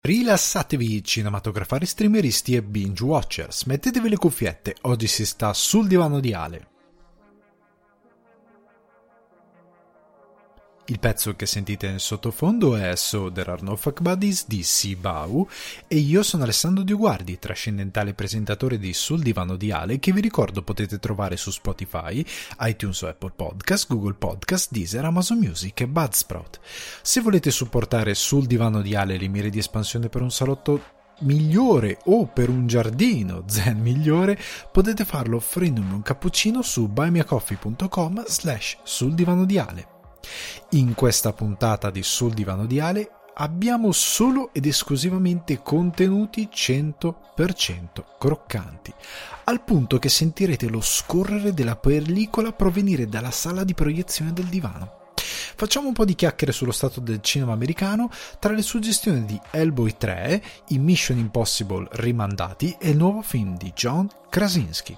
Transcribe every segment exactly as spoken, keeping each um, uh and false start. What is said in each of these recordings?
Rilassatevi cinematografari, streameristi e binge watchers, mettetevi le cuffiette, oggi si sta sul divano di Ale. Il pezzo che sentite nel sottofondo è So There Are No Fuck Buddies di Sibau e io sono Alessandro Dioguardi, trascendentale presentatore di Sul Divano di Ale, che vi ricordo potete trovare su Spotify, iTunes o Apple Podcast, Google Podcast, Deezer, Amazon Music e Buzzsprout. Se volete supportare Sul Divano di Ale le mire di espansione per un salotto migliore o per un giardino zen migliore, potete farlo offrendomi un cappuccino su buymeacoffee.com slash sul divano di Ale. In questa puntata di Sul Divano di Ale abbiamo solo ed esclusivamente contenuti cento per cento croccanti, al punto che sentirete lo scorrere della pellicola provenire dalla sala di proiezione del divano. Facciamo un po' di chiacchiere sullo stato del cinema americano, tra le suggestioni di Hellboy tre, i Mission Impossible rimandati e il nuovo film di John Krasinski.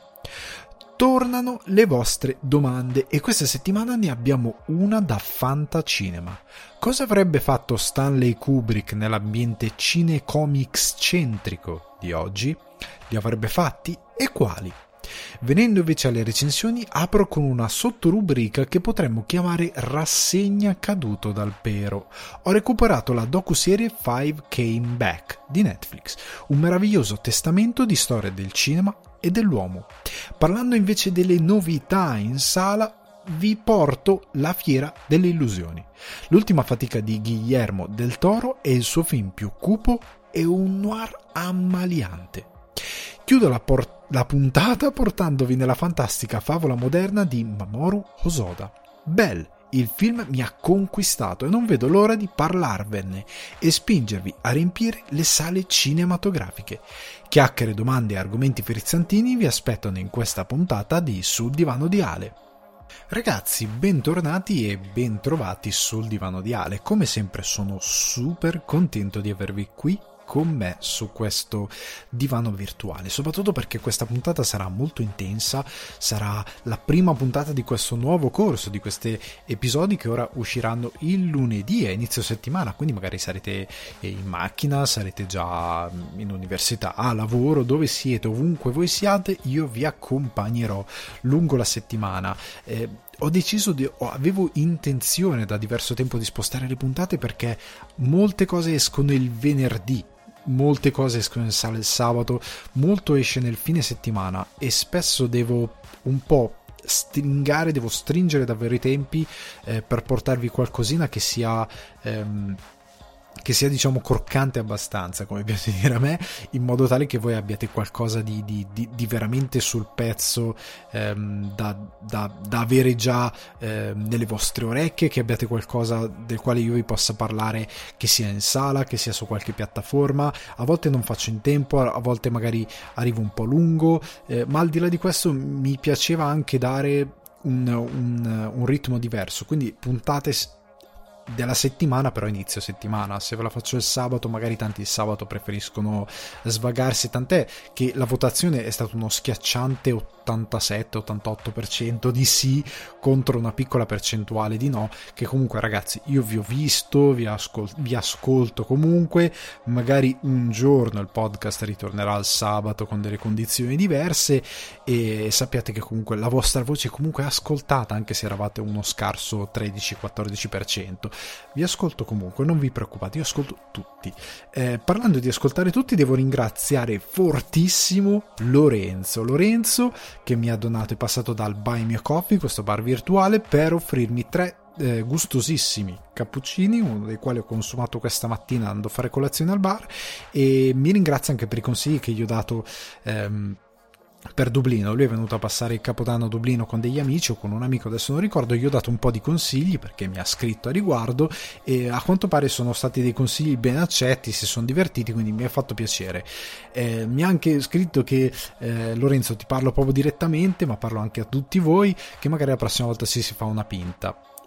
Tornano le vostre domande e questa settimana ne abbiamo una da fantacinema. Cosa avrebbe fatto Stanley Kubrick nell'ambiente cinecomics centrico di oggi? Li avrebbe fatti e quali? Venendo invece alle recensioni, apro con una sottorubrica che potremmo chiamare rassegna caduto dal pero. Ho recuperato la docuserie Five Came Back di Netflix, un meraviglioso testamento di storia del cinema e dell'uomo. Parlando invece delle novità in sala, vi porto La Fiera delle Illusioni, l'ultima fatica di Guillermo del Toro e il suo film più cupo e un noir ammaliante. Chiudo la, por- la puntata portandovi nella fantastica favola moderna di Mamoru Hosoda. Belle, il film mi ha conquistato e non vedo l'ora di parlarvene e spingervi a riempire le sale cinematografiche. Chiacchiere, domande e argomenti frizzantini vi aspettano in questa puntata di Sul Divano di Ale. Ragazzi, bentornati e bentrovati sul Divano di Ale. Come sempre sono super contento di avervi qui con me su questo divano virtuale, soprattutto perché questa puntata sarà molto intensa, sarà la prima puntata di questo nuovo corso, di questi episodi che ora usciranno il lunedì a inizio settimana, quindi magari sarete in macchina, sarete già in università, a lavoro, dove siete, ovunque voi siate, io vi accompagnerò lungo la settimana. Eh, Ho deciso di, avevo intenzione da diverso tempo di spostare le puntate perché molte cose escono il venerdì, molte cose escono in sala il sabato, molto esce nel fine settimana e spesso devo un po' stringare, devo stringere davvero i tempi eh, per portarvi qualcosina che sia... Ehm, che sia diciamo croccante abbastanza, come piace dire a me, in modo tale che voi abbiate qualcosa di, di, di, di veramente sul pezzo ehm, da, da, da avere già ehm, nelle vostre orecchie, che abbiate qualcosa del quale io vi possa parlare, che sia in sala, che sia su qualche piattaforma. A volte non faccio in tempo, a volte magari arrivo un po' lungo, eh, ma al di là di questo mi piaceva anche dare un, un, un ritmo diverso, quindi puntate della settimana, però inizio settimana. Se ve la faccio il sabato, magari tanti il sabato preferiscono svagarsi, tant'è che la votazione è stato uno schiacciante ottantasette ottantotto per cento di sì contro una piccola percentuale di no, che comunque ragazzi io vi ho visto, vi, ascol- vi ascolto comunque, magari un giorno il podcast ritornerà il sabato con delle condizioni diverse e sappiate che comunque la vostra voce è comunque ascoltata, anche se eravate uno scarso tredici quattordici per cento. Vi ascolto comunque, non vi preoccupate, io ascolto tutti. Eh, parlando di ascoltare tutti, devo ringraziare fortissimo Lorenzo Lorenzo che mi ha donato, è passato dal Buy Me a Coffee, questo bar virtuale, per offrirmi tre eh, gustosissimi cappuccini, uno dei quali ho consumato questa mattina andando a fare colazione al bar, e mi ringrazia anche per i consigli che gli ho dato ehm, per Dublino. Lui è venuto a passare il Capodanno a Dublino con degli amici o con un amico, adesso non ricordo. Gli ho dato un po' di consigli perché mi ha scritto a riguardo e a quanto pare sono stati dei consigli ben accetti, si sono divertiti, quindi mi ha fatto piacere. Eh, mi ha anche scritto che eh, Lorenzo, ti parlo proprio direttamente, ma parlo anche a tutti voi, che magari la prossima volta si si fa una pinta.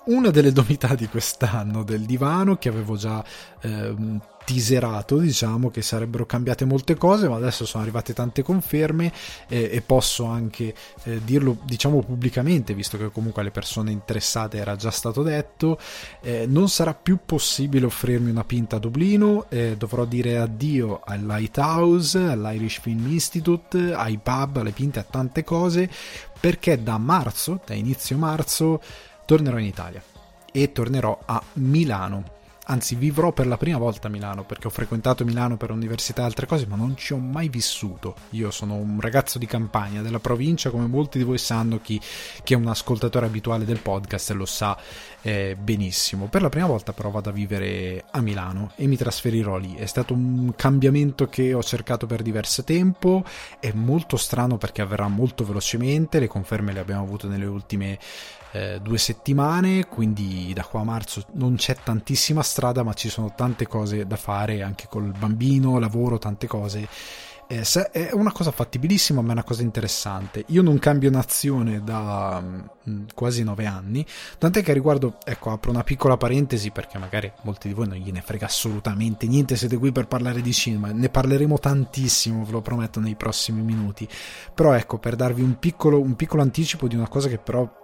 una delle novità di quest'anno del divano, che avevo già ehm, teaserato, diciamo che sarebbero cambiate molte cose, ma adesso sono arrivate tante conferme eh, e posso anche eh, dirlo, diciamo, pubblicamente, visto che comunque alle persone interessate era già stato detto. Eh, non sarà più possibile offrirmi una pinta a Dublino, eh, dovrò dire addio al Lighthouse, all'Irish Film Institute, ai pub, alle pinte, a tante cose, perché da marzo, da inizio marzo, tornerò in Italia e tornerò a Milano. Anzi, vivrò per la prima volta a Milano, perché ho frequentato Milano per università e altre cose, ma non ci ho mai vissuto. Io sono un ragazzo di campagna, della provincia, come molti di voi sanno, chi, chi è un ascoltatore abituale del podcast lo sa eh, benissimo. Per la prima volta però vado a vivere a Milano e mi trasferirò lì. È stato un cambiamento che ho cercato per diverso tempo, è molto strano perché avverrà molto velocemente, le conferme le abbiamo avute nelle ultime Eh, due settimane, quindi da qua a marzo non c'è tantissima strada, ma ci sono tante cose da fare anche col bambino, lavoro, tante cose. Eh, se, è una cosa fattibilissima, ma è una cosa interessante. Io non cambio nazione da mh, quasi nove anni, tant'è che a riguardo, ecco, apro una piccola parentesi perché magari molti di voi non gliene frega assolutamente niente, siete qui per parlare di cinema, ne parleremo tantissimo, ve lo prometto, nei prossimi minuti. Però ecco, per darvi un piccolo, un piccolo anticipo di una cosa che però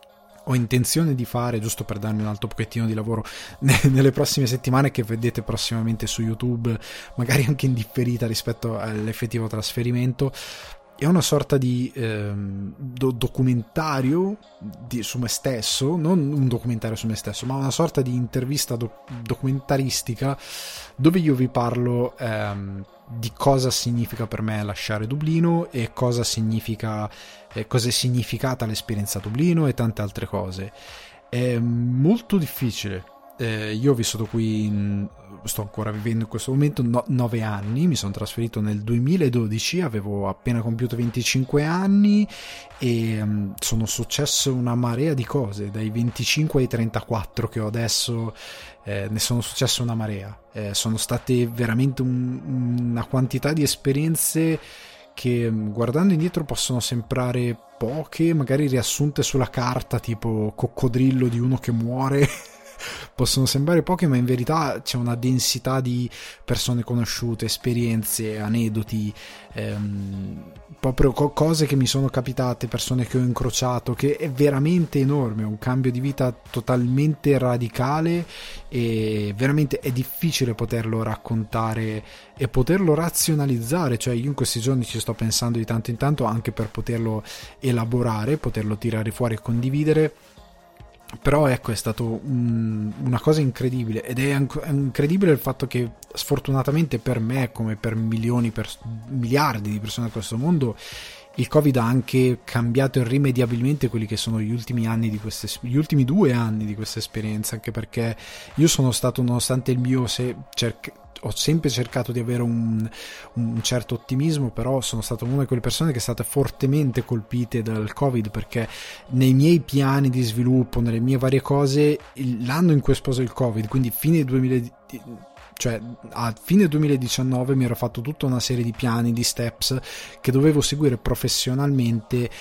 ho intenzione di fare, giusto per darmi un altro pochettino di lavoro nelle prossime settimane, che vedete prossimamente su YouTube, magari anche in differita rispetto all'effettivo trasferimento. È una sorta di ehm, do- documentario di, su me stesso, non un documentario su me stesso, ma una sorta di intervista do- documentaristica dove io vi parlo ehm, di cosa significa per me lasciare Dublino e cosa significa, eh, cosa è significata l'esperienza a Dublino e tante altre cose. È molto difficile. Eh, io ho vissuto qui, in, sto ancora vivendo in questo momento no, nove anni, mi sono trasferito nel duemiladodici, avevo appena compiuto venticinque anni e um, sono successe una marea di cose, dai venticinque ai trentaquattro che ho adesso, eh, ne sono successe una marea, eh, sono state veramente un, una quantità di esperienze che guardando indietro possono sembrare poche, magari riassunte sulla carta, tipo coccodrillo di uno che muore. Possono sembrare poche, ma in verità c'è una densità di persone conosciute, esperienze, aneddoti, ehm, proprio co- cose che mi sono capitate, persone che ho incrociato, che è veramente enorme, è un cambio di vita totalmente radicale e veramente è difficile poterlo raccontare e poterlo razionalizzare. Cioè io in questi giorni ci sto pensando di tanto in tanto anche per poterlo elaborare, poterlo tirare fuori e condividere. Però ecco, è stato un, una cosa incredibile, ed è, anc- è incredibile il fatto che sfortunatamente per me, come per milioni, per miliardi di persone a questo mondo, il Covid ha anche cambiato irrimediabilmente quelli che sono gli ultimi anni di queste, gli ultimi due anni di questa esperienza, anche perché io sono stato, nonostante il mio se cerc- ho sempre cercato di avere un, un certo ottimismo, però sono stato una di quelle persone che è stata fortemente colpite dal Covid, perché nei miei piani di sviluppo, nelle mie varie cose, l'anno in cui ho sposato il Covid, quindi fine duemila, cioè a fine duemiladiciannove, mi ero fatto tutta una serie di piani, di steps che dovevo seguire professionalmente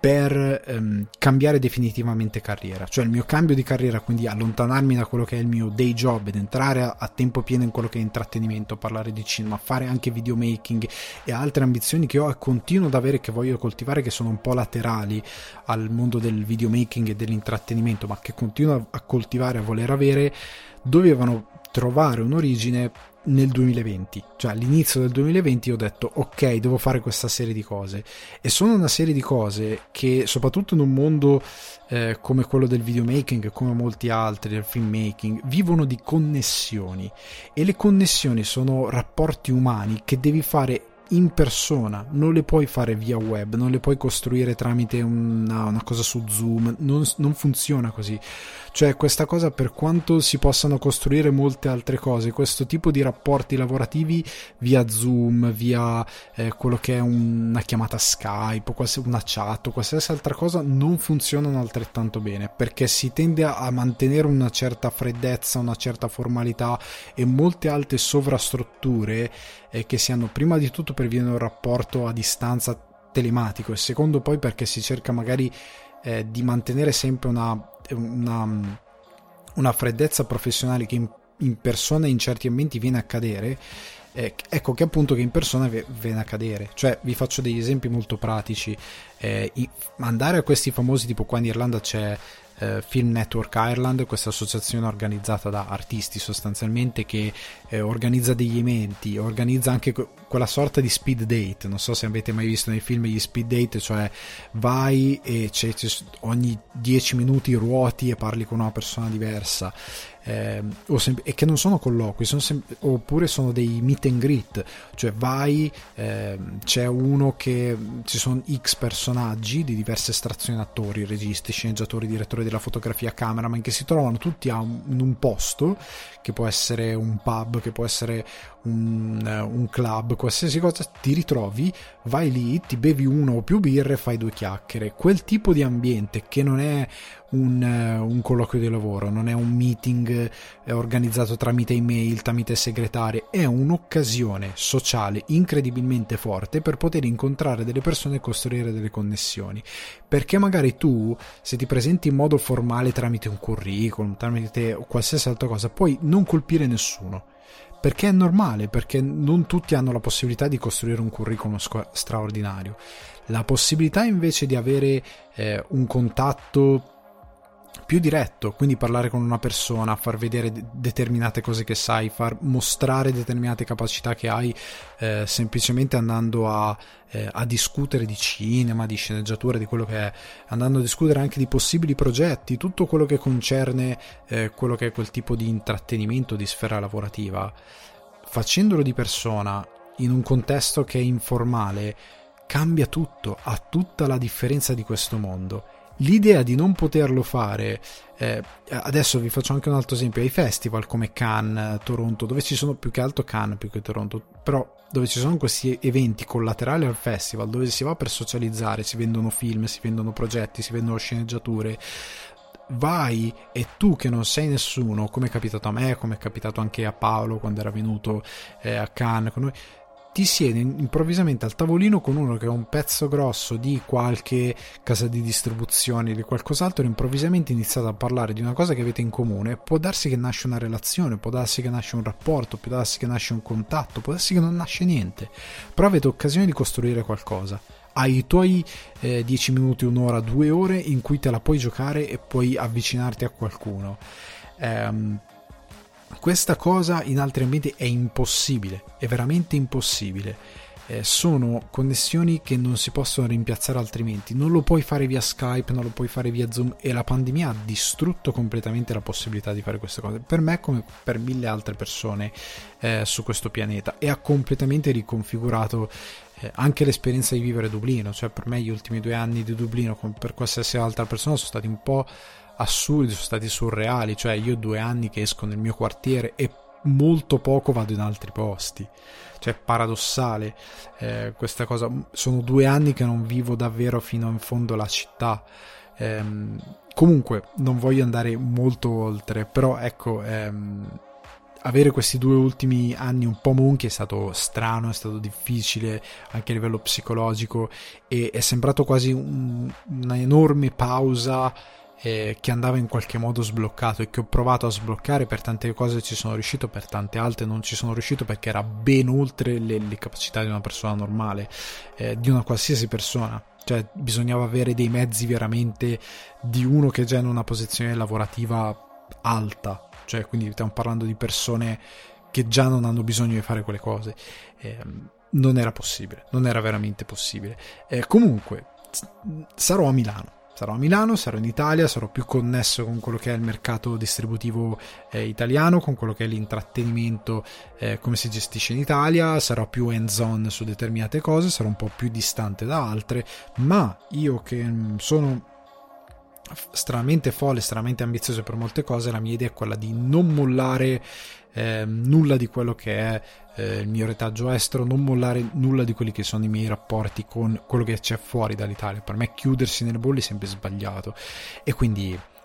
per ehm, cambiare definitivamente carriera, cioè il mio cambio di carriera, quindi allontanarmi da quello che è il mio day job ed entrare a, a tempo pieno in quello che è intrattenimento, parlare di cinema, fare anche videomaking e altre ambizioni che ho e continuo ad avere, che voglio coltivare, che sono un po' laterali al mondo del videomaking e dell'intrattenimento, ma che continuo a coltivare, a voler avere, dovevano trovare un'origine nel duemilaventi, cioè all'inizio del duemilaventi ho detto ok, devo fare questa serie di cose, e sono una serie di cose che soprattutto in un mondo eh, come quello del videomaking, come molti altri del filmmaking, vivono di connessioni, e le connessioni sono rapporti umani che devi fare in persona, non le puoi fare via web, non le puoi costruire tramite una, una cosa su Zoom, non, non funziona così. Cioè questa cosa, per quanto si possano costruire molte altre cose, questo tipo di rapporti lavorativi via Zoom, via eh, quello che è una chiamata Skype, una chat o qualsiasi altra cosa, non funzionano altrettanto bene, perché si tende a mantenere una certa freddezza, una certa formalità e molte altre sovrastrutture eh, che si hanno, prima di tutto per via di un rapporto a distanza telematico, e secondo poi perché si cerca magari eh, di mantenere sempre una, una una freddezza professionale che in, in persona in certi ambienti viene a cadere, eh, ecco che appunto che in persona viene a cadere. Cioè, vi faccio degli esempi molto pratici. Eh, i, andare a questi famosi, tipo qua in Irlanda c'è eh, Film Network Ireland, questa associazione organizzata da artisti sostanzialmente, che eh, organizza degli eventi, organizza anche que- quella sorta di speed date. Non so se avete mai visto nei film gli speed date, cioè vai e c'è, c'è, ogni dieci minuti ruoti e parli con una persona diversa. Eh, o sem- e che non sono colloqui, sono sem- oppure sono dei meet and greet, cioè vai, eh, c'è uno che ci sono X personaggi di diverse estrazioni, attori, registi, sceneggiatori, direttori della fotografia, cameraman, che si trovano tutti a un, in un posto che può essere un pub, che può essere un, un club, qualsiasi cosa, ti ritrovi, vai lì, ti bevi uno o più birre e fai due chiacchiere. Quel tipo di ambiente che non è un, un colloquio di lavoro, non è un meeting organizzato tramite email, tramite segretarie, è un'occasione sociale incredibilmente forte per poter incontrare delle persone e costruire delle connessioni. Perché magari tu, se ti presenti in modo formale tramite un curriculum, tramite qualsiasi altra cosa, puoi non colpire nessuno, perché è normale, perché non tutti hanno la possibilità di costruire un curriculum straordinario. La possibilità invece di avere eh, un contatto più diretto, quindi parlare con una persona, far vedere de- determinate cose che sai, far mostrare determinate capacità che hai, eh, semplicemente andando a, eh, a discutere di cinema, di sceneggiatura, di quello che è, andando a discutere anche di possibili progetti, tutto quello che concerne eh, quello che è quel tipo di intrattenimento, di sfera lavorativa, facendolo di persona in un contesto che è informale, cambia tutto, ha tutta la differenza di questo mondo. L'idea di non poterlo fare, eh, adesso vi faccio anche un altro esempio, ai festival come Cannes, Toronto, dove ci sono, più che altro Cannes più che Toronto, però dove ci sono questi eventi collaterali al festival, dove si va per socializzare, si vendono film, si vendono progetti, si vendono sceneggiature, vai e tu che non sei nessuno, come è capitato a me, come è capitato anche a Paolo quando era venuto eh, a Cannes con noi, ti siedi improvvisamente al tavolino con uno che ha un pezzo grosso di qualche casa di distribuzione, di qualcos'altro, e improvvisamente iniziate a parlare di una cosa che avete in comune. Può darsi che nasce una relazione, può darsi che nasce un rapporto, può darsi che nasce un contatto, può darsi che non nasce niente, però avete occasione di costruire qualcosa. Hai i tuoi eh, dieci minuti, un'ora, due ore in cui te la puoi giocare e puoi avvicinarti a qualcuno. ehm Questa cosa in altri ambienti è impossibile, è veramente impossibile. Eh, sono connessioni che non si possono rimpiazzare altrimenti. Non lo puoi fare via Skype, non lo puoi fare via Zoom, e la pandemia ha distrutto completamente la possibilità di fare queste cose, per me come per mille altre persone eh, su questo pianeta, e ha completamente riconfigurato eh, anche l'esperienza di vivere a Dublino. Cioè, per me gli ultimi due anni di Dublino, come per qualsiasi altra persona, sono stati un po' assurdi, sono stati surreali. Cioè, io due anni che esco nel mio quartiere e molto poco vado in altri posti. Cioè, paradossale eh, questa cosa. Sono due anni che non vivo davvero fino in fondo alla città. Ehm, comunque non voglio andare molto oltre, però ecco, ehm, avere questi due ultimi anni un po' monchi è stato strano, è stato difficile anche a livello psicologico, e è sembrato quasi un, una enorme pausa Eh, che andava in qualche modo sbloccato, e che ho provato a sbloccare. Per tante cose ci sono riuscito, per tante altre non ci sono riuscito, perché era ben oltre le, le capacità di una persona normale, eh, di una qualsiasi persona. Cioè, bisognava avere dei mezzi veramente di uno che è già in una posizione lavorativa alta, cioè, quindi stiamo parlando di persone che già non hanno bisogno di fare quelle cose. Eh, non era possibile, non era veramente possibile. Eh, comunque sarò a Milano Sarò a Milano, sarò in Italia, sarò più connesso con quello che è il mercato distributivo eh, italiano, con quello che è l'intrattenimento, eh, come si gestisce in Italia, sarò più hands-on su determinate cose, sarò un po' più distante da altre, ma io che mh, sono estremamente folle, estremamente ambizioso per molte cose, la mia idea è quella di non mollare eh, nulla di quello che è eh, il mio retaggio estero, non mollare nulla di quelli che sono i miei rapporti con quello che c'è fuori dall'Italia. Per me chiudersi nelle bolle è sempre sbagliato, e quindi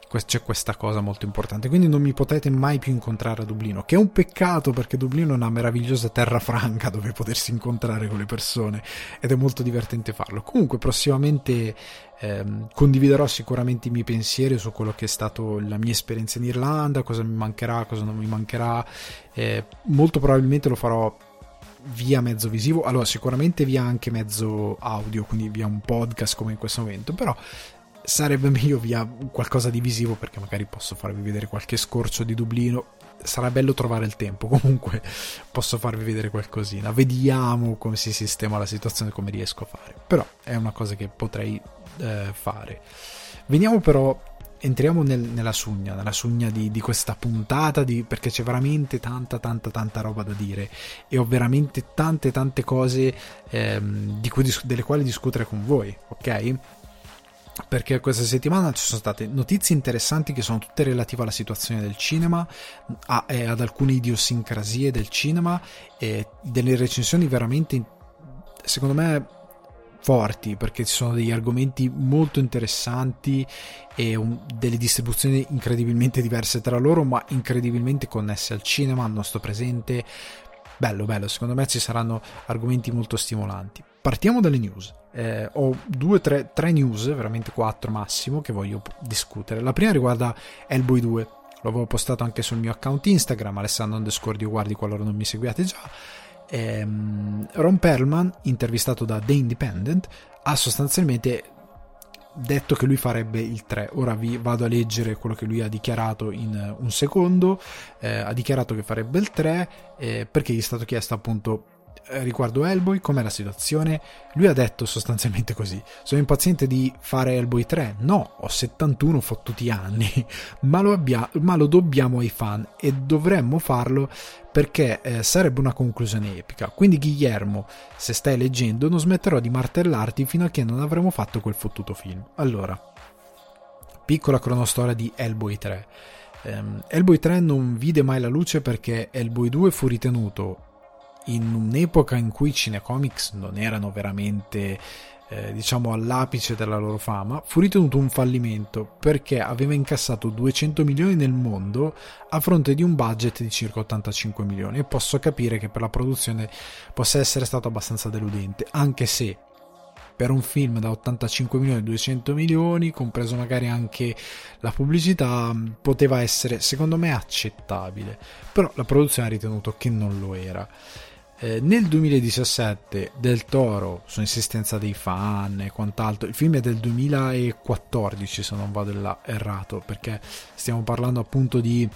c'è questa cosa molto importante, quindi non mi potete mai più incontrare a Dublino, che è un peccato perché Dublino è una meravigliosa terra franca dove potersi incontrare con le persone ed è molto divertente farlo. Comunque prossimamente ehm, condividerò sicuramente i miei pensieri su quello che è stato la mia esperienza in Irlanda, cosa mi mancherà, cosa non mi mancherà. Eh, molto probabilmente lo farò via mezzo visivo, allora sicuramente via anche mezzo audio, quindi via un podcast come in questo momento, però sarebbe meglio via qualcosa di visivo perché magari posso farvi vedere qualche scorcio di Dublino. Sarà bello trovare il tempo, comunque posso farvi vedere qualcosina, vediamo come si sistema la situazione, come riesco a fare, però è una cosa che potrei eh, fare. Veniamo però, entriamo nel, nella sugna nella sugna di, di questa puntata, di, perché c'è veramente tanta tanta tanta roba da dire e ho veramente tante tante cose ehm, di cui, delle quali discutere con voi, ok? Perché questa settimana ci sono state notizie interessanti che sono tutte relative alla situazione del cinema, a, e ad alcune idiosincrasie del cinema, e delle recensioni veramente, secondo me, forti, perché ci sono degli argomenti molto interessanti e un, delle distribuzioni incredibilmente diverse tra loro, ma incredibilmente connesse al cinema, al nostro presente. Bello, bello, secondo me ci saranno argomenti molto stimolanti. Partiamo dalle news. Eh, ho due, tre, tre news, veramente quattro massimo, che voglio discutere. La prima riguarda Hellboy due. L'avevo postato anche sul mio account Instagram, Alessandro underscore Dioguardi, qualora non mi seguiate già. Ehm, Ron Perlman, intervistato da The Independent, ha sostanzialmente detto che lui farebbe il tre. Ora vi vado a leggere quello che lui ha dichiarato in un secondo. Eh, ha dichiarato che farebbe il tre eh, perché gli è stato chiesto appunto riguardo Hellboy com'è la situazione. Lui ha detto sostanzialmente così: sono impaziente di fare Hellboy tre? No, ho settantuno fottuti anni ma lo, abbia- ma lo dobbiamo ai fan e dovremmo farlo perché eh, sarebbe una conclusione epica. Quindi Guillermo, se stai leggendo, non smetterò di martellarti fino a che non avremo fatto quel fottuto film. Allora, piccola cronostoria di Hellboy tre. um, Hellboy tre non vide mai la luce perché Hellboy due fu ritenuto, in un'epoca in cui i cinecomics non erano veramente eh, diciamo all'apice della loro fama, fu ritenuto un fallimento perché aveva incassato duecento milioni nel mondo a fronte di un budget di circa ottantacinque milioni, e posso capire che per la produzione possa essere stato abbastanza deludente, anche se per un film da ottantacinque milioni duecento milioni, compreso magari anche la pubblicità, poteva essere secondo me accettabile, però la produzione ha ritenuto che non lo era. Eh, nel duemiladiciassette Del Toro, su insistenza dei fan e quant'altro, il film è del duemilaquattordici se non vado là errato, perché stiamo parlando appunto di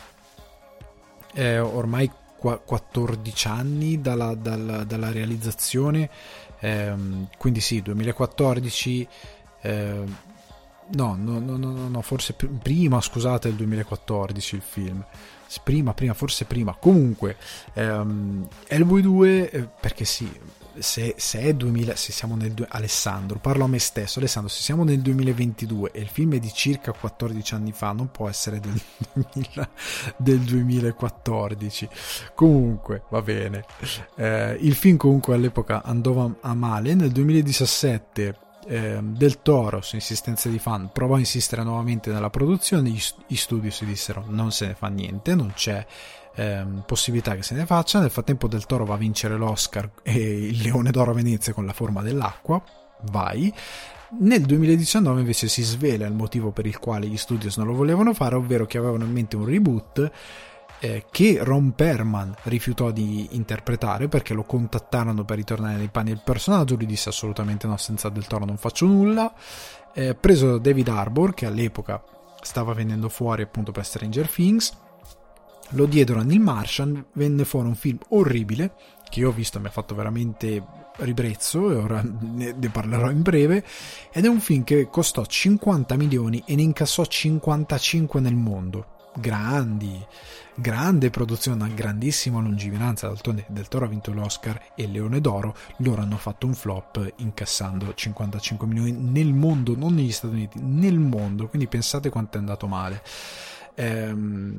eh, ormai qu- quattordici anni dalla, dalla, dalla realizzazione, eh, quindi sì, duemilaquattordici, eh, no, no, no, no, no, forse pr- prima, scusate, il duemilaquattordici il film. Prima, prima, forse prima. Comunque, ehm, Hellboy due, eh, perché sì, se, se è duemila, se siamo nel Alessandro, parlo a me stesso, Alessandro, se siamo nel duemilaventidue e il film è di circa quattordici anni fa, non può essere del, duemila, del duemilaquattordici. Comunque, va bene. Eh, il film comunque all'epoca andò a male. Nel duemiladiciassette Eh, Del Toro, su insistenza di fan, provò a insistere nuovamente nella produzione. Gli, gli studio si dissero: non se ne fa niente, non c'è ehm, possibilità che se ne faccia. Nel frattempo Del Toro va a vincere l'Oscar e il Leone d'Oro a Venezia con La forma dell'acqua. Vai. Nel duemiladiciannove invece si svela il motivo per il quale gli studios non lo volevano fare, ovvero che avevano in mente un reboot Eh, che Ron Perlman rifiutò di interpretare perché lo contattarono per ritornare nei panni del personaggio. Lui disse assolutamente no, senza Del Toro non faccio nulla. Eh, preso David Harbour, che all'epoca stava venendo fuori appunto per Stranger Things, lo diedero a Neil Marshall, venne fuori un film orribile che io ho visto, mi ha fatto veramente ribrezzo e ora ne, ne parlerò in breve, ed è un film che costò cinquanta milioni e ne incassò cinquantacinque nel mondo. Grandi, grande produzione, una grandissima lungimiranza. D'altronde Del Toro ha vinto l'Oscar e il Leone d'Oro, loro hanno fatto un flop incassando cinquantacinque milioni nel mondo, non negli Stati Uniti, nel mondo, quindi pensate quanto è andato male. Ehm,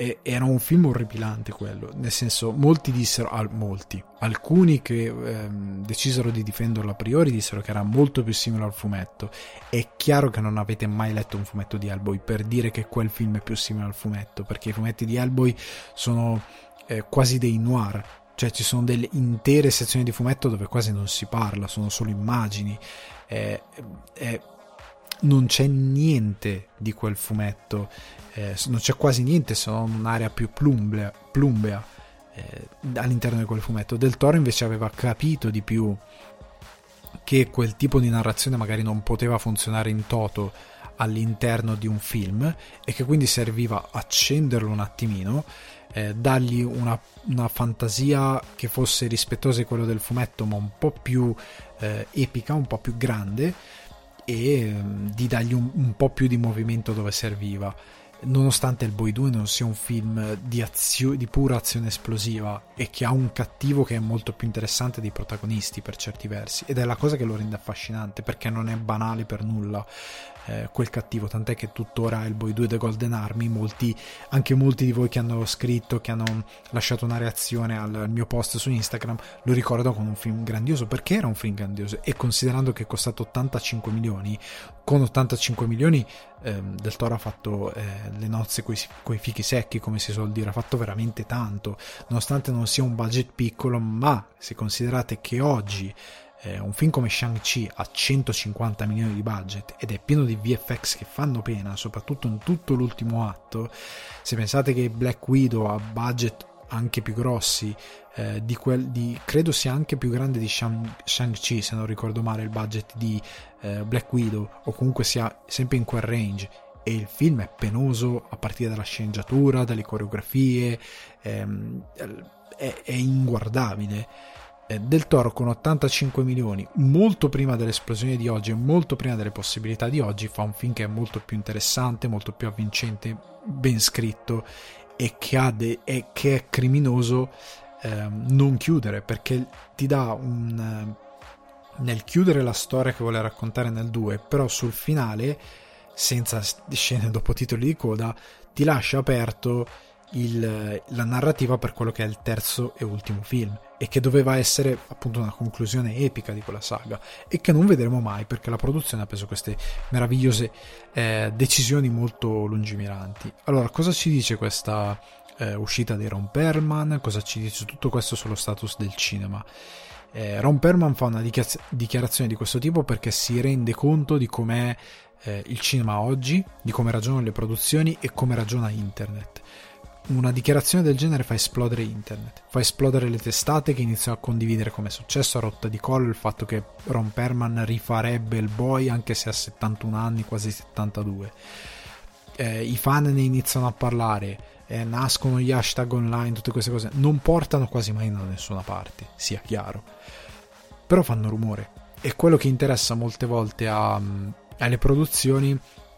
E, era un film orripilante quello, nel senso, molti dissero, ah, molti, alcuni che ehm, decisero di difenderlo a priori dissero che era molto più simile al fumetto. È chiaro che non avete mai letto un fumetto di Hellboy per dire che quel film è più simile al fumetto, perché i fumetti di Hellboy sono eh, quasi dei noir, cioè ci sono delle intere sezioni di fumetto dove quasi non si parla, sono solo immagini, eh, eh, non c'è niente di quel fumetto, eh, non c'è quasi niente se non un'area più plumbea, plumbea eh, all'interno di quel fumetto. Del Toro invece aveva capito di più che quel tipo di narrazione magari non poteva funzionare in toto all'interno di un film e che quindi serviva accenderlo un attimino, eh, dargli una, una fantasia che fosse rispettosa di quello del fumetto ma un po' più eh, epica, un po' più grande, e di dargli un, un po' più di movimento dove serviva, nonostante Hellboy due non sia un film di, azio, di pura azione esplosiva e che ha un cattivo che è molto più interessante dei protagonisti per certi versi, ed è la cosa che lo rende affascinante, perché non è banale per nulla eh, quel cattivo, tant'è che tuttora Hellboy due The Golden Army, molti, anche molti di voi che hanno scritto, che hanno lasciato una reazione al, al mio post su Instagram, lo ricordano come un film grandioso, perché era un film grandioso, e considerando che è costato ottantacinque milioni, con ottantacinque milioni ehm, Del Toro ha fatto eh, le nozze coi, coi fichi secchi, come si suol dire, ha fatto veramente tanto, nonostante non sia un budget piccolo, ma se considerate che oggi Eh, un film come Shang-Chi ha centocinquanta milioni di budget ed è pieno di V F X che fanno pena, soprattutto in tutto l'ultimo atto. Se pensate che Black Widow ha budget anche più grossi, eh, di quel, di, credo sia anche più grande di Shang, Shang-Chi, se non ricordo male il budget di eh, Black Widow, o comunque sia sempre in quel range, e il film è penoso a partire dalla sceneggiatura, dalle coreografie, ehm, è, è inguardabile. Del Toro con ottantacinque milioni, molto prima dell'esplosione di oggi e molto prima delle possibilità di oggi, fa un film che è molto più interessante, molto più avvincente, ben scritto, e che, ha de- e che è criminoso ehm, non chiudere, perché ti dà un nel chiudere la storia che vuole raccontare nel due, però sul finale, senza scene dopo titoli di coda, ti lascia aperto il, la narrativa per quello che è il terzo e ultimo film, e che doveva essere appunto una conclusione epica di quella saga, e che non vedremo mai perché la produzione ha preso queste meravigliose eh, decisioni molto lungimiranti. Allora, cosa ci dice questa eh, uscita di Ron Perlman? Cosa ci dice tutto questo sullo status del cinema? Eh, Ron Perlman fa una dichiarazione di questo tipo perché si rende conto di com'è eh, il cinema oggi, di come ragionano le produzioni e come ragiona internet. Una dichiarazione del genere fa esplodere internet, fa esplodere le testate che iniziano a condividere, come è successo a rotta di collo, il fatto che Ron Perlman rifarebbe il boy anche se ha settantuno anni, quasi settantadue. Eh, i fan ne iniziano a parlare, eh, nascono gli hashtag online, tutte queste cose non portano quasi mai da nessuna parte, sia chiaro, però fanno rumore, e quello che interessa molte volte a, alle produzioni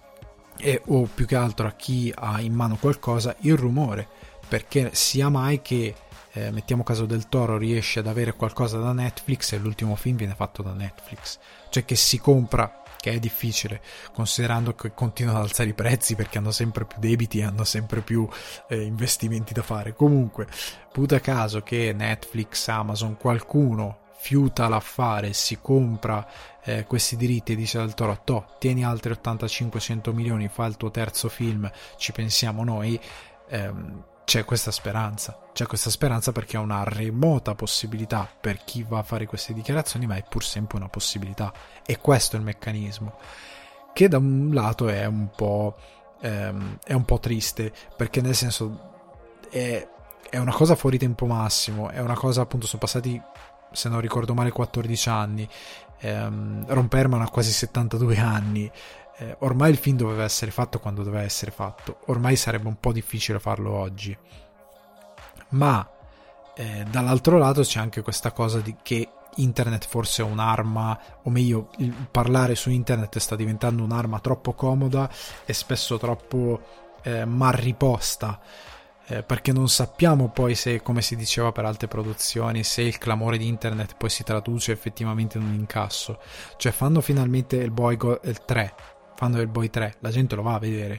e, o più che altro a chi ha in mano qualcosa, il rumore, perché sia mai che eh, mettiamo caso Del Toro riesce ad avere qualcosa da Netflix e l'ultimo film viene fatto da Netflix, cioè che si compra, che è difficile considerando che continuano ad alzare i prezzi perché hanno sempre più debiti e hanno sempre più eh, investimenti da fare. Comunque, puta caso che Netflix, Amazon, qualcuno fiuta l'affare, si compra eh, questi diritti e dice Del Toro: toh, tieni altri ottantacinque cento milioni, fa il tuo terzo film, ci pensiamo noi. ehm, c'è questa speranza c'è questa speranza perché è una remota possibilità per chi va a fare queste dichiarazioni, ma è pur sempre una possibilità, e questo è il meccanismo, che da un lato è un po' ehm, è un po' triste, perché nel senso è, è una cosa fuori tempo massimo, è una cosa, appunto, sono passati, se non ricordo male, quattordici anni. ehm, Ron Perlman ha quasi settantadue anni. Eh, ormai il film doveva essere fatto quando doveva essere fatto, ormai sarebbe un po' difficile farlo oggi, ma eh, dall'altro lato c'è anche questa cosa di che internet forse è un'arma, o meglio, il parlare su internet sta diventando un'arma troppo comoda e spesso troppo eh, mal riposta, eh, perché non sappiamo poi se, come si diceva per altre produzioni, se il clamore di internet poi si traduce effettivamente in un incasso. Cioè, fanno finalmente il Boy Go- il tre fanno il Boy tre, la gente lo va a vedere,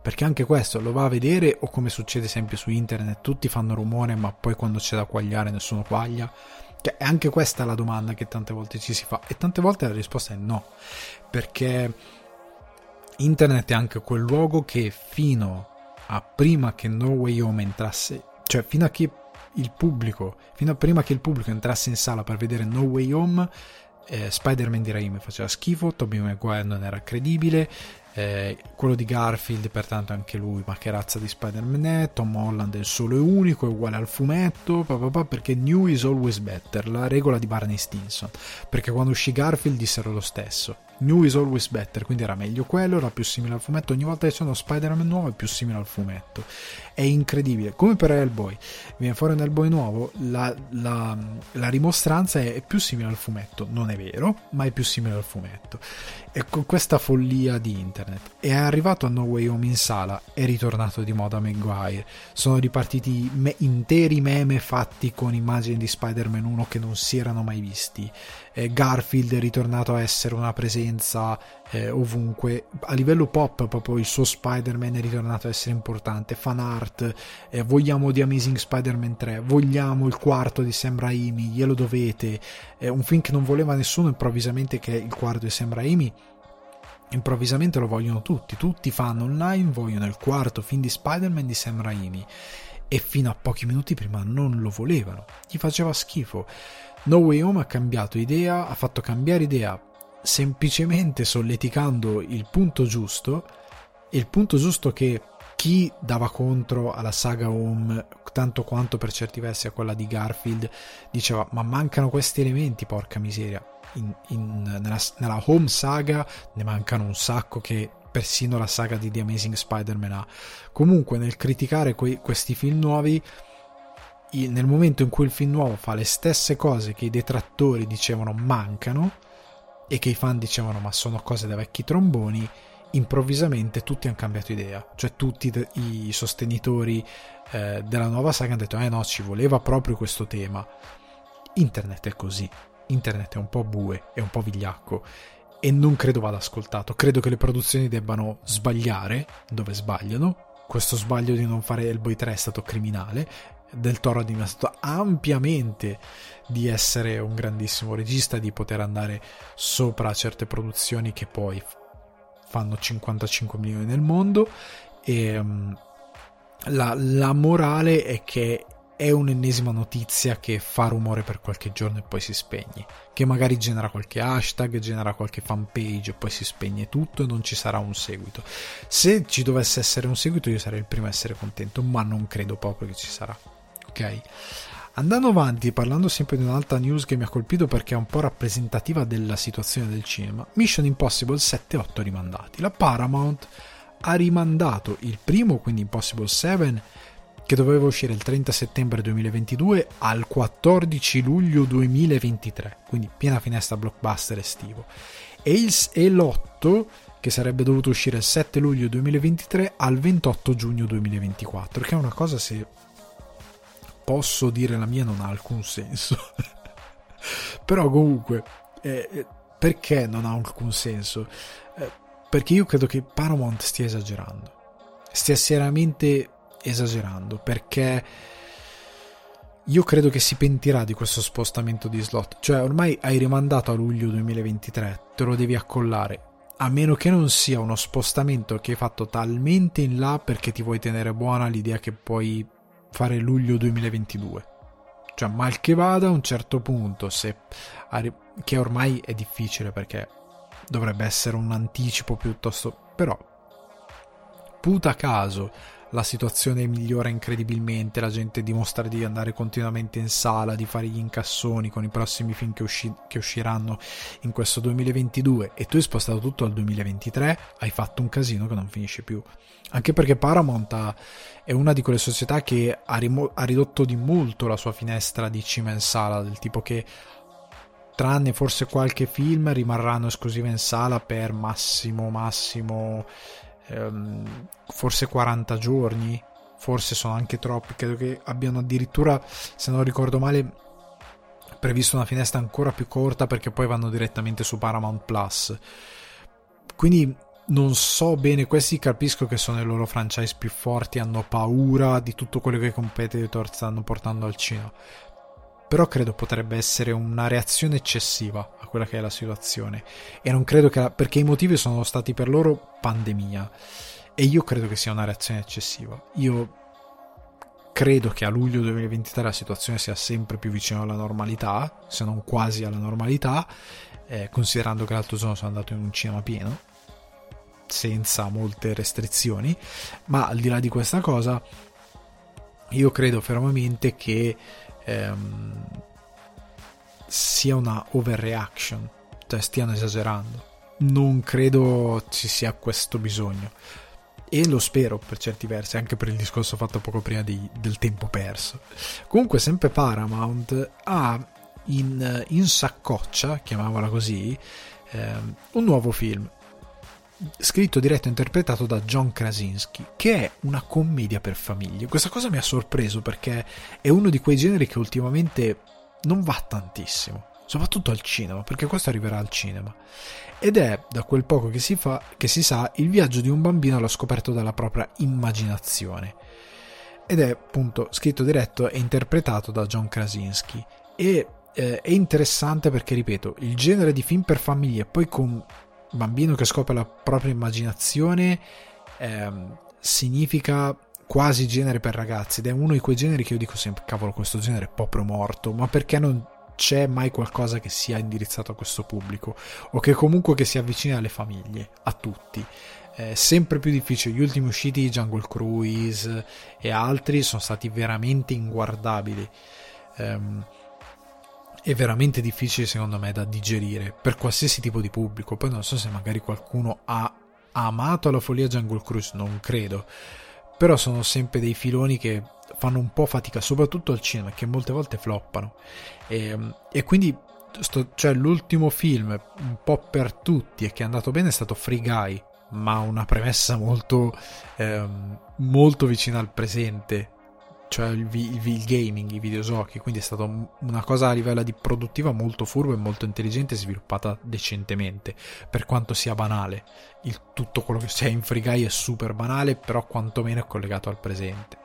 perché anche questo lo va a vedere, o come succede sempre su internet, tutti fanno rumore ma poi quando c'è da quagliare nessuno quaglia? Cioè, anche questa è la domanda che tante volte ci si fa, e tante volte la risposta è no, perché internet è anche quel luogo che fino a prima che No Way Home entrasse, cioè fino a che il pubblico, fino a prima che il pubblico entrasse in sala per vedere No Way Home, eh, Spider-Man di Raimi faceva schifo, Tobey Maguire non era credibile, eh, quello di Garfield pertanto anche lui, ma che razza di Spider-Man è, Tom Holland è il solo e unico, è uguale al fumetto, papà, perché new is always better, la regola di Barney Stinson, perché quando uscì Garfield dissero lo stesso, new is always better, quindi era meglio quello, era più simile al fumetto, ogni volta che c'è uno Spider-Man nuovo è più simile al fumetto, è incredibile, come per Hellboy, viene fuori un Hellboy nuovo, la, la, la rimostranza è, è più simile al fumetto, non è vero, ma è più simile al fumetto, e con questa follia di internet, è arrivato a No Way Home in sala, è ritornato di moda Maguire, sono ripartiti me- interi meme fatti con immagini di Spider-Man uno che non si erano mai visti, eh, Garfield è ritornato a essere una presenza eh, ovunque, a livello pop proprio il suo Spider-Man è ritornato a essere importante, fan art, eh, vogliamo di Amazing Spider-Man tre, vogliamo il quarto di Sam Raimi, glielo dovete, eh, un film che non voleva nessuno, improvvisamente, che è il quarto di Sam Raimi, improvvisamente lo vogliono tutti, tutti fanno online, vogliono il quarto film di Spider-Man di Sam Raimi, e fino a pochi minuti prima non lo volevano, gli faceva schifo. No Way Home ha cambiato idea, ha fatto cambiare idea semplicemente solleticando il punto giusto, e il punto giusto che chi dava contro alla saga Home tanto quanto per certi versi a quella di Garfield diceva ma mancano questi elementi, porca miseria, in, in, nella, nella Home saga ne mancano un sacco che persino la saga di The Amazing Spider-Man ha. Comunque nel criticare que- questi film nuovi, nel momento in cui il film nuovo fa le stesse cose che i detrattori dicevano mancano e che i fan dicevano ma sono cose da vecchi tromboni, improvvisamente tutti hanno cambiato idea, cioè tutti i sostenitori eh, della nuova saga hanno detto eh no, ci voleva proprio questo tema. Internet è così, internet è un po' bue, è un po' vigliacco, e non credo vada ascoltato. Credo che le produzioni debbano sbagliare dove sbagliano. Questo sbaglio di non fare Hellboy tre è stato criminale. Del Toro ha dimostrato ampiamente di essere un grandissimo regista, di poter andare sopra certe produzioni che poi fanno cinquantacinque milioni nel mondo, e um, la, la morale è che è un'ennesima notizia che fa rumore per qualche giorno e poi si spegne, che magari genera qualche hashtag, genera qualche fanpage e poi si spegne tutto e non ci sarà un seguito. Se ci dovesse essere un seguito io sarei il primo a essere contento, ma non credo proprio che ci sarà. Ok, andando avanti, parlando sempre di un'altra news che mi ha colpito perché è un po' rappresentativa della situazione del cinema, Mission Impossible sette e otto rimandati. La Paramount ha rimandato il primo, quindi Impossible sette, che doveva uscire il trenta settembre duemilaventidue, al quattordici luglio duemilaventitré, quindi piena finestra blockbuster estivo, e, il, e l'otto, che sarebbe dovuto uscire il sette luglio duemilaventitré, al ventotto giugno duemilaventiquattro, che è una cosa, se posso dire la mia, non ha alcun senso. Però comunque eh, perché non ha alcun senso? Eh, perché io credo che Paramount stia esagerando, stia seriamente esagerando, perché io credo che si pentirà di questo spostamento di slot. Cioè ormai hai rimandato a luglio duemilaventitré, te lo devi accollare, a meno che non sia uno spostamento che hai fatto talmente in là perché ti vuoi tenere buona l'idea che puoi fare luglio duemilaventidue. Cioè mal che vada, a un certo punto, se che ormai è difficile perché dovrebbe essere un anticipo piuttosto, però puta caso la situazione migliora incredibilmente, la gente dimostra di andare continuamente in sala, di fare gli incassoni con i prossimi film che, usci- che usciranno in questo duemilaventidue, e tu hai spostato tutto al duemilaventitré, hai fatto un casino che non finisce più. Anche perché Paramount ha, è una di quelle società che ha, rimo- ha ridotto di molto la sua finestra di cinema in sala, del tipo che tranne forse qualche film rimarranno esclusive in sala per massimo massimo ehm, forse quaranta giorni, forse sono anche troppi, credo che abbiano addirittura, se non ricordo male, previsto una finestra ancora più corta perché poi vanno direttamente su Paramount Plus. Quindi non so bene, questi capisco che sono i loro franchise più forti, hanno paura di tutto quello che i competitor stanno portando al cinema, però credo potrebbe essere una reazione eccessiva a quella che è la situazione, e non credo che, perché i motivi sono stati per loro pandemia, e io credo che sia una reazione eccessiva. Io credo che a luglio duemilaventitré la situazione sia sempre più vicina alla normalità, se non quasi alla normalità, eh, considerando che l'altro giorno sono andato in un cinema pieno senza molte restrizioni. Ma al di là di questa cosa, io credo fermamente che ehm, sia una overreaction, cioè stiano esagerando. Non credo ci sia questo bisogno, e lo spero per certi versi, anche per il discorso fatto poco prima di, del tempo perso. Comunque sempre Paramount ha in, in saccoccia, chiamiamola così, ehm, un nuovo film scritto, diretto e interpretato da John Krasinski, che è una commedia per famiglie. Questa cosa mi ha sorpreso perché è uno di quei generi che ultimamente non va tantissimo, soprattutto al cinema, perché questo arriverà al cinema, ed è, da quel poco che si fa, che si sa, il viaggio di un bambino allo scoperto della propria immaginazione, ed è appunto scritto, diretto e interpretato da John Krasinski. E eh, è interessante perché, ripeto, il genere di film per famiglie, poi con bambino che scopre la propria immaginazione, ehm, significa quasi genere per ragazzi, ed è uno di quei generi che io dico sempre, cavolo, questo genere è proprio morto, ma perché non c'è mai qualcosa che sia indirizzato a questo pubblico, o che comunque che si avvicini alle famiglie, a tutti. È sempre più difficile. Gli ultimi usciti, Jungle Cruise e altri, sono stati veramente inguardabili, ehm, è veramente difficile secondo me da digerire per qualsiasi tipo di pubblico. Poi non so se magari qualcuno ha amato alla follia Jungle Cruise, non credo, però sono sempre dei filoni che fanno un po' fatica, soprattutto al cinema, che molte volte floppano, e, e quindi sto, cioè l'ultimo film un po' per tutti e che è andato bene è stato Free Guy, ma una premessa molto ehm, molto vicina al presente, cioè il, il, il gaming, i videogiochi, quindi è stata una cosa a livello di produttiva molto furba e molto intelligente, sviluppata decentemente, per quanto sia banale. Il, tutto quello che c'è in Free Guy è super banale, però quantomeno è collegato al presente.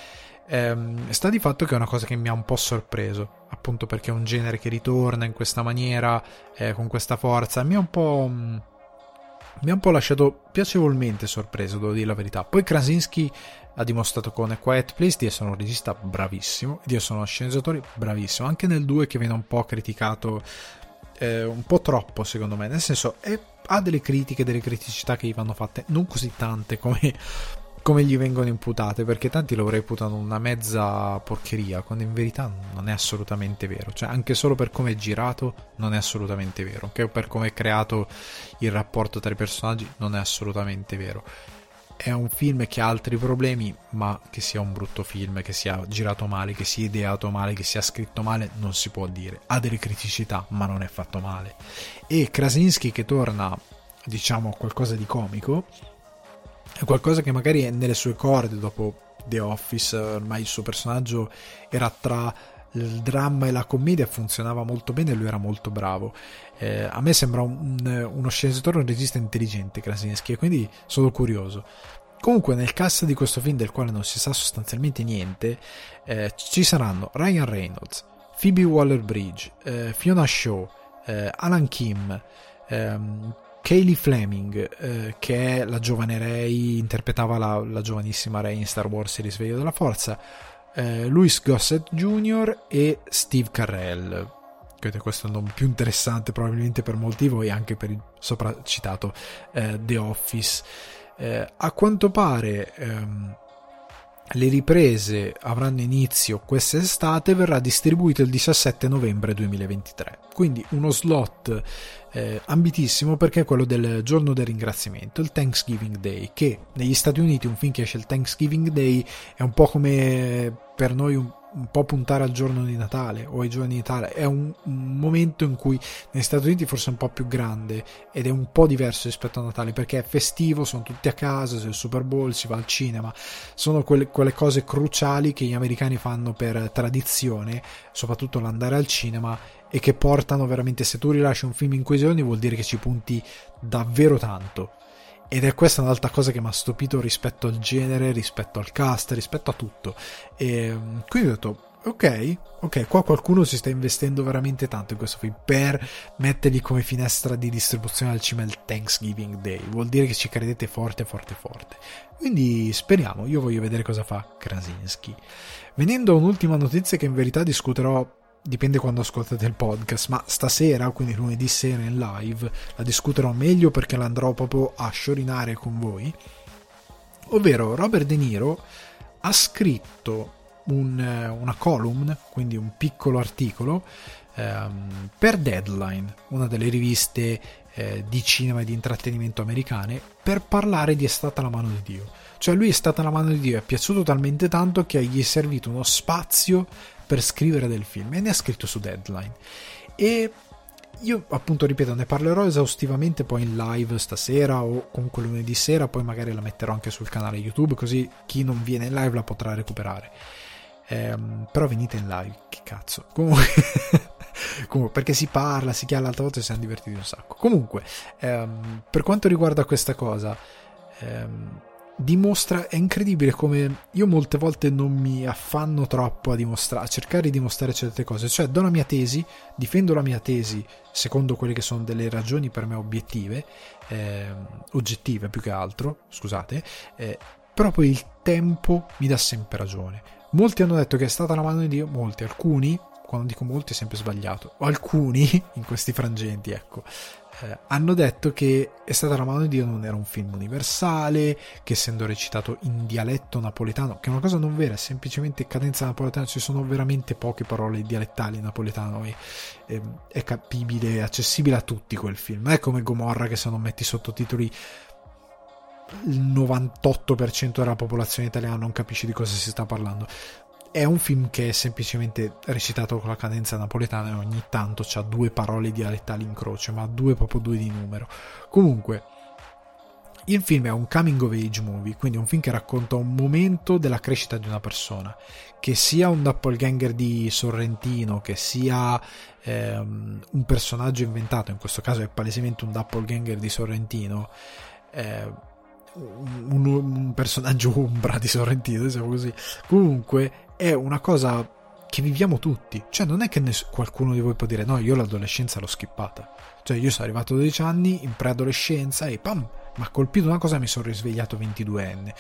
Ehm, sta di fatto che è una cosa che mi ha un po' sorpreso, appunto perché è un genere che ritorna in questa maniera, eh, con questa forza, mi ha un po' mh, mi ha un po' lasciato piacevolmente sorpreso, devo dire la verità. Poi Krasinski ha dimostrato con A Quiet Place di essere un regista bravissimo, di essere uno sceneggiatore bravissimo, anche nel due, che viene un po' criticato, eh, un po' troppo secondo me, nel senso è, ha delle critiche, delle criticità che gli vanno fatte, non così tante come, come gli vengono imputate, perché tanti lo reputano una mezza porcheria, quando in verità non è assolutamente vero. Cioè, anche solo per come è girato non è assolutamente vero, anche per come è creato il rapporto tra i personaggi non è assolutamente vero. È un film che ha altri problemi, ma che sia un brutto film, che sia girato male, che sia ideato male, che sia scritto male, non si può dire. Ha delle criticità, ma non è fatto male. E Krasinski che torna, diciamo, a qualcosa di comico, è qualcosa che magari è nelle sue corde dopo The Office. Ormai il suo personaggio era tra il dramma e la commedia, funzionava molto bene e lui era molto bravo. Eh, a me sembra un, uno sceneggiatore, un regista intelligente Krasinski, e quindi sono curioso. Comunque nel cast di questo film, del quale non si sa sostanzialmente niente, eh, ci saranno Ryan Reynolds, Phoebe Waller-Bridge, eh, Fiona Shaw, eh, Alan Kim, ehm, Kaylee Fleming, eh, che è la giovane Rey, interpretava la, la giovanissima Rey in Star Wars Il risveglio della forza, eh, Louis Gossett Junior e Steve Carell. Questo è il nome più interessante probabilmente per molti di voi, anche per il sopra citato eh, The Office. Eh, a quanto pare ehm, le riprese avranno inizio quest'estate, verrà distribuito il diciassette novembre duemilaventitré, quindi uno slot eh, ambitissimo, perché è quello del giorno del ringraziamento, il Thanksgiving Day, che negli Stati Uniti un film che esce il Thanksgiving Day è un po' come per noi un un po' puntare al giorno di Natale o ai giorni di Natale. È un, un momento in cui negli Stati Uniti forse è un po' più grande ed è un po' diverso rispetto a Natale, perché è festivo, sono tutti a casa, c'è il Super Bowl, si va al cinema, sono quelle, quelle cose cruciali che gli americani fanno per tradizione, soprattutto l'andare al cinema, e che portano veramente, se tu rilasci un film in quei giorni vuol dire che ci punti davvero tanto. ed è questa un'altra cosa che mi ha stupito rispetto al genere, rispetto al cast, rispetto a tutto. E quindi ho detto ok, ok, qua qualcuno si sta investendo veramente tanto in questo film per metterli come finestra di distribuzione al cinema il Thanksgiving Day. Vuol dire che ci credete forte, forte, forte. Quindi speriamo, io voglio vedere cosa fa Krasinski. Venendo a un'ultima notizia che in verità discuterò, dipende quando ascoltate il podcast, ma stasera, quindi lunedì sera in live, la discuterò meglio perché la andrò proprio a sciorinare con voi. Ovvero Robert De Niro ha scritto un, una column, quindi un piccolo articolo ehm, per Deadline, una delle riviste eh, di cinema e di intrattenimento americane, per parlare di È stata la mano di Dio. Cioè lui È stata la mano di Dio è piaciuto talmente tanto che gli è servito uno spazio per scrivere del film e ne ha scritto su Deadline. E io appunto ripeto, ne parlerò esaustivamente poi in live stasera o comunque lunedì sera, poi magari la metterò anche sul canale YouTube, così chi non viene in live la potrà recuperare. Ehm, però venite in live, che cazzo. Comunque, comunque perché si parla, si chiama, l'altra volta ci siamo divertiti un sacco. Comunque, ehm, per quanto riguarda questa cosa, ehm, dimostra, è incredibile come io molte volte non mi affanno troppo a dimostrare, a cercare di dimostrare certe cose, cioè do la mia tesi, difendo la mia tesi secondo quelle che sono delle ragioni per me obiettive, ehm, oggettive più che altro, scusate, eh, però poi il tempo mi dà sempre ragione. Molti hanno detto che È stata la mano di Dio, molti, alcuni, quando dico molti è sempre sbagliato, alcuni in questi frangenti, ecco, eh, hanno detto che È stata la mano di Dio non era un film universale, che essendo recitato in dialetto napoletano, che è una cosa non vera, è semplicemente cadenza napoletana, ci sono veramente poche parole dialettali in napoletano e eh, è capibile, è accessibile a tutti quel film, non è come Gomorra che se non metti sottotitoli il novantotto per cento della popolazione italiana non capisce di cosa si sta parlando. È un film che è semplicemente recitato con la cadenza napoletana e ogni tanto c'ha due parole dialettali in croce, ma due proprio due di numero. Comunque il film è un coming of age movie, quindi un film che racconta un momento della crescita di una persona, che sia un doppelganger di Sorrentino, che sia ehm, un personaggio inventato, in questo caso è palesemente un doppelganger di Sorrentino, eh, Un, un personaggio ombra di Sorrentino, diciamo così. Comunque è una cosa che viviamo tutti, cioè non è che ness- qualcuno di voi può dire no, io l'adolescenza l'ho skippata, cioè io sono arrivato a dodici anni in preadolescenza e pam, mi ha colpito una cosa e mi sono risvegliato ventiduenne.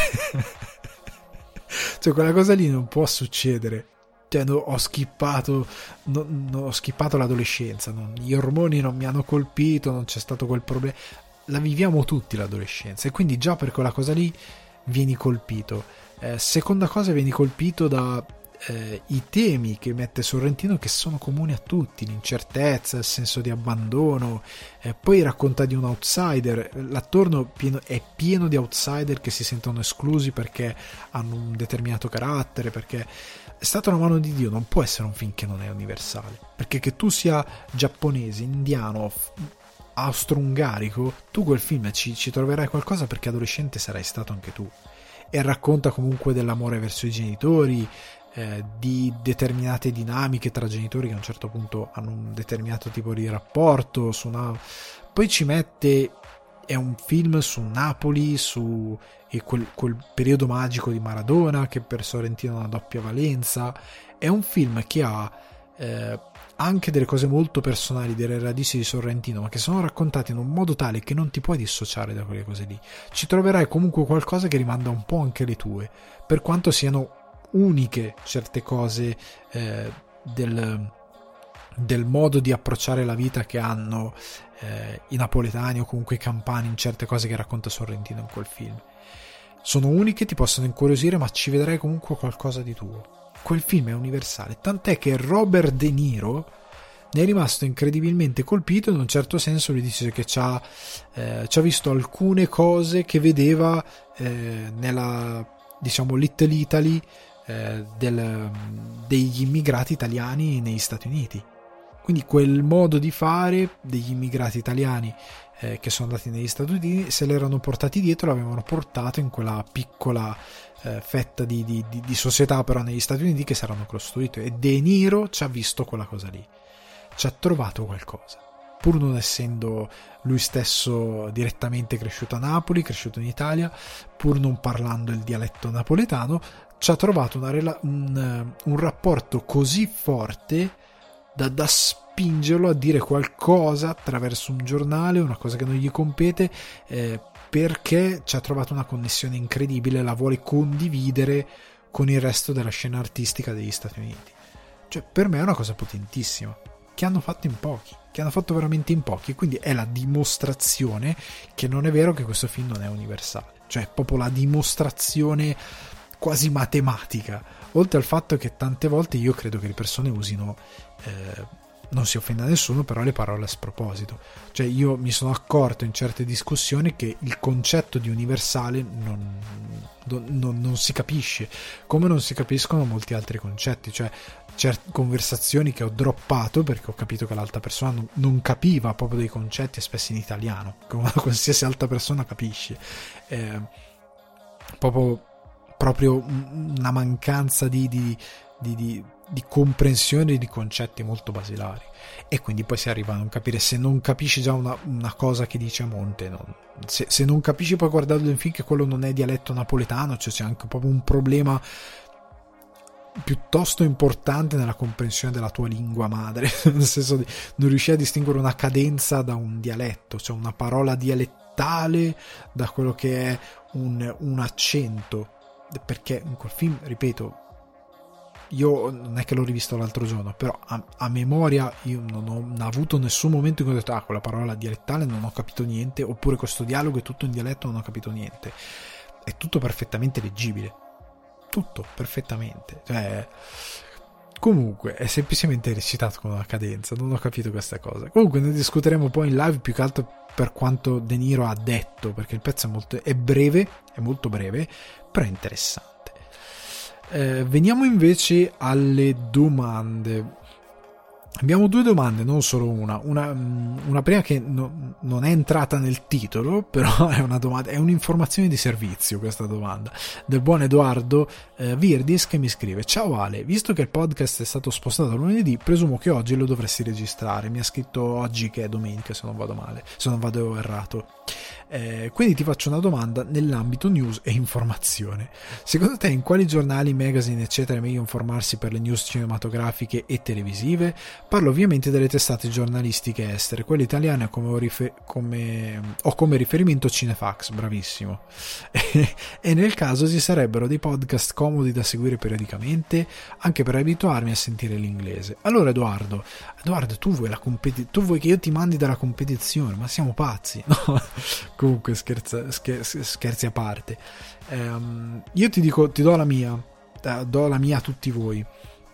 Cioè quella cosa lì non può succedere. Cioè, no, ho skippato no, no, ho skippato l'adolescenza, non, gli ormoni non mi hanno colpito, non c'è stato quel problema. La viviamo tutti l'adolescenza e quindi già per quella cosa lì vieni colpito. Eh, seconda cosa, vieni colpito da eh, i temi che mette Sorrentino, che sono comuni a tutti: l'incertezza, il senso di abbandono, eh, poi racconta di un outsider, l'attorno pieno, è pieno di outsider che si sentono esclusi perché hanno un determinato carattere, perché È stata una mano di Dio non può essere un film che non è universale, perché che tu sia giapponese, indiano, austro-ungarico, tu quel film ci, ci troverai qualcosa perché adolescente sarai stato anche tu, e racconta comunque dell'amore verso i genitori, eh, di determinate dinamiche tra genitori che a un certo punto hanno un determinato tipo di rapporto su una... poi ci mette, è un film su Napoli, su e quel, quel periodo magico di Maradona che per Sorrentino ha una doppia valenza. È un film che ha eh, anche delle cose molto personali, delle radici di Sorrentino, ma che sono raccontate in un modo tale che non ti puoi dissociare da quelle cose lì. Ci troverai comunque qualcosa che rimanda un po' anche le tue, per quanto siano uniche certe cose eh, del, del modo di approcciare la vita che hanno eh, i napoletani o comunque i campani in certe cose che racconta Sorrentino in quel film. Sono uniche, ti possono incuriosire, ma ci vedrai comunque qualcosa di tuo. Quel film è universale, tant'è che Robert De Niro ne è rimasto incredibilmente colpito. In un certo senso lui dice che ci ha eh, visto alcune cose che vedeva eh, nella, diciamo, Little Italy eh, del, degli immigrati italiani negli Stati Uniti. Quindi quel modo di fare degli immigrati italiani eh, che sono andati negli Stati Uniti, se l'erano portati dietro, l'avevano portato in quella piccola eh, fetta di, di, di, di società però negli Stati Uniti che saranno costruite, e De Niro ci ha visto quella cosa lì, ci ha trovato qualcosa, pur non essendo lui stesso direttamente cresciuto a Napoli, cresciuto in Italia, pur non parlando il dialetto napoletano, ci ha trovato una rela- un, un rapporto così forte da, da spingerlo a dire qualcosa attraverso un giornale, una cosa che non gli compete, eh, perché ci ha trovato una connessione incredibile, la vuole condividere con il resto della scena artistica degli Stati Uniti. Cioè, per me è una cosa potentissima, che hanno fatto in pochi, che hanno fatto veramente in pochi, quindi è la dimostrazione che non è vero che questo film non è universale, cioè è proprio la dimostrazione quasi matematica, oltre al fatto che tante volte io credo che le persone usino, eh, non si offenda nessuno, però le parole a sproposito. Cioè io mi sono accorto in certe discussioni che il concetto di universale non, non, non si capisce, come non si capiscono molti altri concetti. Cioè certe conversazioni che ho droppato perché ho capito che l'altra persona non, non capiva proprio dei concetti espressi in italiano, come qualsiasi altra persona capisce, eh, proprio, proprio una mancanza di, di, di, di di comprensione di concetti molto basilari, e quindi poi si arriva a non capire. Se non capisci già una, una cosa che dice a monte, non, se, se non capisci poi guardando il film che quello non è dialetto napoletano, cioè c'è anche proprio un problema piuttosto importante nella comprensione della tua lingua madre, nel senso di non riuscire a distinguere una cadenza da un dialetto, cioè una parola dialettale da quello che è un, un accento, perché in quel film, ripeto, io non è che l'ho rivisto l'altro giorno, però a, a memoria io non ho, non ho avuto nessun momento in cui ho detto ah, quella parola dialettale non ho capito niente, oppure questo dialogo è tutto in dialetto, non ho capito niente. È tutto perfettamente leggibile, tutto perfettamente, cioè comunque è semplicemente recitato con una cadenza, non ho capito questa cosa. Comunque ne discuteremo poi in live, più che altro per quanto De Niro ha detto, perché il pezzo è molto è breve, è molto breve, però è interessante. Eh, veniamo invece alle domande. Abbiamo due domande, non solo una. Una, una prima che no, non è entrata nel titolo, però è una domanda, è un'informazione di servizio questa domanda, del buon Edoardo eh, Virdis, che mi scrive: ciao Ale, visto che il podcast è stato spostato a lunedì, presumo che oggi lo dovresti registrare. Mi ha scritto oggi che è domenica, se non vado male, se non vado errato. Eh, quindi ti faccio una domanda nell'ambito news e informazione. Secondo te in quali giornali, magazine eccetera è meglio informarsi per le news cinematografiche e televisive? Parlo ovviamente delle testate giornalistiche estere, quelle italiane come ho, rifer- come, ho come riferimento Cinefax, bravissimo. E nel caso ci sarebbero dei podcast comodi da seguire periodicamente, anche per abituarmi a sentire l'inglese. Allora Edoardo, Edoardo tu vuoi la competi- tu vuoi che io ti mandi dalla competizione? Ma siamo pazzi, no? Comunque scherza, scher- scherzi a parte, ehm, io ti dico, ti do la mia, eh, do la mia a tutti voi.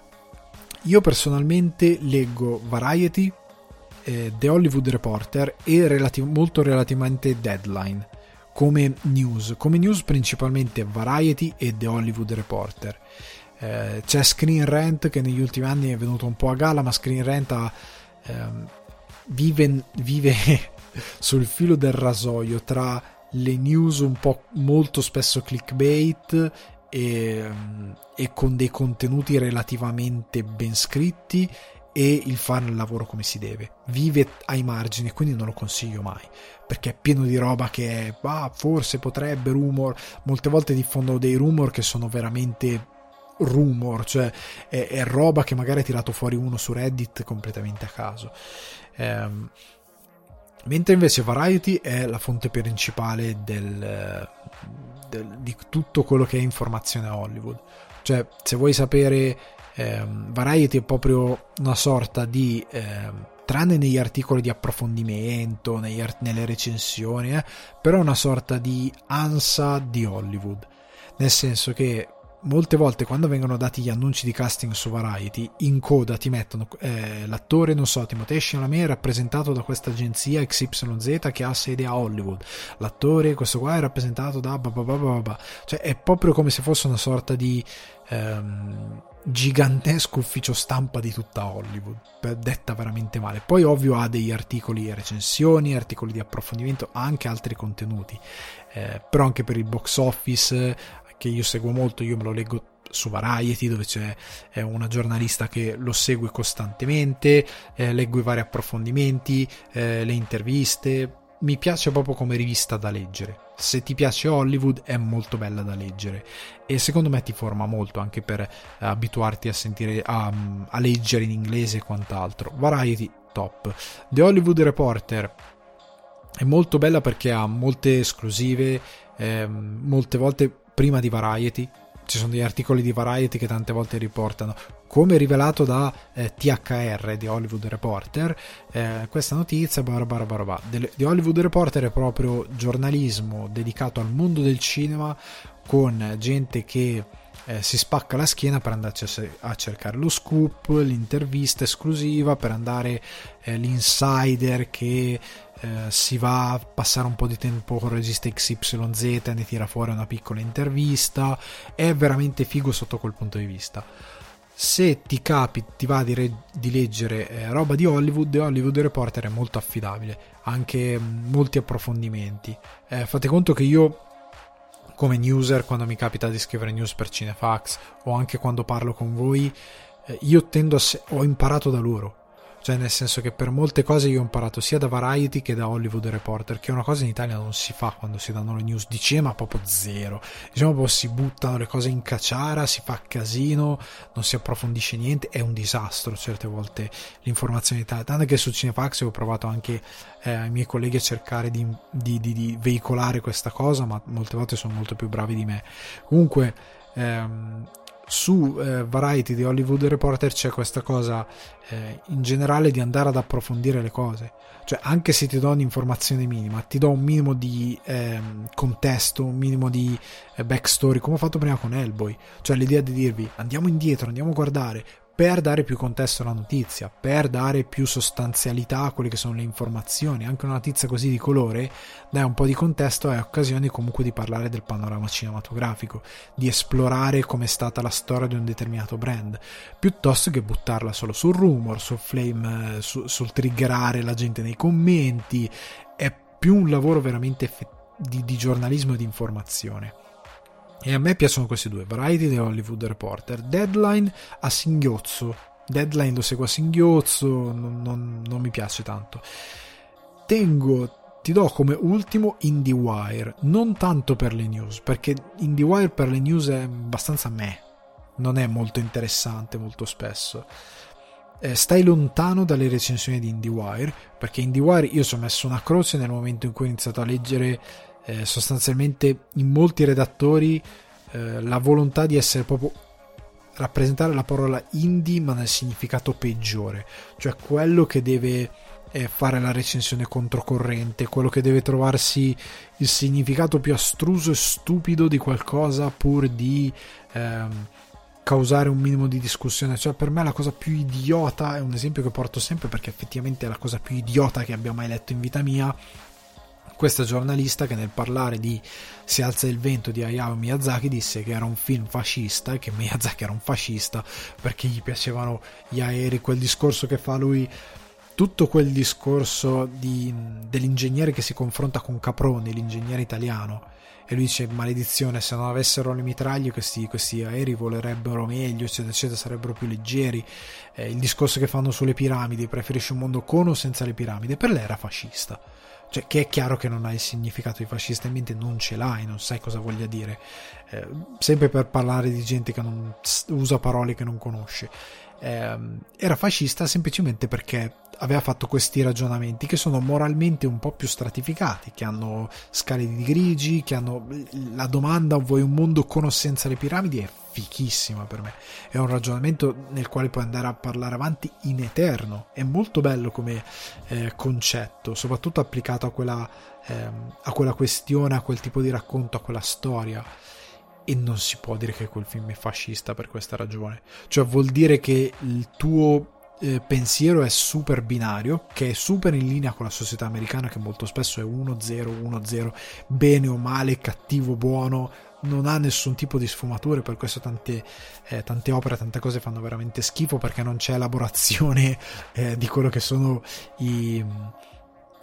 Io personalmente leggo Variety, eh, The Hollywood Reporter e relativ- molto relativamente Deadline come news, come news principalmente Variety e The Hollywood Reporter. Eh, c'è Screen Rant che negli ultimi anni è venuto un po' a galla, ma Screen Rant ha, ehm, vive, vive sul filo del rasoio tra le news un po' molto spesso clickbait e, e con dei contenuti relativamente ben scritti e il fare il lavoro come si deve. Vive ai margini, quindi non lo consiglio mai, perché è pieno di roba che è ah, forse potrebbe, rumor, molte volte diffondono dei rumor che sono veramente rumor, cioè è, è roba che magari ha tirato fuori uno su Reddit completamente a caso. ehm Mentre invece Variety è la fonte principale del, del, di tutto quello che è informazione a Hollywood. Cioè, se vuoi sapere, ehm, Variety è proprio una sorta di, ehm, tranne negli articoli di approfondimento, negli, nelle recensioni, eh, però una sorta di ANSA di Hollywood. Nel senso che molte volte quando vengono dati gli annunci di casting su Variety, in coda ti mettono eh, l'attore, non so, Timothée Chalamet è rappresentato da questa agenzia X Y Z che ha sede a Hollywood, l'attore questo qua è rappresentato da bababababa. Cioè è proprio come se fosse una sorta di ehm, gigantesco ufficio stampa di tutta Hollywood, detta veramente male. Poi ovvio ha degli articoli e recensioni, articoli di approfondimento, anche altri contenuti, eh, però anche per il box office che io seguo molto, io me lo leggo su Variety, dove c'è eh, una giornalista che lo segue costantemente, eh, leggo i vari approfondimenti, eh, le interviste. Mi piace proprio come rivista da leggere. Se ti piace Hollywood è molto bella da leggere e secondo me ti forma molto anche per eh, abituarti a sentire a, a leggere in inglese e quant'altro. Variety top. The Hollywood Reporter è molto bella perché ha molte esclusive, eh, molte volte prima di Variety. Ci sono degli articoli di Variety che tante volte riportano, come rivelato da eh, T H R di Hollywood Reporter, eh, questa notizia, barabara barabara. Di Hollywood Reporter è proprio giornalismo dedicato al mondo del cinema, con gente che eh, si spacca la schiena per andarci a, a cercare lo scoop, l'intervista esclusiva, per andare eh, l'insider che Eh, si va a passare un po' di tempo con il regista X Y Z e ne tira fuori una piccola intervista. È veramente figo sotto quel punto di vista. Se ti capi, ti va di, re- di leggere eh, roba di Hollywood, Hollywood Reporter è molto affidabile, anche mh, molti approfondimenti. Eh, fate conto che io, come newser, quando mi capita di scrivere news per Cinefax o anche quando parlo con voi, eh, io tendo a se- ho imparato da loro. Cioè, nel senso che per molte cose io ho imparato sia da Variety che da Hollywood Reporter, che è una cosa in Italia non si fa quando si danno le news di cinema, proprio zero. Diciamo, proprio si buttano le cose in caciara, si fa casino, non si approfondisce niente, è un disastro certe volte l'informazione in Italia. Tanto che su Cinefax ho provato anche eh, ai miei colleghi a cercare di, di, di, di veicolare questa cosa, ma molte volte sono molto più bravi di me. Comunque ehm, su eh, Variety di Hollywood Reporter c'è questa cosa eh, in generale di andare ad approfondire le cose, cioè anche se ti do un'informazione minima, ti do un minimo di eh, contesto, un minimo di eh, backstory, come ho fatto prima con Hellboy, cioè l'idea di dirvi andiamo indietro, andiamo a guardare, per dare più contesto alla notizia, per dare più sostanzialità a quelle che sono le informazioni. Anche una notizia così di colore dà un po' di contesto e ha occasioni comunque di parlare del panorama cinematografico, di esplorare com'è stata la storia di un determinato brand, piuttosto che buttarla solo sul rumor, sul flame, su, sul triggerare la gente nei commenti. È più un lavoro veramente eff- di, di giornalismo e di informazione. E a me piacciono questi due, Variety e Hollywood Reporter. Deadline a singhiozzo, Deadline lo seguo a singhiozzo, non, non, non mi piace tanto. Tengo, ti do come ultimo IndieWire, non tanto per le news, perché IndieWire per le news è abbastanza meh, non è molto interessante molto spesso. Eh, stai lontano dalle recensioni di IndieWire, perché IndieWire io ci ho messo una croce nel momento in cui ho iniziato a leggere Eh, sostanzialmente in molti redattori eh, la volontà di essere proprio rappresentare la parola indie ma nel significato peggiore, cioè quello che deve eh, fare la recensione controcorrente, quello che deve trovarsi il significato più astruso e stupido di qualcosa pur di ehm, causare un minimo di discussione. Cioè, per me la cosa più idiota, è un esempio che porto sempre perché effettivamente è la cosa più idiota che abbia mai letto in vita mia, questa giornalista che nel parlare di Si alza il vento di Hayao Miyazaki disse che era un film fascista e che Miyazaki era un fascista perché gli piacevano gli aerei, quel discorso che fa lui, tutto quel discorso di, dell'ingegnere che si confronta con Caproni, l'ingegnere italiano, e lui dice maledizione, se non avessero le mitraglie questi, questi aerei volerebbero meglio, eccetera eccetera, sarebbero più leggeri. Eh, il discorso che fanno sulle piramidi, preferisce un mondo con o senza le piramidi, per lei era fascista. Cioè, che è chiaro che non hai il significato di fascista in mente, non ce l'hai, non sai cosa voglia dire. Eh, sempre per parlare di gente che non usa parole che non conosce. Eh, era fascista semplicemente perché aveva fatto questi ragionamenti che sono moralmente un po' più stratificati, che hanno scale di grigi, che hanno la domanda vuoi un mondo con o senza le piramidi è fichissima per me, è un ragionamento nel quale puoi andare a parlare avanti in eterno, è molto bello come eh, concetto, soprattutto applicato a quella, eh, a quella questione, a quel tipo di racconto, a quella storia. E non si può dire che quel film è fascista per questa ragione, cioè vuol dire che il tuo eh, pensiero è super binario, che è super in linea con la società americana, che molto spesso è uno zero uno zero, bene o male, cattivo buono, non ha nessun tipo di sfumature. Per questo tante, eh, tante opere, tante cose fanno veramente schifo, perché non c'è elaborazione eh, di quello che sono i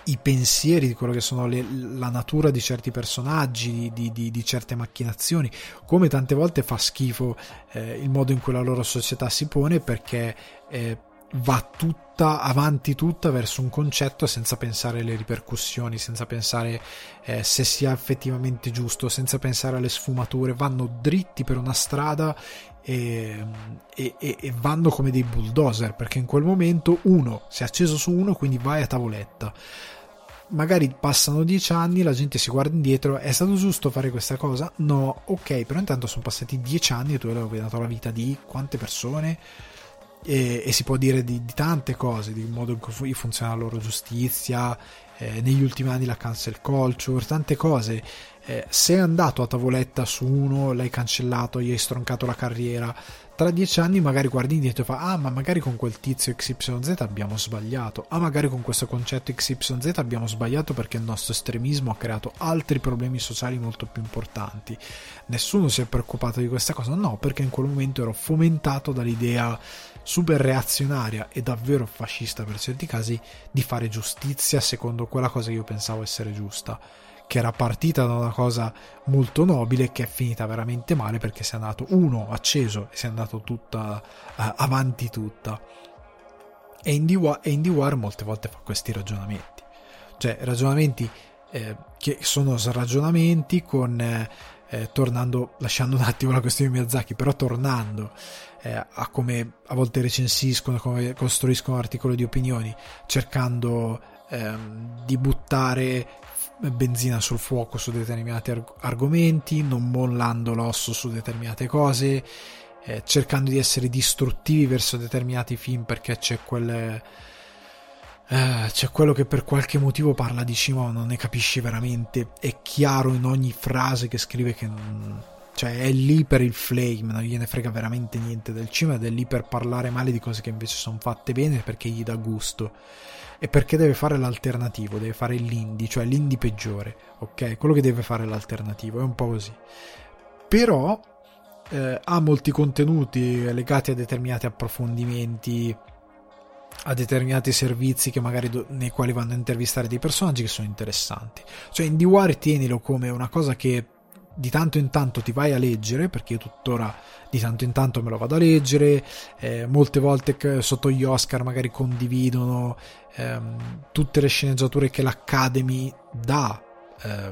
i pensieri, di quello che sono le, la natura di certi personaggi, di, di, di certe macchinazioni, come tante volte fa schifo eh, il modo in cui la loro società si pone, perché eh, va tutta avanti tutta verso un concetto senza pensare alle ripercussioni, senza pensare eh, se sia effettivamente giusto, senza pensare alle sfumature, vanno dritti per una strada e, e, e vanno come dei bulldozer, perché in quel momento uno si è acceso su uno, quindi vai a tavoletta. Magari passano dieci anni, la gente si guarda indietro, è stato giusto fare questa cosa? No, ok, però intanto sono passati dieci anni e tu hai rovinato la vita di quante persone, e, e si può dire di, di tante cose, di modo in cui funziona la loro giustizia, eh, negli ultimi anni la cancel culture, tante cose. Eh, sei andato a tavoletta su uno, l'hai cancellato, gli hai stroncato la carriera, tra dieci anni magari guardi indietro e fa ah ma magari con quel tizio X Y Z abbiamo sbagliato, ah magari con questo concetto X Y Z abbiamo sbagliato perché il nostro estremismo ha creato altri problemi sociali molto più importanti. Nessuno si è preoccupato di questa cosa? No, perché in quel momento ero fomentato dall'idea super reazionaria e davvero fascista per certi casi di fare giustizia secondo quella cosa che io pensavo essere giusta, che era partita da una cosa molto nobile che è finita veramente male perché si è andato uno acceso e si è andato tutta uh, avanti tutta. E IndieWire, e IndieWire molte volte fa questi ragionamenti, cioè ragionamenti eh, che sono ragionamenti con eh, eh, tornando, lasciando un attimo la questione di Miyazaki, però tornando eh, a come a volte recensiscono, come costruiscono articoli di opinioni, cercando ehm, di buttare benzina sul fuoco su determinati arg- argomenti, non mollando l'osso su determinate cose, eh, cercando di essere distruttivi verso determinati film perché c'è quel eh, c'è quello che per qualche motivo parla di cinema ma non ne capisci veramente, è chiaro in ogni frase che scrive che non, cioè è lì per il flame, non gliene frega veramente niente del cinema ed è lì per parlare male di cose che invece sono fatte bene perché gli dà gusto. E perché deve fare l'alternativo, deve fare l'indie, cioè l'indie peggiore, ok? Quello che deve fare l'alternativo, è un po' così. Però eh, ha molti contenuti legati a determinati approfondimenti, a determinati servizi che magari do- nei quali vanno a intervistare dei personaggi che sono interessanti. Cioè IndieWire tienilo come una cosa che di tanto in tanto ti vai a leggere, perché io tuttora di tanto in tanto me lo vado a leggere, eh, molte volte sotto gli Oscar magari condividono ehm, tutte le sceneggiature che l'Academy dà eh,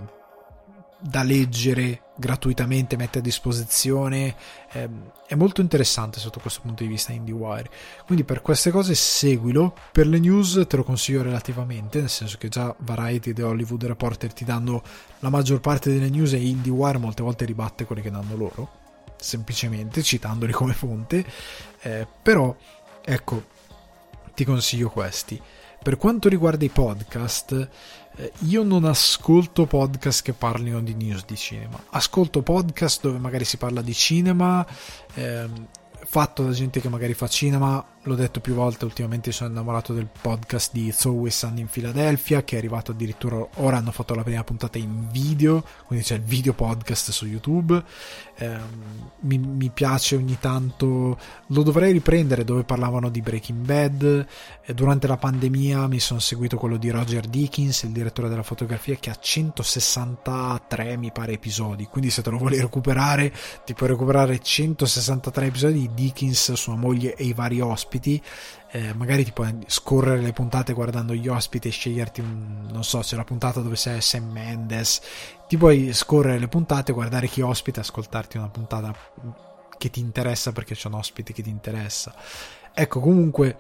da leggere gratuitamente, mette a disposizione, eh, è molto interessante sotto questo punto di vista IndieWire, quindi per queste cose seguilo. Per le news te lo consiglio relativamente, nel senso che già Variety e The Hollywood Reporter ti danno la maggior parte delle news e IndieWire molte volte ribatte quelle che danno loro, semplicemente citandoli come fonte, eh, però ecco, ti consiglio questi. Per quanto riguarda i podcast, eh, io non ascolto podcast che parlino di news di cinema, ascolto podcast dove magari si parla di cinema, ehm, fatto da gente che magari fa cinema. L'ho detto più volte, ultimamente sono innamorato del podcast di It's Always Sunny in Philadelphia, che è arrivato addirittura, ora hanno fatto la prima puntata in video, quindi c'è il video podcast su YouTube. Eh, mi, mi piace ogni tanto, lo dovrei riprendere, dove parlavano di Breaking Bad. E durante la pandemia mi sono seguito quello di Roger Deakins, il direttore della fotografia, che ha centosessantatré mi pare episodi, quindi se te lo vuoi recuperare ti puoi recuperare centosessantatré episodi di Deakins, sua moglie e i vari ospiti. Eh, magari ti puoi scorrere le puntate guardando gli ospiti e sceglierti un, non so, c'è la puntata dove c'è Sam Mendes, ti puoi scorrere le puntate, guardare chi ospita, ascoltarti una puntata che ti interessa perché c'è un ospite che ti interessa. Ecco, comunque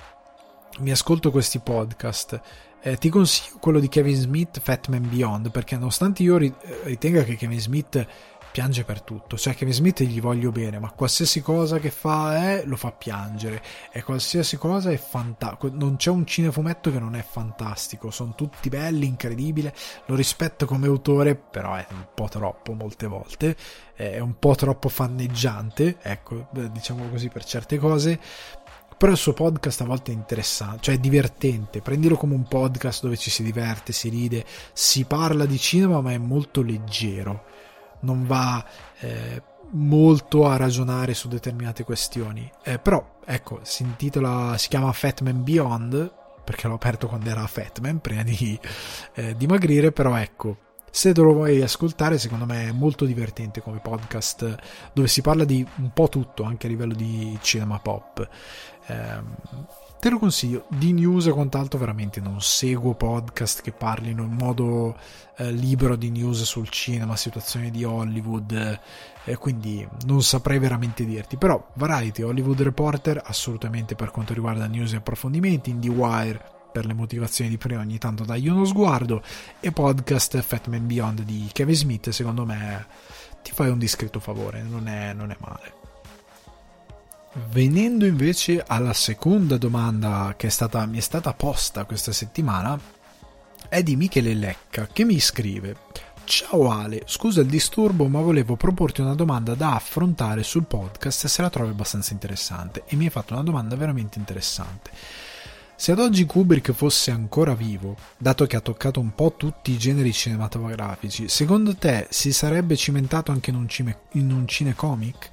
mi ascolto questi podcast. Eh, ti consiglio quello di Kevin Smith, Fat Man Beyond, perché nonostante io ritenga che Kevin Smith piange per tutto, cioè Kevin Smith gli voglio bene, ma qualsiasi cosa che fa è, lo fa piangere, e qualsiasi cosa è fantastico, non c'è un cinefumetto che non è fantastico, sono tutti belli, incredibile, lo rispetto come autore, però è un po' troppo molte volte, è un po' troppo fanneggiante, ecco, diciamo così, per certe cose. Però il suo podcast a volte è interessante, cioè è divertente, prendilo come un podcast dove ci si diverte, si ride, si parla di cinema ma è molto leggero, non va eh, molto a ragionare su determinate questioni, eh, però ecco, si intitola, si chiama Fat Man Beyond perché l'ho aperto quando era Fat Man prima di eh, dimagrire, però ecco, se te lo vuoi ascoltare, secondo me è molto divertente come podcast, dove si parla di un po' tutto, anche a livello di cinema pop. ehm, te lo consiglio. Di news e quant'altro veramente non seguo podcast che parlino in modo eh, libero di news sul cinema, situazioni di Hollywood, e eh, quindi non saprei veramente dirti. Però Variety, Hollywood Reporter assolutamente per quanto riguarda news e approfondimenti, IndieWire per le motivazioni di prima ogni tanto dagli uno sguardo, e podcast Fat Man Beyond di Kevin Smith, secondo me ti fai un discreto favore, non è, non è male. Venendo invece alla seconda domanda che è stata, mi è stata posta questa settimana, è di Michele Lecca, che mi scrive: ciao Ale, scusa il disturbo, ma volevo proporti una domanda da affrontare sul podcast se la trovi abbastanza interessante. E mi hai fatto una domanda veramente interessante. Se ad oggi Kubrick fosse ancora vivo, dato che ha toccato un po' tutti i generi cinematografici, secondo te si sarebbe cimentato anche in un, cime, in un cinecomic?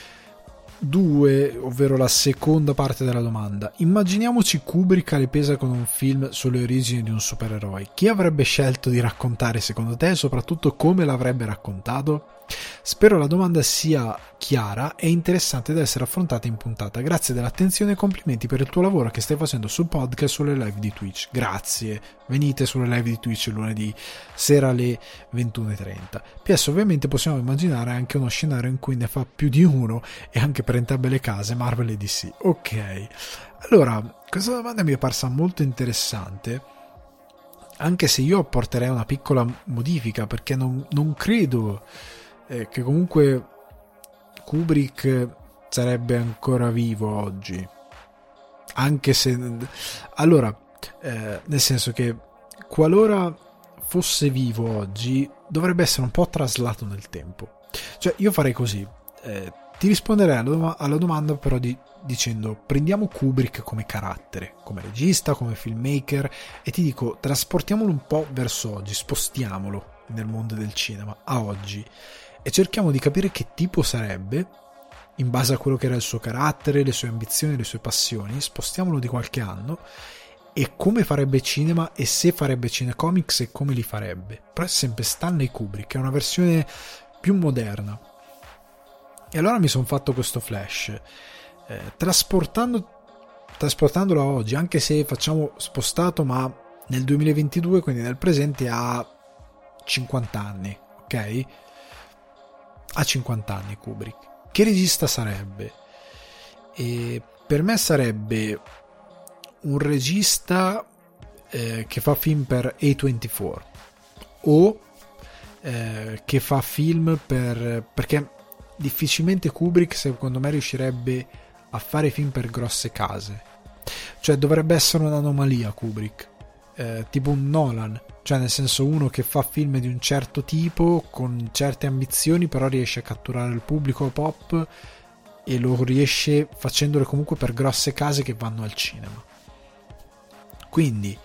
Due, ovvero la seconda parte della domanda. Immaginiamoci Kubrick alle pesa con un film sulle origini di un supereroe. Chi avrebbe scelto di raccontare secondo te e soprattutto come l'avrebbe raccontato? Spero la domanda sia chiara e interessante da essere affrontata in puntata. Grazie dell'attenzione e complimenti per il tuo lavoro che stai facendo sul podcast, sulle live di Twitch. Grazie, venite sulle live di Twitch lunedì sera alle ventuno e trenta. P S ovviamente possiamo immaginare anche uno scenario in cui ne fa più di uno e anche per entrambe le case, Marvel e D C. Ok, allora questa domanda mi è parsa molto interessante, anche se io apporterei una piccola modifica, perché non, non credo eh, che comunque Kubrick sarebbe ancora vivo oggi, anche se allora eh, nel senso che qualora fosse vivo oggi dovrebbe essere un po' traslato nel tempo. Cioè io farei così, eh, ti risponderei alla, dom- alla domanda però di, dicendo: prendiamo Kubrick come carattere, come regista, come filmmaker, e ti dico trasportiamolo un po' verso oggi, spostiamolo nel mondo del cinema a oggi e cerchiamo di capire che tipo sarebbe in base a quello che era il suo carattere, le sue ambizioni, le sue passioni. Spostiamolo di qualche anno e come farebbe cinema, e se farebbe cinecomics e come li farebbe. Però è sempre Stanley Kubrick, è una versione più moderna. E allora mi sono fatto questo flash, eh, trasportando trasportandolo a oggi, anche se facciamo spostato ma nel duemilaventidue, quindi nel presente, ha cinquanta anni, ok? Ha cinquanta anni Kubrick. Che regista sarebbe? E per me sarebbe un regista eh, che fa film per A ventiquattro o eh, che fa film per... perché difficilmente Kubrick secondo me riuscirebbe a fare film per grosse case, cioè dovrebbe essere un'anomalia Kubrick, eh, tipo un Nolan, cioè nel senso uno che fa film di un certo tipo con certe ambizioni, però riesce a catturare il pubblico pop e lo riesce facendolo comunque per grosse case che vanno al cinema. Quindi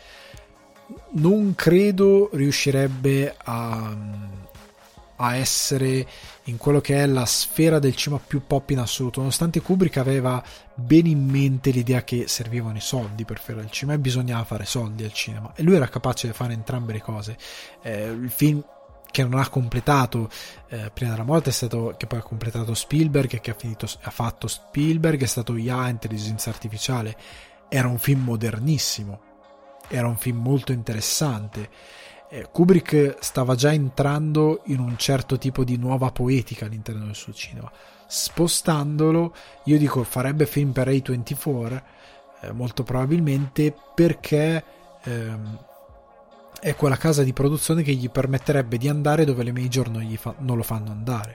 non credo riuscirebbe a, a essere in quello che è la sfera del cinema più pop in assoluto, nonostante Kubrick aveva bene in mente l'idea che servivano i soldi per fare il cinema e bisognava fare soldi al cinema, e lui era capace di fare entrambe le cose. Eh, il film che non ha completato eh, prima della morte è stato, che poi ha completato Spielberg e che ha, finito, ha fatto Spielberg, è stato Ya, Intelligenza Artificiale. Era un film modernissimo, era un film molto interessante. eh, Kubrick stava già entrando in un certo tipo di nuova poetica all'interno del suo cinema. Spostandolo, io dico farebbe film per A ventiquattro, eh, molto probabilmente, perché ehm, è quella casa di produzione che gli permetterebbe di andare dove le major non, gli fa- non lo fanno andare.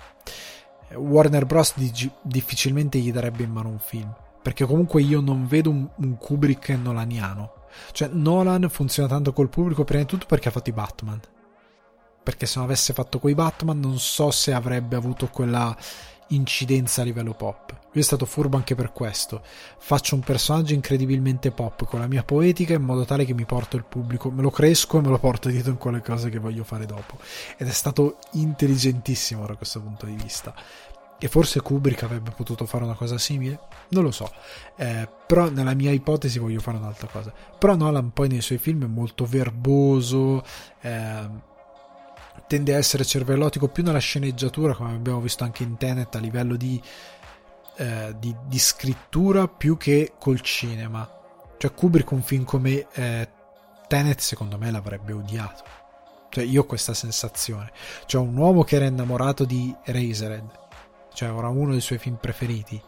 Warner Bros. Dig- difficilmente gli darebbe in mano un film, perché comunque io non vedo un, un Kubrick nolaniano. Cioè Nolan funziona tanto col pubblico prima di tutto perché ha fatto i Batman, perché se non avesse fatto quei Batman non so se avrebbe avuto quella incidenza a livello pop. Lui è stato furbo anche per questo: faccio un personaggio incredibilmente pop con la mia poetica in modo tale che mi porto il pubblico, me lo cresco e me lo porto dietro in quelle cose che voglio fare dopo, ed è stato intelligentissimo da questo punto di vista. e forse Kubrick avrebbe potuto fare una cosa simile, non lo so, eh, però nella mia ipotesi voglio fare un'altra cosa. Però Nolan poi nei suoi film è molto verboso, eh, tende a essere cervellotico più nella sceneggiatura, come abbiamo visto anche in Tenet, a livello di, eh, di, di scrittura più che col cinema. Cioè Kubrick un film come eh, Tenet secondo me l'avrebbe odiato, cioè io ho questa sensazione. Cioè un uomo che era innamorato di Eraserhead, cioè ora uno dei suoi film preferiti,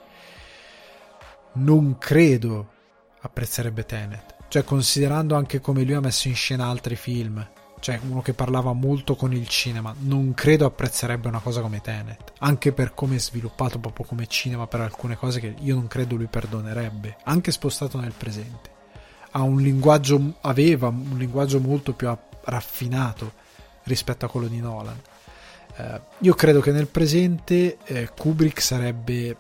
non credo apprezzerebbe Tenet, cioè considerando anche come lui ha messo in scena altri film, cioè uno che parlava molto con il cinema, non credo apprezzerebbe una cosa come Tenet, anche per come è sviluppato proprio come cinema, per alcune cose che io non credo lui perdonerebbe, anche spostato nel presente. Ha un linguaggio, aveva un linguaggio molto più raffinato rispetto a quello di Nolan. Uh, io credo che nel presente eh, Kubrick sarebbe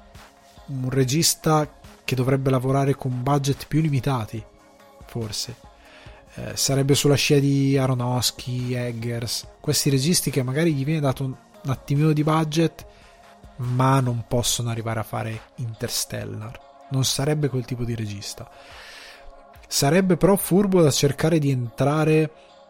un regista che dovrebbe lavorare con budget più limitati, forse eh, sarebbe sulla scia di Aronofsky, Eggers, questi registi che magari gli viene dato un, un attimino di budget ma non possono arrivare a fare Interstellar. Non sarebbe quel tipo di regista, sarebbe però furbo da cercare di entrare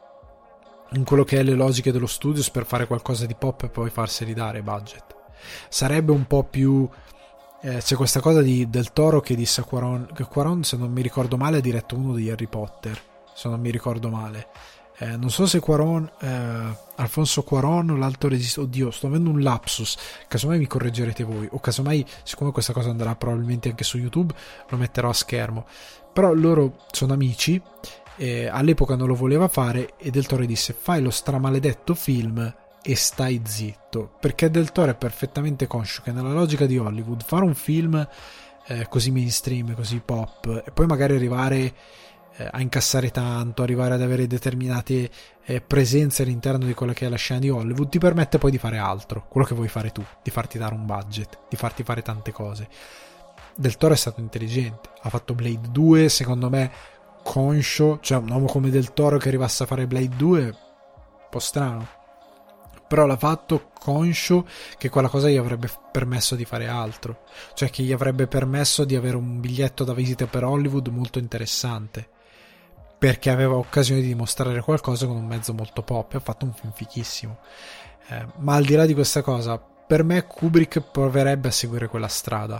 in quello che è le logiche dello studios per fare qualcosa di pop e poi farseli dare budget. Sarebbe un po' più eh, c'è questa cosa di Del Toro che disse a Cuarón, che Cuarón, se non mi ricordo male, ha diretto uno di Harry Potter, se non mi ricordo male, eh, non so se Cuarón, eh, Alfonso Cuarón o l'altro regista, oddio sto avendo un lapsus, casomai mi correggerete voi, o casomai, siccome questa cosa andrà probabilmente anche su YouTube, lo metterò a schermo, però loro sono amici. Eh, all'epoca non lo voleva fare e Del Toro disse: fai lo stramaledetto film e stai zitto, perché Del Toro è perfettamente conscio che nella logica di Hollywood fare un film eh, così mainstream, così pop, e poi magari arrivare eh, a incassare tanto, arrivare ad avere determinate eh, presenze all'interno di quella che è la scena di Hollywood, ti permette poi di fare altro, quello che vuoi fare tu, di farti dare un budget, di farti fare tante cose. Del Toro è stato intelligente, ha fatto Blade due, secondo me conscio, cioè un uomo come Del Toro che arrivasse a fare Blade due un po' strano, però l'ha fatto conscio che quella cosa gli avrebbe permesso di fare altro, cioè che gli avrebbe permesso di avere un biglietto da visita per Hollywood molto interessante, perché aveva occasione di dimostrare qualcosa con un mezzo molto pop e ha fatto un film fichissimo. Eh, ma al di là di questa cosa, per me Kubrick proverebbe a seguire quella strada,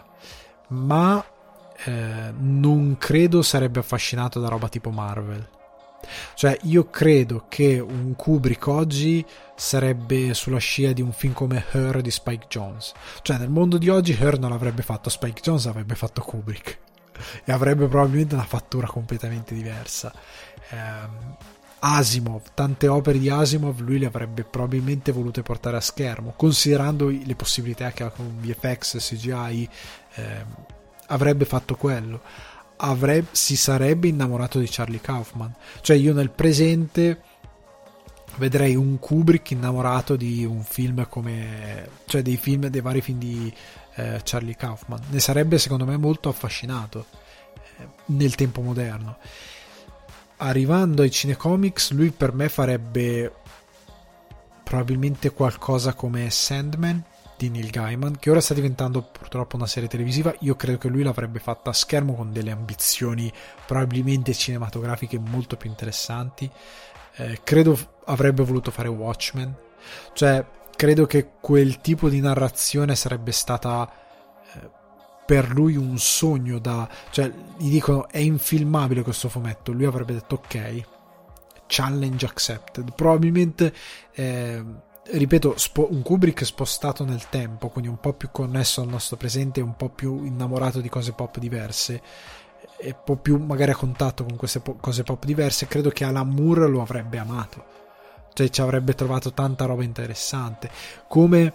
ma Eh, non credo sarebbe affascinato da roba tipo Marvel. Cioè io credo che un Kubrick oggi sarebbe sulla scia di un film come Her di Spike Jonze. Cioè nel mondo di oggi Her non l'avrebbe fatto Spike Jonze, avrebbe fatto Kubrick e avrebbe probabilmente una fattura completamente diversa. eh, Asimov, tante opere di Asimov lui le avrebbe probabilmente volute portare a schermo, considerando le possibilità che ha con V F X, C G I. eh, avrebbe fatto quello, avrebbe, si sarebbe innamorato di Charlie Kaufman. Cioè io nel presente vedrei un Kubrick innamorato di un film come, cioè dei film, dei vari film di eh, Charlie Kaufman, ne sarebbe secondo me molto affascinato eh, nel tempo moderno. Arrivando ai cinecomics, lui per me farebbe probabilmente qualcosa come Sandman di Neil Gaiman, che ora sta diventando purtroppo una serie televisiva. Io credo che lui l'avrebbe fatta a schermo con delle ambizioni probabilmente cinematografiche molto più interessanti. Eh, credo avrebbe voluto fare Watchmen, cioè credo che quel tipo di narrazione sarebbe stata eh, per lui un sogno da, cioè gli dicono è infilmabile questo fumetto, lui avrebbe detto ok, challenge accepted. Probabilmente eh, ripeto, spo- un Kubrick spostato nel tempo, quindi un po' più connesso al nostro presente, un po' più innamorato di cose pop diverse e un po' più magari a contatto con queste po- cose pop diverse. Credo che Alan Moore lo avrebbe amato, cioè ci avrebbe trovato tanta roba interessante, come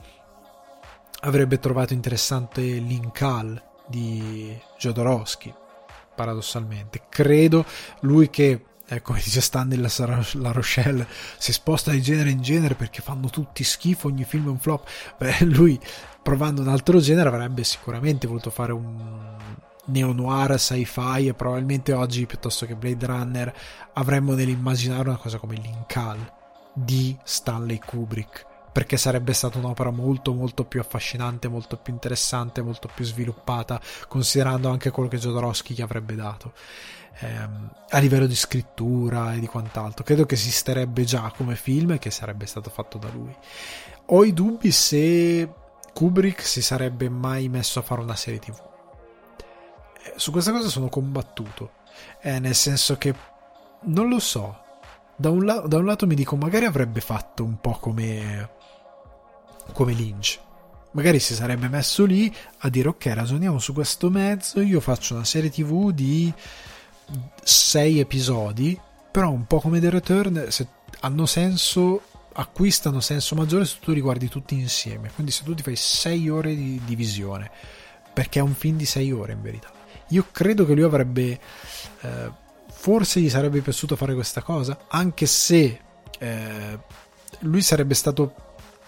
avrebbe trovato interessante l'Incal di Jodorowsky, paradossalmente. Credo lui che Eh, come dice Stanley La Rochelle, si sposta di genere in genere perché fanno tutti schifo, ogni film è un flop. Beh, lui provando un altro genere avrebbe sicuramente voluto fare un neo-noir sci-fi e probabilmente oggi piuttosto che Blade Runner avremmo nell'immaginare una cosa come l'Incal di Stanley Kubrick, perché sarebbe stata un'opera molto molto più affascinante, molto più interessante, molto più sviluppata, considerando anche quello che Jodorowsky gli avrebbe dato ehm, a livello di scrittura e di quant'altro. Credo che esisterebbe già come film e che sarebbe stato fatto da lui. Ho i dubbi se Kubrick si sarebbe mai messo a fare una serie tv. Eh, su questa cosa sono combattuto, eh, nel senso che non lo so. Da un, la- da un lato mi dico, magari avrebbe fatto un po' come come Lynch, magari si sarebbe messo lì a dire ok, ragioniamo su questo mezzo, io faccio una serie tv di sei episodi, però un po' come The Return, se hanno senso, acquistano senso maggiore se tu li guardi tutti insieme, quindi se tu ti fai sei ore di, di visione, perché è un film di sei ore in verità. Io credo che lui avrebbe eh, forse gli sarebbe piaciuto fare questa cosa, anche se eh, lui sarebbe stato,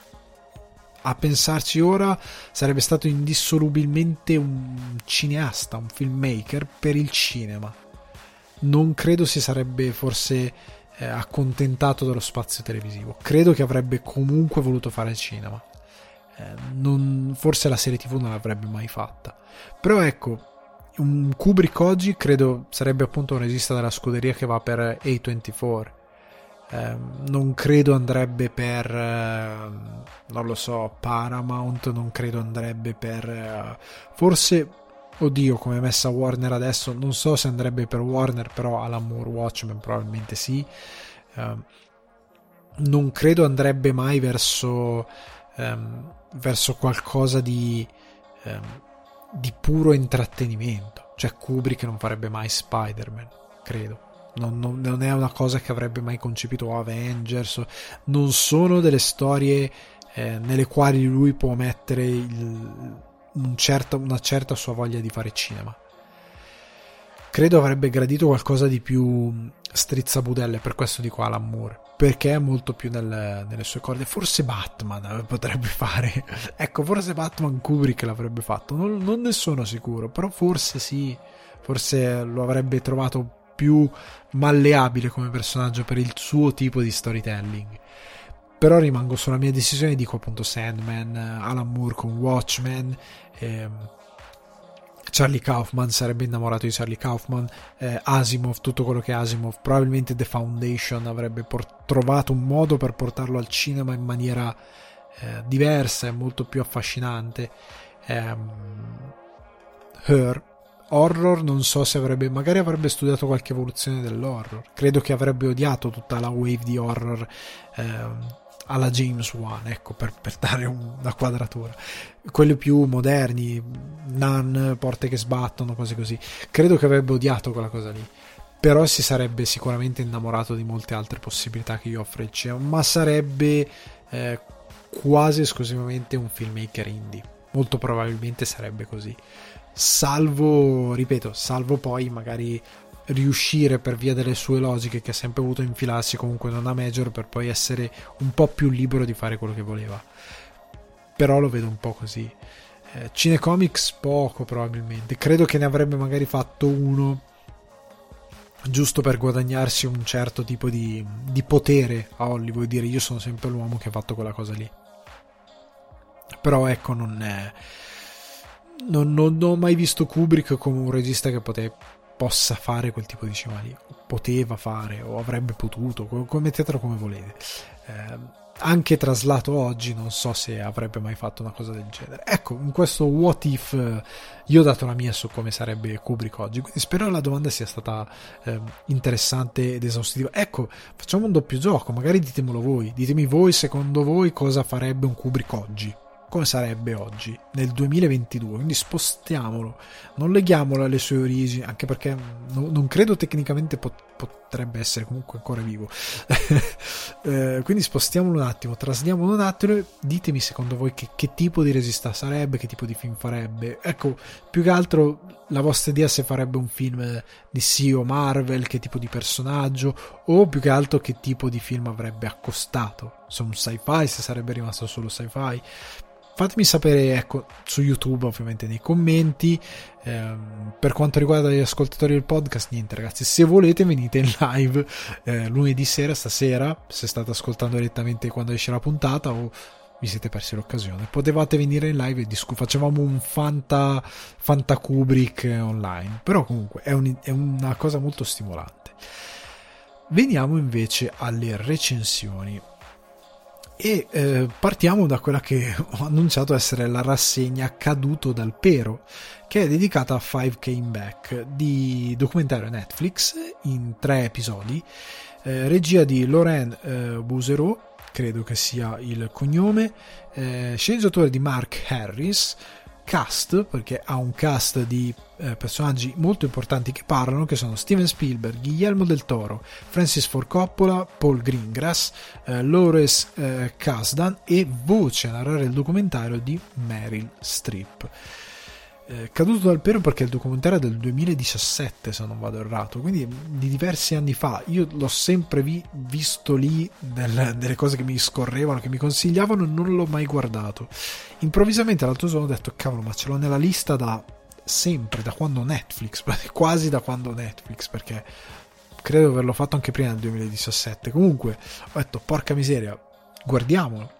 a pensarci ora, sarebbe stato indissolubilmente un cineasta, un filmmaker per il cinema. Non credo si sarebbe forse eh, accontentato dello spazio televisivo. Credo che avrebbe comunque voluto fare il cinema. Eh, non, forse la serie tv non l'avrebbe mai fatta. Però ecco, un Kubrick oggi credo sarebbe appunto un regista della scuderia che va per A ventiquattro. Eh, non credo andrebbe per eh, non lo so, Paramount, non credo andrebbe per eh, forse, oddio, come è messa Warner adesso, non so se andrebbe per Warner, però Alan Moore, Watchmen probabilmente sì. Eh, non credo andrebbe mai verso ehm, verso qualcosa di ehm, di puro intrattenimento, cioè Kubrick non farebbe mai Spider-Man, credo. Non, non, non è una cosa che avrebbe mai concepito Avengers, non sono delle storie eh, nelle quali lui può mettere il, un certo, una certa sua voglia di fare cinema. Credo avrebbe gradito qualcosa di più strizzabudelle, per questo dico Alan Moore, perché è molto più nel, nelle sue corde. Forse Batman potrebbe fare, ecco, forse Batman Kubrick l'avrebbe fatto, non, non ne sono sicuro, però forse sì, forse lo avrebbe trovato più malleabile come personaggio per il suo tipo di storytelling. Però rimango sulla mia decisione e dico appunto Sandman, Alan Moore con Watchmen, ehm, Charlie Kaufman, sarebbe innamorato di Charlie Kaufman, eh, Asimov, tutto quello che è Asimov, probabilmente The Foundation avrebbe por- trovato un modo per portarlo al cinema in maniera eh, diversa e molto più affascinante. ehm, Her horror, non so se avrebbe, magari avrebbe studiato qualche evoluzione dell'horror. Credo che avrebbe odiato tutta la wave di horror ehm, alla James Wan, ecco, per, per dare una quadratura. Quelli più moderni, Nun, porte che sbattono, cose così. Credo che avrebbe odiato quella cosa lì. Però si sarebbe sicuramente innamorato di molte altre possibilità che gli offre il cinema, ma sarebbe eh, quasi esclusivamente un filmmaker indie. Molto probabilmente sarebbe così. Salvo, ripeto, salvo poi magari riuscire per via delle sue logiche che ha sempre avuto infilarsi comunque in una major per poi essere un po' più libero di fare quello che voleva. Però lo vedo un po' così. eh, Cinecomics poco probabilmente, credo che ne avrebbe magari fatto uno giusto per guadagnarsi un certo tipo di, di potere a Hollywood, dire io sono sempre l'uomo che ha fatto quella cosa lì. Però ecco, non è Non, non, non ho mai visto Kubrick come un regista che pote, possa fare quel tipo di cinema lì, poteva fare o avrebbe potuto, come mettetelo come volete. Eh, anche traslato oggi non so se avrebbe mai fatto una cosa del genere. Ecco, in questo what if eh, io ho dato la mia su come sarebbe Kubrick oggi, quindi spero la domanda sia stata eh, interessante ed esaustiva. Ecco, facciamo un doppio gioco, magari ditemelo voi, ditemi voi secondo voi cosa farebbe un Kubrick oggi, come sarebbe oggi nel duemilaventidue, quindi spostiamolo, non leghiamolo alle sue origini, anche perché no, non credo tecnicamente pot- potrebbe essere comunque ancora vivo. eh, quindi spostiamolo un attimo, trasliamolo un attimo e ditemi secondo voi che, che tipo di regista sarebbe, che tipo di film farebbe. Ecco, più che altro la vostra idea se farebbe un film D C o Marvel, che tipo di personaggio, o più che altro che tipo di film avrebbe accostato, se un sci-fi, se sarebbe rimasto solo sci-fi. fatemi sapere, ecco, su YouTube ovviamente nei commenti. Eh, per quanto riguarda gli ascoltatori del podcast, niente ragazzi, se volete venite in live eh, lunedì sera, stasera, se state ascoltando direttamente quando esce la puntata o vi siete persi l'occasione, potevate venire in live e discu- facevamo un Fanta, Fanta Kubrick online, però comunque è, un, è una cosa molto stimolante. Veniamo invece alle recensioni e eh, partiamo da quella che ho annunciato essere la rassegna Caduto dal pero, che è dedicata a Five Came Back, di documentario Netflix in tre episodi, eh, regia di Laurent eh, Bouzereau, credo che sia il cognome, eh, sceneggiatore di Mark Harris, cast, perché ha un cast di eh, personaggi molto importanti che parlano, che sono Steven Spielberg, Guillermo del Toro, Francis Ford Coppola, Paul Greengrass, eh, Lawrence eh, Kasdan e voce a narrare il documentario di Meryl Streep. Eh, caduto dal pero perché il documentario è del duemiladiciassette, se non vado errato, quindi di diversi anni fa. Io l'ho sempre vi- visto lì nel, delle cose che mi scorrevano, che mi consigliavano, e non l'ho mai guardato. Improvvisamente l'altro giorno ho detto cavolo, ma ce l'ho nella lista da sempre, da quando Netflix, quasi da quando Netflix, perché credo di averlo fatto anche prima del duemiladiciassette. Comunque ho detto porca miseria, guardiamolo.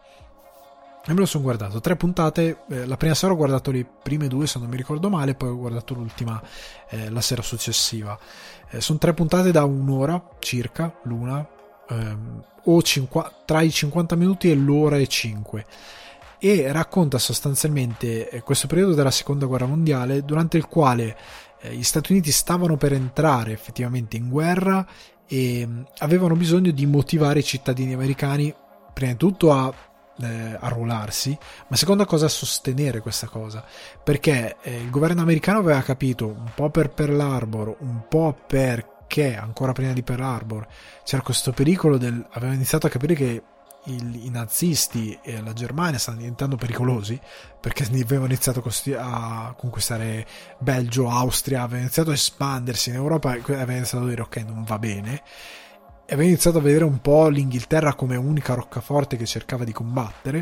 E me lo sono guardato, tre puntate, eh, la prima sera ho guardato le prime due se non mi ricordo male, poi ho guardato l'ultima eh, la sera successiva. Eh, sono tre puntate da un'ora circa, l'una, ehm, o cinqu- tra i cinquanta minuti e l'ora e cinque, e racconta sostanzialmente eh, questo periodo della seconda guerra mondiale, durante il quale eh, gli Stati Uniti stavano per entrare effettivamente in guerra e mh, avevano bisogno di motivare i cittadini americani prima di tutto a Eh, arruolarsi, ma seconda cosa a sostenere questa cosa, perché eh, il governo americano aveva capito, un po' per Pearl Harbor, un po' perché ancora prima di Pearl Harbor c'era questo pericolo del, aveva iniziato a capire che il, i nazisti e la Germania stanno diventando pericolosi, perché avevano iniziato a conquistare Belgio, Austria, aveva iniziato a espandersi in Europa, aveva iniziato a dire ok, non va bene, e aveva iniziato a vedere un po' l'Inghilterra come unica roccaforte che cercava di combattere,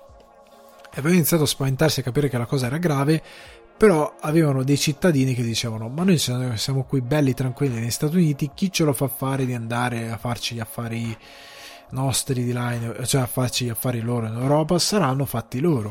e aveva iniziato a spaventarsi, a capire che la cosa era grave, però avevano dei cittadini che dicevano ma noi siamo qui belli tranquilli negli Stati Uniti, chi ce lo fa fare di andare a farci gli affari nostri di là, cioè a farci gli affari loro in Europa, saranno fatti loro.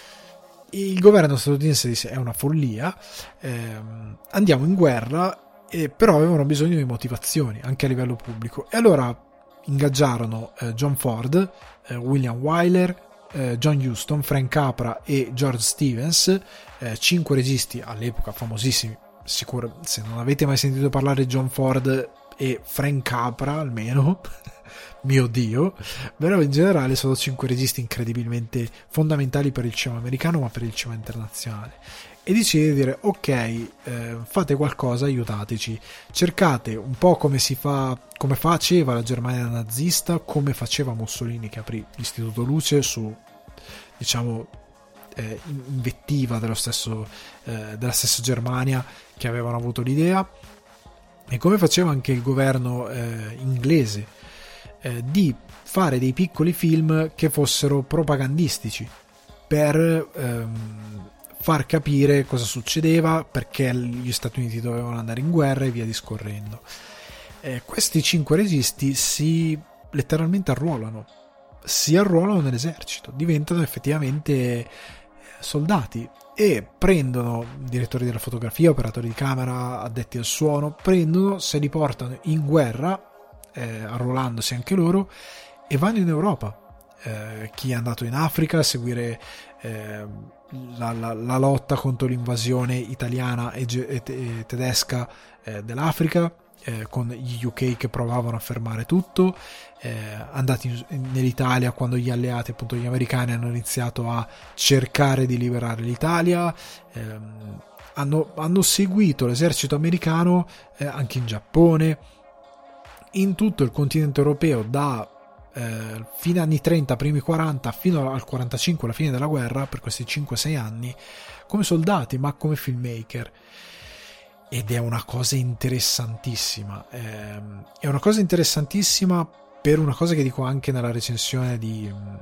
Il governo statunitense disse è una follia, ehm, andiamo in guerra. E però avevano bisogno di motivazioni anche a livello pubblico, e allora ingaggiarono eh, John Ford, eh, William Wyler, eh, John Huston, Frank Capra e George Stevens, eh, cinque registi all'epoca famosissimi. Sicuro, se non avete mai sentito parlare di John Ford e Frank Capra almeno mio dio, però in generale sono cinque registi incredibilmente fondamentali per il cinema americano, ma per il cinema internazionale. E decide di dire ok, eh, fate qualcosa, aiutateci, cercate un po' come si fa, come faceva la Germania nazista, come faceva Mussolini che aprì l'Istituto Luce su, diciamo, eh, invettiva dello stesso, eh, della stessa Germania che avevano avuto l'idea, e come faceva anche il governo eh, inglese, eh, di fare dei piccoli film che fossero propagandistici per ehm, far capire cosa succedeva, perché gli Stati Uniti dovevano andare in guerra e via discorrendo. Eh, questi cinque registi si letteralmente arruolano, si arruolano nell'esercito, diventano effettivamente soldati e prendono direttori della fotografia, operatori di camera, addetti al suono, prendono, se li portano in guerra, eh, arruolandosi anche loro, e vanno in Europa. Eh, chi è andato in Africa a seguire eh, la, la, la lotta contro l'invasione italiana e, e, e tedesca eh, dell'Africa, eh, con gli U K che provavano a fermare tutto, eh, andati in, nell'Italia quando gli alleati, appunto gli americani, hanno iniziato a cercare di liberare l'Italia, eh, hanno, hanno seguito l'esercito americano eh, anche in Giappone, in tutto il continente europeo, da Eh, fine anni trenta, primi quaranta, fino al quarantacinque, la fine della guerra, per questi cinque sei anni, come soldati, ma come filmmaker. Ed è una cosa interessantissima. Eh, è una cosa interessantissima per una cosa che dico anche nella recensione di,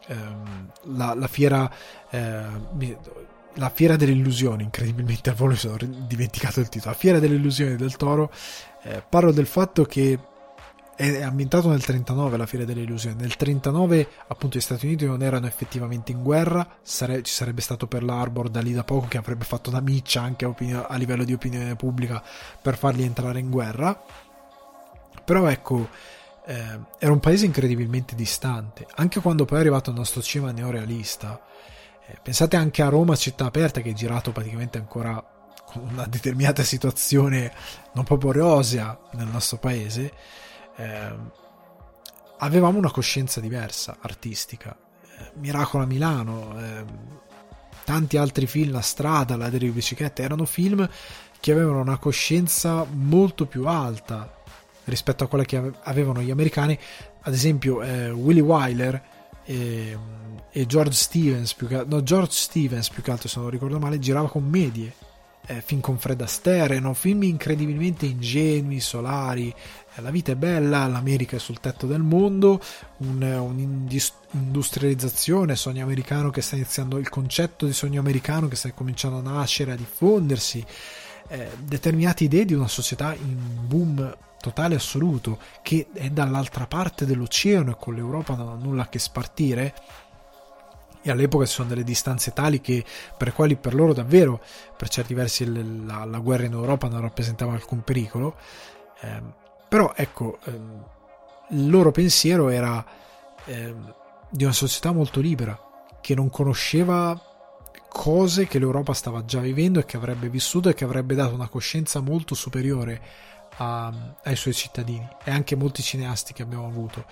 ehm, la, la fiera eh, la fiera delle illusioni, incredibilmente al volo mi sono dimenticato il titolo, la fiera delle illusioni del Toro. Eh, parlo del fatto che è ambientato nel trentanove, la fiera delle illusioni. Nel trentanove appunto gli Stati Uniti non erano effettivamente in guerra, sare- ci sarebbe stato Pearl Harbor da lì da poco, che avrebbe fatto da miccia anche a, opinio- a livello di opinione pubblica per farli entrare in guerra. Però ecco, eh, era un paese incredibilmente distante, anche quando poi è arrivato il nostro cinema neorealista. Eh, pensate anche a Roma città aperta, che è girato praticamente ancora con una determinata situazione non proprio rosea nel nostro paese. Eh, avevamo una coscienza diversa artistica. eh, Miracolo a Milano, eh, tanti altri film, La strada, La delle biciclette, erano film che avevano una coscienza molto più alta rispetto a quella che avevano gli americani. Ad esempio eh, Willy Wyler e, e George Stevens più che, no, George Stevens più che altro, se non ricordo male, girava commedie, eh, film con Fred Astaire, no? Film incredibilmente ingenui, solari. La vita è bella, l'America è sul tetto del mondo, un, un'industrializzazione, sogno americano che sta iniziando, il concetto di sogno americano che sta cominciando a nascere, a diffondersi, eh, determinate idee di una società in boom totale assoluto, che è dall'altra parte dell'oceano e con l'Europa non ha nulla a che spartire. E all'epoca ci sono delle distanze tali che per quali per loro davvero, per certi versi, la, la guerra in Europa non rappresentava alcun pericolo. Eh, Però ecco, ehm, il loro pensiero era ehm, di una società molto libera, che non conosceva cose che l'Europa stava già vivendo e che avrebbe vissuto, e che avrebbe dato una coscienza molto superiore a, ai suoi cittadini, e anche molti cineasti che abbiamo avuto.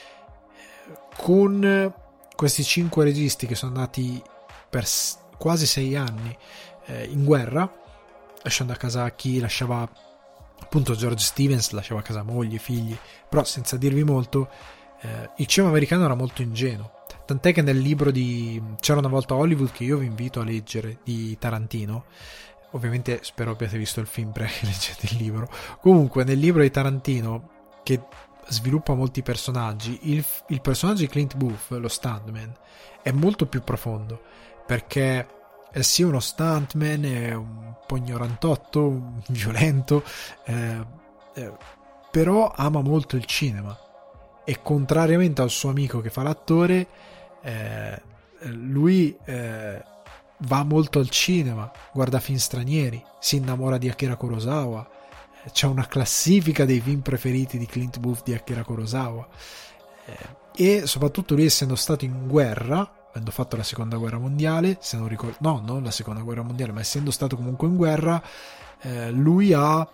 Con questi cinque registi che sono andati per quasi sei anni eh, in guerra, lasciando a casa chi lasciava. Appunto George Stevens lasciava a casa moglie, figli, però senza dirvi molto, eh, il cinema americano era molto ingenuo, tant'è che nel libro di C'era una volta Hollywood, che io vi invito a leggere, di Tarantino, ovviamente spero abbiate visto il film prima che leggete il libro, comunque nel libro di Tarantino, che sviluppa molti personaggi, il, il personaggio di Clint Booth, lo stuntman, è molto più profondo, perché è sì uno stuntman, è un po' ignorantotto, un violento, eh, eh, però ama molto il cinema, e contrariamente al suo amico che fa l'attore, eh, lui eh, va molto al cinema, guarda film stranieri, si innamora di Akira Kurosawa, c'è una classifica dei film preferiti di Clint Booth di Akira Kurosawa, eh, e soprattutto lui, essendo stato in guerra, avendo fatto la seconda guerra mondiale, se non ricordo, no, non la seconda guerra mondiale, ma essendo stato comunque in guerra, eh, lui ha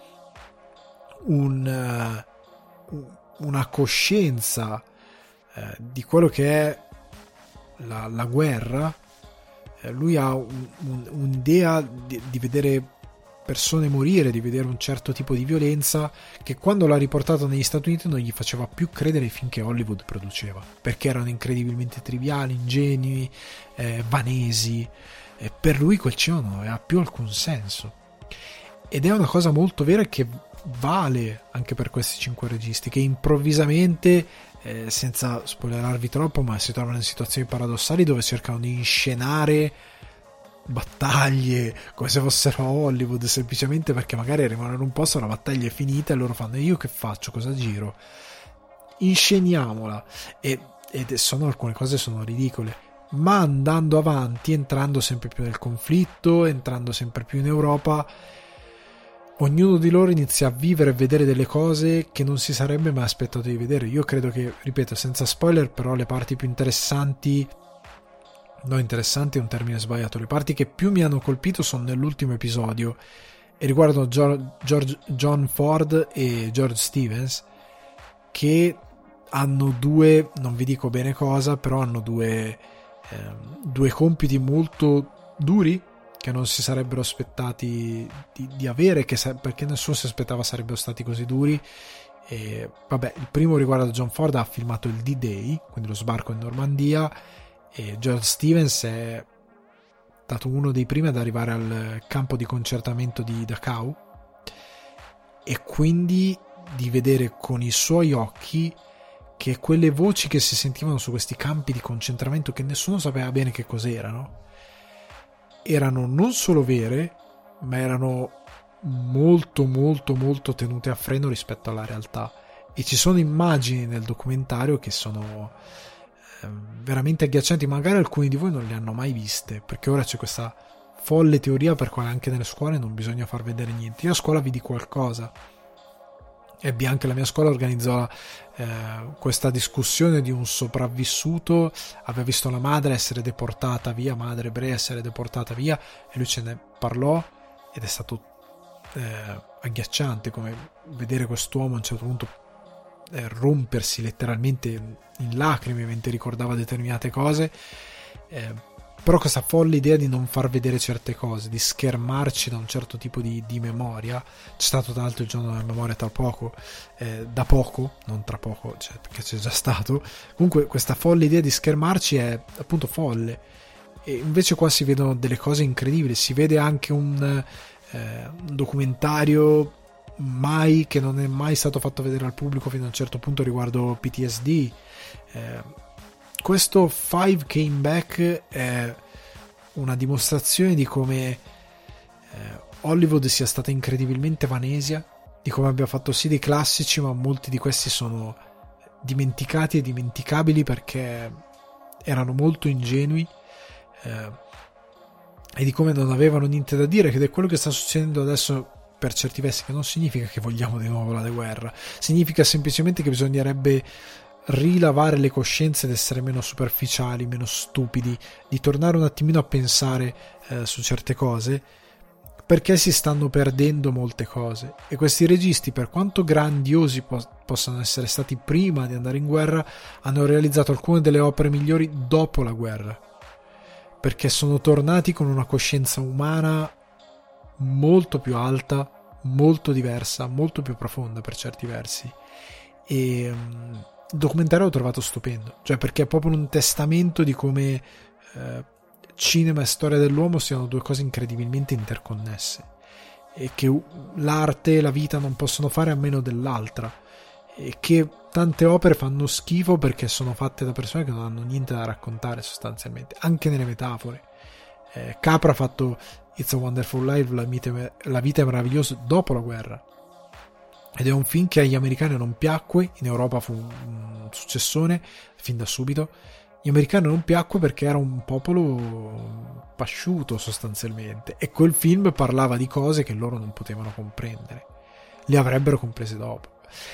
un, uh, una coscienza eh, di quello che è la, la guerra. Eh, lui ha un, un, un'idea di, di vedere persone morire, di vedere un certo tipo di violenza, che quando l'ha riportato negli Stati Uniti non gli faceva più credere ai film che Hollywood produceva, perché erano incredibilmente triviali, ingenui, eh, vanesi, e per lui quel cinema non aveva più alcun senso. Ed è una cosa molto vera, che vale anche per questi cinque registi, che improvvisamente, eh, senza spoilerarvi troppo, ma si trovano in situazioni paradossali dove cercano di inscenare battaglie come se fossero Hollywood, semplicemente perché magari arrivano in un posto, la battaglia è finita e loro fanno: io che faccio, cosa giro, insceniamola. E, ed sono alcune cose sono ridicole, ma andando avanti, entrando sempre più nel conflitto, entrando sempre più in Europa, ognuno di loro inizia a vivere e vedere delle cose che non si sarebbe mai aspettato di vedere. Io credo che, ripeto, senza spoiler, però le parti più interessanti, no, interessanti è un termine sbagliato, le parti che più mi hanno colpito sono nell'ultimo episodio, e riguardano George, John Ford e George Stevens, che hanno due, non vi dico bene cosa, però hanno due eh, due compiti molto duri, che non si sarebbero aspettati di, di avere, che sa- perché nessuno si aspettava sarebbero stati così duri. E, vabbè, il primo riguarda John Ford, ha filmato il D-Day, quindi lo sbarco in Normandia, e George Stevens è stato uno dei primi ad arrivare al campo di concertamento di Dachau, e quindi di vedere con i suoi occhi che quelle voci che si sentivano su questi campi di concentramento che nessuno sapeva bene che cos'erano erano non solo vere, ma erano molto molto molto tenute a freno rispetto alla realtà. E ci sono immagini nel documentario che sono eh, veramente agghiaccianti. Magari alcuni di voi non le hanno mai viste, perché ora c'è questa folle teoria per cui anche nelle scuole non bisogna far vedere niente. Io a scuola vidi qualcosa, ebbi anche la mia scuola organizzò eh, questa discussione di un sopravvissuto, aveva visto la madre essere deportata via, madre ebrea essere deportata via, e lui ce ne parlò ed è stato eh, agghiacciante come vedere quest'uomo a un certo punto eh, rompersi letteralmente in lacrime mentre ricordava determinate cose. eh, Però questa folle idea di non far vedere certe cose, di schermarci da un certo tipo di, di memoria, c'è stato tra l'altro il giorno della memoria tra poco, eh, da poco, non tra poco, cioè, perché c'è già stato. Comunque questa folle idea di schermarci è appunto folle, e invece qua si vedono delle cose incredibili. Si vede anche un, eh, un documentario mai che non è mai stato fatto vedere al pubblico fino a un certo punto riguardo P T S D. eh, Questo Five Came Back è una dimostrazione di come eh, Hollywood sia stata incredibilmente vanesia, di come abbia fatto sì dei classici, ma molti di questi sono dimenticati e dimenticabili perché erano molto ingenui, eh, e di come non avevano niente da dire, ed è quello che sta succedendo adesso per certi versi, che non significa che vogliamo di nuovo la guerra, significa semplicemente che bisognerebbe rilavare le coscienze ed essere meno superficiali, meno stupidi, di tornare un attimino a pensare eh, su certe cose, perché si stanno perdendo molte cose. E questi registi, per quanto grandiosi po- possano essere stati prima di andare in guerra, hanno realizzato alcune delle opere migliori dopo la guerra, perché sono tornati con una coscienza umana molto più alta, molto diversa, molto più profonda per certi versi. E um, il documentario l'ho trovato stupendo, cioè perché è proprio un testamento di come eh, cinema e storia dell'uomo siano due cose incredibilmente interconnesse, e che l'arte e la vita non possono fare a meno dell'altra, e che tante opere fanno schifo perché sono fatte da persone che non hanno niente da raccontare sostanzialmente, anche nelle metafore. eh, Capra ha fatto It's a Wonderful Life, la vita, la vita è meravigliosa, dopo la guerra, ed è un film che agli americani non piacque. In Europa fu un successone fin da subito. Gli americani non piacque perché era un popolo pasciuto sostanzialmente, e quel film parlava di cose che loro non potevano comprendere, le avrebbero comprese dopo.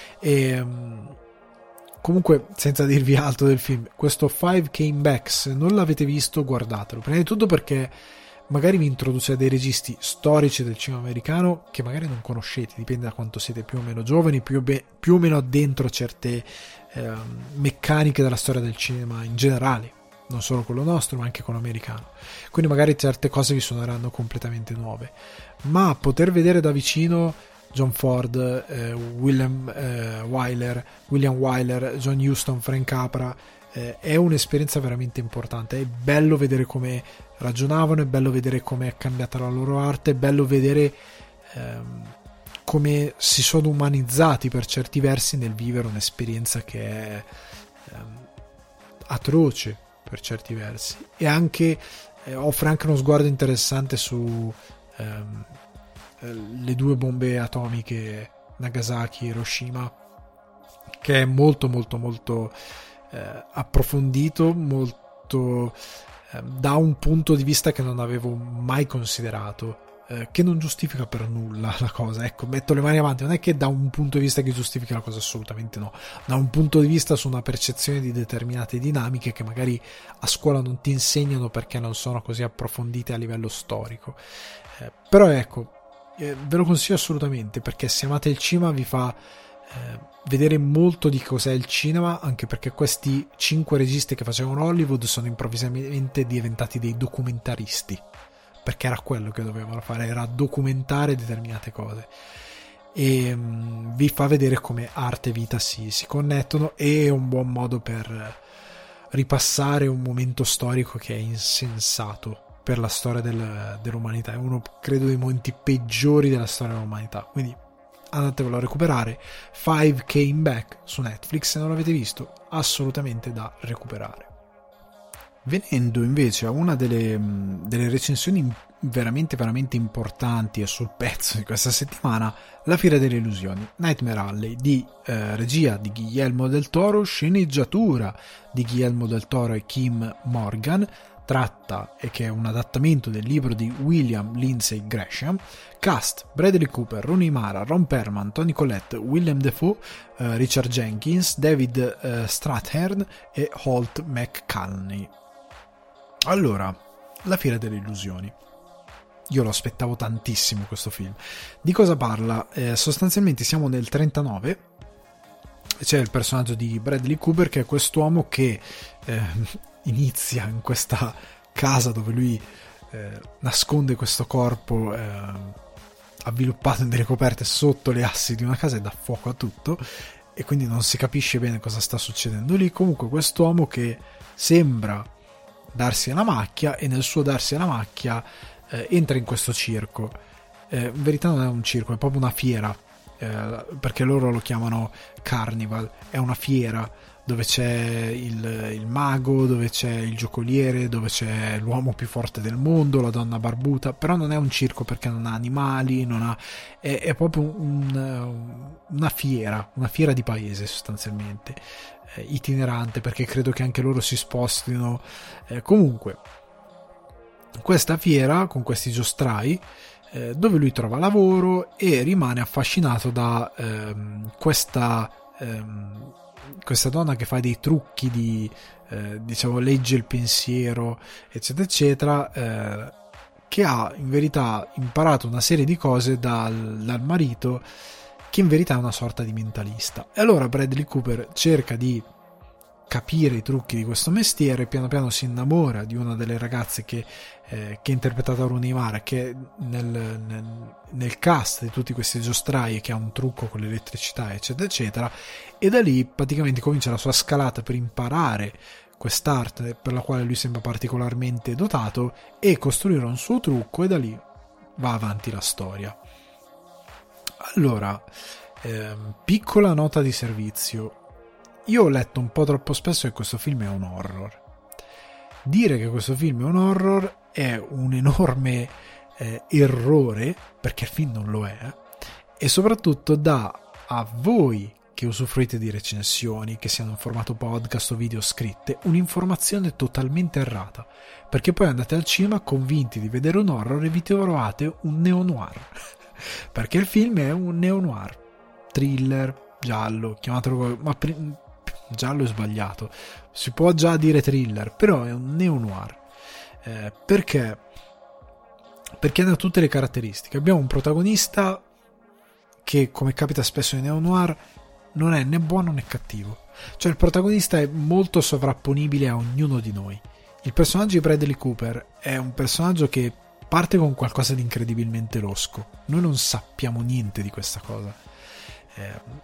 E comunque, senza dirvi altro del film, questo Five Came Back, se non l'avete visto, guardatelo, prima di tutto perché magari vi introduce a dei registi storici del cinema americano che magari non conoscete, dipende da quanto siete più o meno giovani, più, be- più o meno addentro certe eh, meccaniche della storia del cinema in generale, non solo quello nostro ma anche quello americano, quindi magari certe cose vi suoneranno completamente nuove, ma poter vedere da vicino John Ford, eh, William eh, Wyler, William Wyler, John Huston, Frank Capra, eh, è un'esperienza veramente importante. È bello vedere come ragionavano, è bello vedere come è cambiata la loro arte, è bello vedere ehm, come si sono umanizzati per certi versi nel vivere un'esperienza che è ehm, atroce per certi versi, e anche eh, offre anche uno sguardo interessante su ehm, le due bombe atomiche Nagasaki e Hiroshima, che è molto molto molto eh, approfondito, molto eh, da un punto di vista che non avevo mai considerato, eh, che non giustifica per nulla la cosa, ecco, metto le mani avanti, non è che da un punto di vista che giustifica la cosa, assolutamente no, da un punto di vista su una percezione di determinate dinamiche che magari a scuola non ti insegnano perché non sono così approfondite a livello storico, eh, però ecco, Eh, ve lo consiglio assolutamente, perché se amate il cinema vi fa eh, vedere molto di cos'è il cinema, anche perché questi cinque registi che facevano Hollywood sono improvvisamente diventati dei documentaristi, perché era quello che dovevano fare, era documentare determinate cose, e mh, vi fa vedere come arte e vita si, si connettono, e è un buon modo per ripassare un momento storico che è insensato per la storia del, dell'umanità. È uno, credo, dei momenti peggiori della storia dell'umanità, quindi andatevelo a recuperare. Five Came Back su Netflix, se non l'avete visto, assolutamente da recuperare. Venendo invece a una delle, delle recensioni veramente veramente importanti e sul pezzo di questa settimana, La Fiera delle Illusioni, Nightmare Alley, di eh, regia di Guillermo del Toro, sceneggiatura di Guillermo del Toro e Kim Morgan, tratta e che è un adattamento del libro di William Lindsay Gresham. Cast: Bradley Cooper, Rooney Mara, Ron Perlman, Toni Collette, Willem Dafoe, eh, Richard Jenkins, David eh, Strathairn e Holt McCallany. Allora, La Fiera delle Illusioni. Io lo aspettavo tantissimo questo film. Di cosa parla? Eh, sostanzialmente siamo nel trentanove. C'è il personaggio di Bradley Cooper, che è quest'uomo che eh, inizia in questa casa dove lui eh, nasconde questo corpo eh, avviluppato in delle coperte sotto le assi di una casa e dà fuoco a tutto, e quindi non si capisce bene cosa sta succedendo lì. Comunque quest'uomo che sembra darsi alla macchia, e nel suo darsi alla macchia eh, entra in questo circo. Eh, in verità non è un circo, è proprio una fiera, eh, perché loro lo chiamano carnival. È una fiera dove c'è il, il mago, dove c'è il giocoliere, dove c'è l'uomo più forte del mondo, la donna barbuta, però non è un circo perché non ha animali, non ha, è, è proprio un, una fiera, una fiera di paese sostanzialmente, eh, itinerante, perché credo che anche loro si spostino. Eh, comunque, questa fiera con questi giostrai, eh, dove lui trova lavoro e rimane affascinato da ehm, questa... Ehm, questa donna che fa dei trucchi di eh, diciamo legge il pensiero eccetera eccetera, eh, che ha in verità imparato una serie di cose dal, dal marito, che in verità è una sorta di mentalista. E allora Bradley Cooper cerca di capire i trucchi di questo mestiere, piano piano si innamora di una delle ragazze che, eh, che è interpretata da Rooney Mara, che nel, nel, nel cast di tutti questi giostrai, che ha un trucco con l'elettricità eccetera eccetera, e da lì praticamente comincia la sua scalata per imparare quest'arte per la quale lui sembra particolarmente dotato e costruire un suo trucco, e da lì va avanti la storia. Allora, ehm, piccola nota di servizio. Io ho letto un po' troppo spesso che questo film è un horror. Dire che questo film è un horror è un enorme eh, errore, perché il film non lo è, e soprattutto dà a voi che usufruite di recensioni, che siano in formato podcast o video scritte, un'informazione totalmente errata, perché poi andate al cinema convinti di vedere un horror e vi trovate un neo-noir, perché il film è un neo-noir, thriller, giallo, chiamatelo, ma pre- giallo è sbagliato, si può già dire thriller, però è un neo-noir, eh, perché perché ha tutte le caratteristiche. Abbiamo un protagonista che, come capita spesso nei neo-noir, non è né buono né cattivo, cioè il protagonista è molto sovrapponibile a ognuno di noi. Il personaggio di Bradley Cooper è un personaggio che parte con qualcosa di incredibilmente losco, noi non sappiamo niente di questa cosa, eh,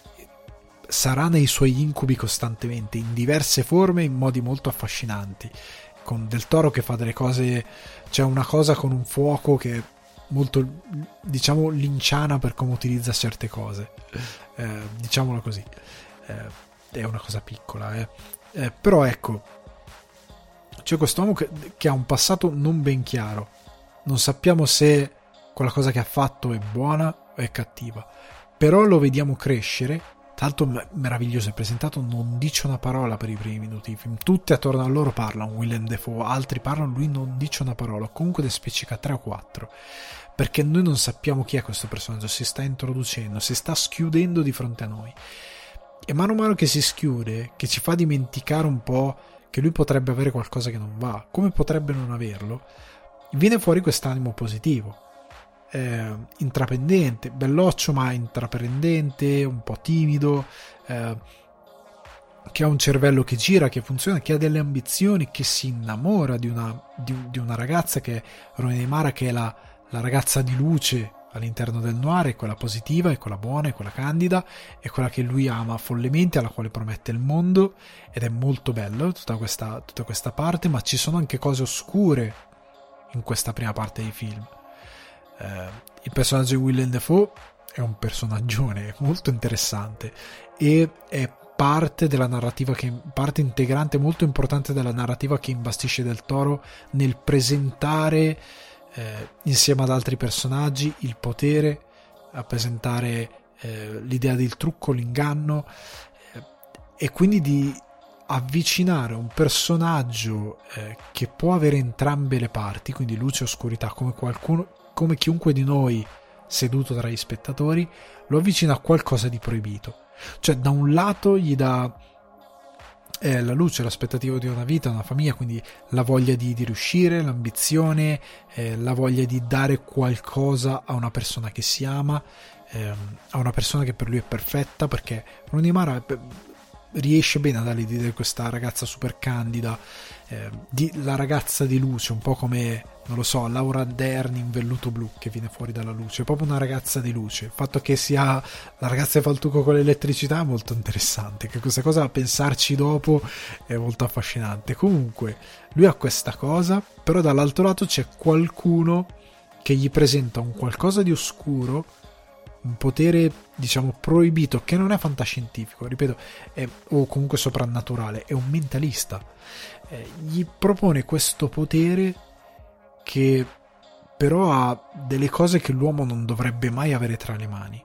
sarà nei suoi incubi costantemente, in diverse forme, in modi molto affascinanti, con Del Toro che fa delle cose, c'è una cosa con un fuoco che è molto, diciamo, linciana per come utilizza certe cose, eh, diciamolo così, eh, è una cosa piccola, eh. Eh, però ecco, c'è quest'uomo che, che ha un passato non ben chiaro, non sappiamo se quella cosa che ha fatto è buona o è cattiva, però lo vediamo crescere. Tanto meraviglioso, è presentato, non dice una parola per i primi minuti, tutti attorno a loro parlano, Willem Dafoe, altri parlano, lui non dice una parola, comunque ne spiccica tre o quattro, perché noi non sappiamo chi è questo personaggio, si sta introducendo, si sta schiudendo di fronte a noi, e mano a mano che si schiude, che ci fa dimenticare un po' che lui potrebbe avere qualcosa che non va, come potrebbe non averlo, viene fuori quest'animo positivo. Eh, intraprendente, belloccio ma intraprendente, un po' timido, eh, che ha un cervello che gira, che funziona, che ha delle ambizioni, che si innamora di una, di, di una ragazza che è Rooney Mara, che è la, la ragazza di luce all'interno del noir, è quella positiva, è quella buona, è quella candida, è quella che lui ama follemente, alla quale promette il mondo, ed è molto bello tutta questa, tutta questa parte, ma ci sono anche cose oscure in questa prima parte di film. Uh, il personaggio di Willem Dafoe è è un personaggione molto interessante e è parte della narrativa, che parte integrante molto importante della narrativa che imbastisce Del Toro nel presentare eh, insieme ad altri personaggi il potere, a presentare eh, l'idea del trucco, l'inganno, eh, e quindi di avvicinare un personaggio eh, che può avere entrambe le parti, quindi luce e oscurità, come qualcuno, come chiunque di noi seduto tra gli spettatori, lo avvicina a qualcosa di proibito. Cioè, da un lato gli dà eh, la luce, l'aspettativa di una vita, una famiglia, quindi la voglia di, di riuscire, l'ambizione, eh, la voglia di dare qualcosa a una persona che si ama, ehm, a una persona che per lui è perfetta, perché Ronimara riesce bene a dare l'idea di questa ragazza super candida, eh, di, la ragazza di luce, un po' come, non lo so, Laura Dern in Velluto Blu che viene fuori dalla luce, è proprio una ragazza di luce. Il fatto che sia la ragazza di Faltuco con l'elettricità è molto interessante, che questa cosa a pensarci dopo è molto affascinante. Comunque lui ha questa cosa, però dall'altro lato c'è qualcuno che gli presenta un qualcosa di oscuro, un potere diciamo proibito, che non è fantascientifico, ripeto, è, o comunque soprannaturale, è un mentalista, eh, gli propone questo potere che però ha delle cose che l'uomo non dovrebbe mai avere tra le mani,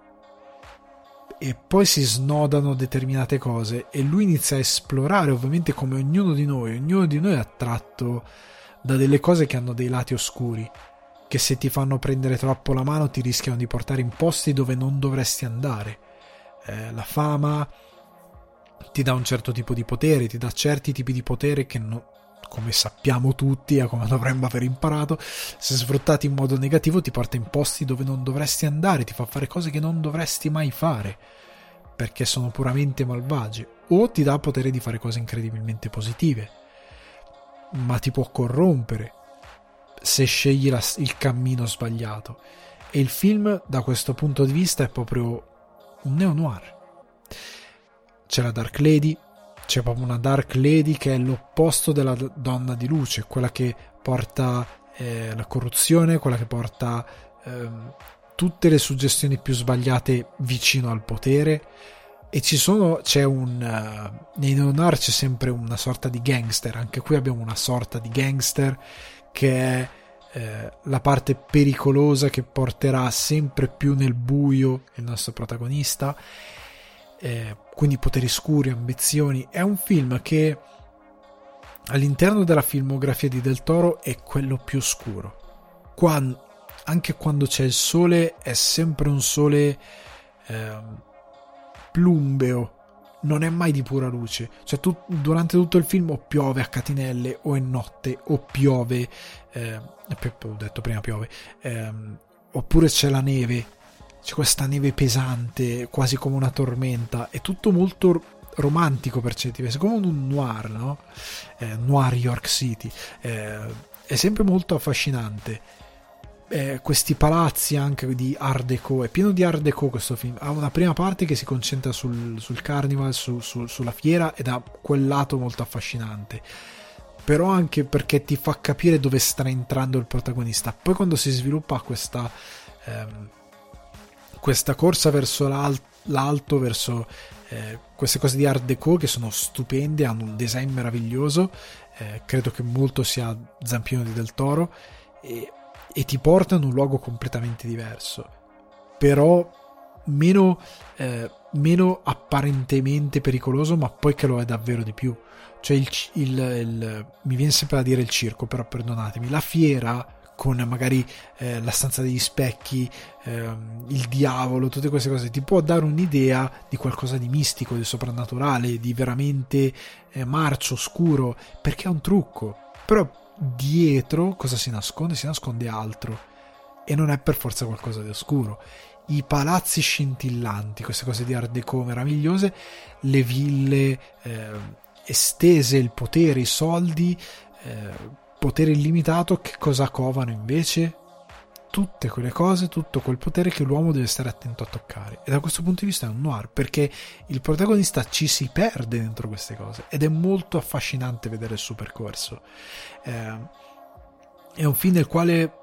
e poi si snodano determinate cose e lui inizia a esplorare, ovviamente come ognuno di noi ognuno di noi è attratto da delle cose che hanno dei lati oscuri, che se ti fanno prendere troppo la mano ti rischiano di portare in posti dove non dovresti andare. Eh, la fama ti dà un certo tipo di potere, ti dà certi tipi di potere che no, come sappiamo tutti e come dovremmo aver imparato, se sfruttati in modo negativo ti porta in posti dove non dovresti andare, ti fa fare cose che non dovresti mai fare perché sono puramente malvagie, o ti dà potere di fare cose incredibilmente positive, ma ti può corrompere se scegli la, il cammino sbagliato. E il film da questo punto di vista è proprio un neo-noir. C'è la Dark Lady, c'è proprio una Dark Lady che è l'opposto della donna di luce, quella che porta eh, la corruzione, quella che porta eh, tutte le suggestioni più sbagliate vicino al potere. E ci sono, c'è un uh, nei neo-noir c'è sempre una sorta di gangster, anche qui abbiamo una sorta di gangster che è eh, la parte pericolosa che porterà sempre più nel buio il nostro protagonista, eh, quindi poteri scuri, ambizioni. È un film che all'interno della filmografia di Del Toro è quello più scuro. Quando, anche quando c'è il sole è sempre un sole eh, plumbeo, non è mai di pura luce, cioè tu, durante tutto il film o piove a catinelle o è notte o piove, eh, ho detto prima piove, eh, oppure c'è la neve, c'è questa neve pesante quasi come una tormenta, è tutto molto romantico per certi versi, come un noir, no? Eh, noir York City, eh, è sempre molto affascinante. Eh, questi palazzi anche di Art Deco, è pieno di Art Deco questo film, ha una prima parte che si concentra sul, sul carnival, su, su, sulla fiera, ed ha quel lato molto affascinante, però anche perché ti fa capire dove sta entrando il protagonista. Poi quando si sviluppa questa ehm, questa corsa verso l'al- l'alto, verso eh, queste cose di Art Deco che sono stupende, hanno un design meraviglioso, eh, credo che molto sia zampino di Del Toro, e e ti porta in un luogo completamente diverso, però meno, eh, meno apparentemente pericoloso, ma poi che lo è davvero di più. Cioè il, il, il mi viene sempre da dire il circo, però perdonatemi, la fiera con magari eh, la stanza degli specchi, eh, il diavolo, tutte queste cose ti può dare un'idea di qualcosa di mistico, di soprannaturale, di veramente eh, marcio, oscuro, perché è un trucco, però dietro cosa si nasconde? Si nasconde altro, e non è per forza qualcosa di oscuro. I palazzi scintillanti, queste cose di Art Deco meravigliose, le ville eh, estese, il potere, i soldi, eh, potere illimitato, che cosa covano invece? Tutte quelle cose, tutto quel potere che l'uomo deve stare attento a toccare. E da questo punto di vista è un noir, perché il protagonista ci si perde dentro queste cose ed è molto affascinante vedere il suo percorso. Eh, è un film nel quale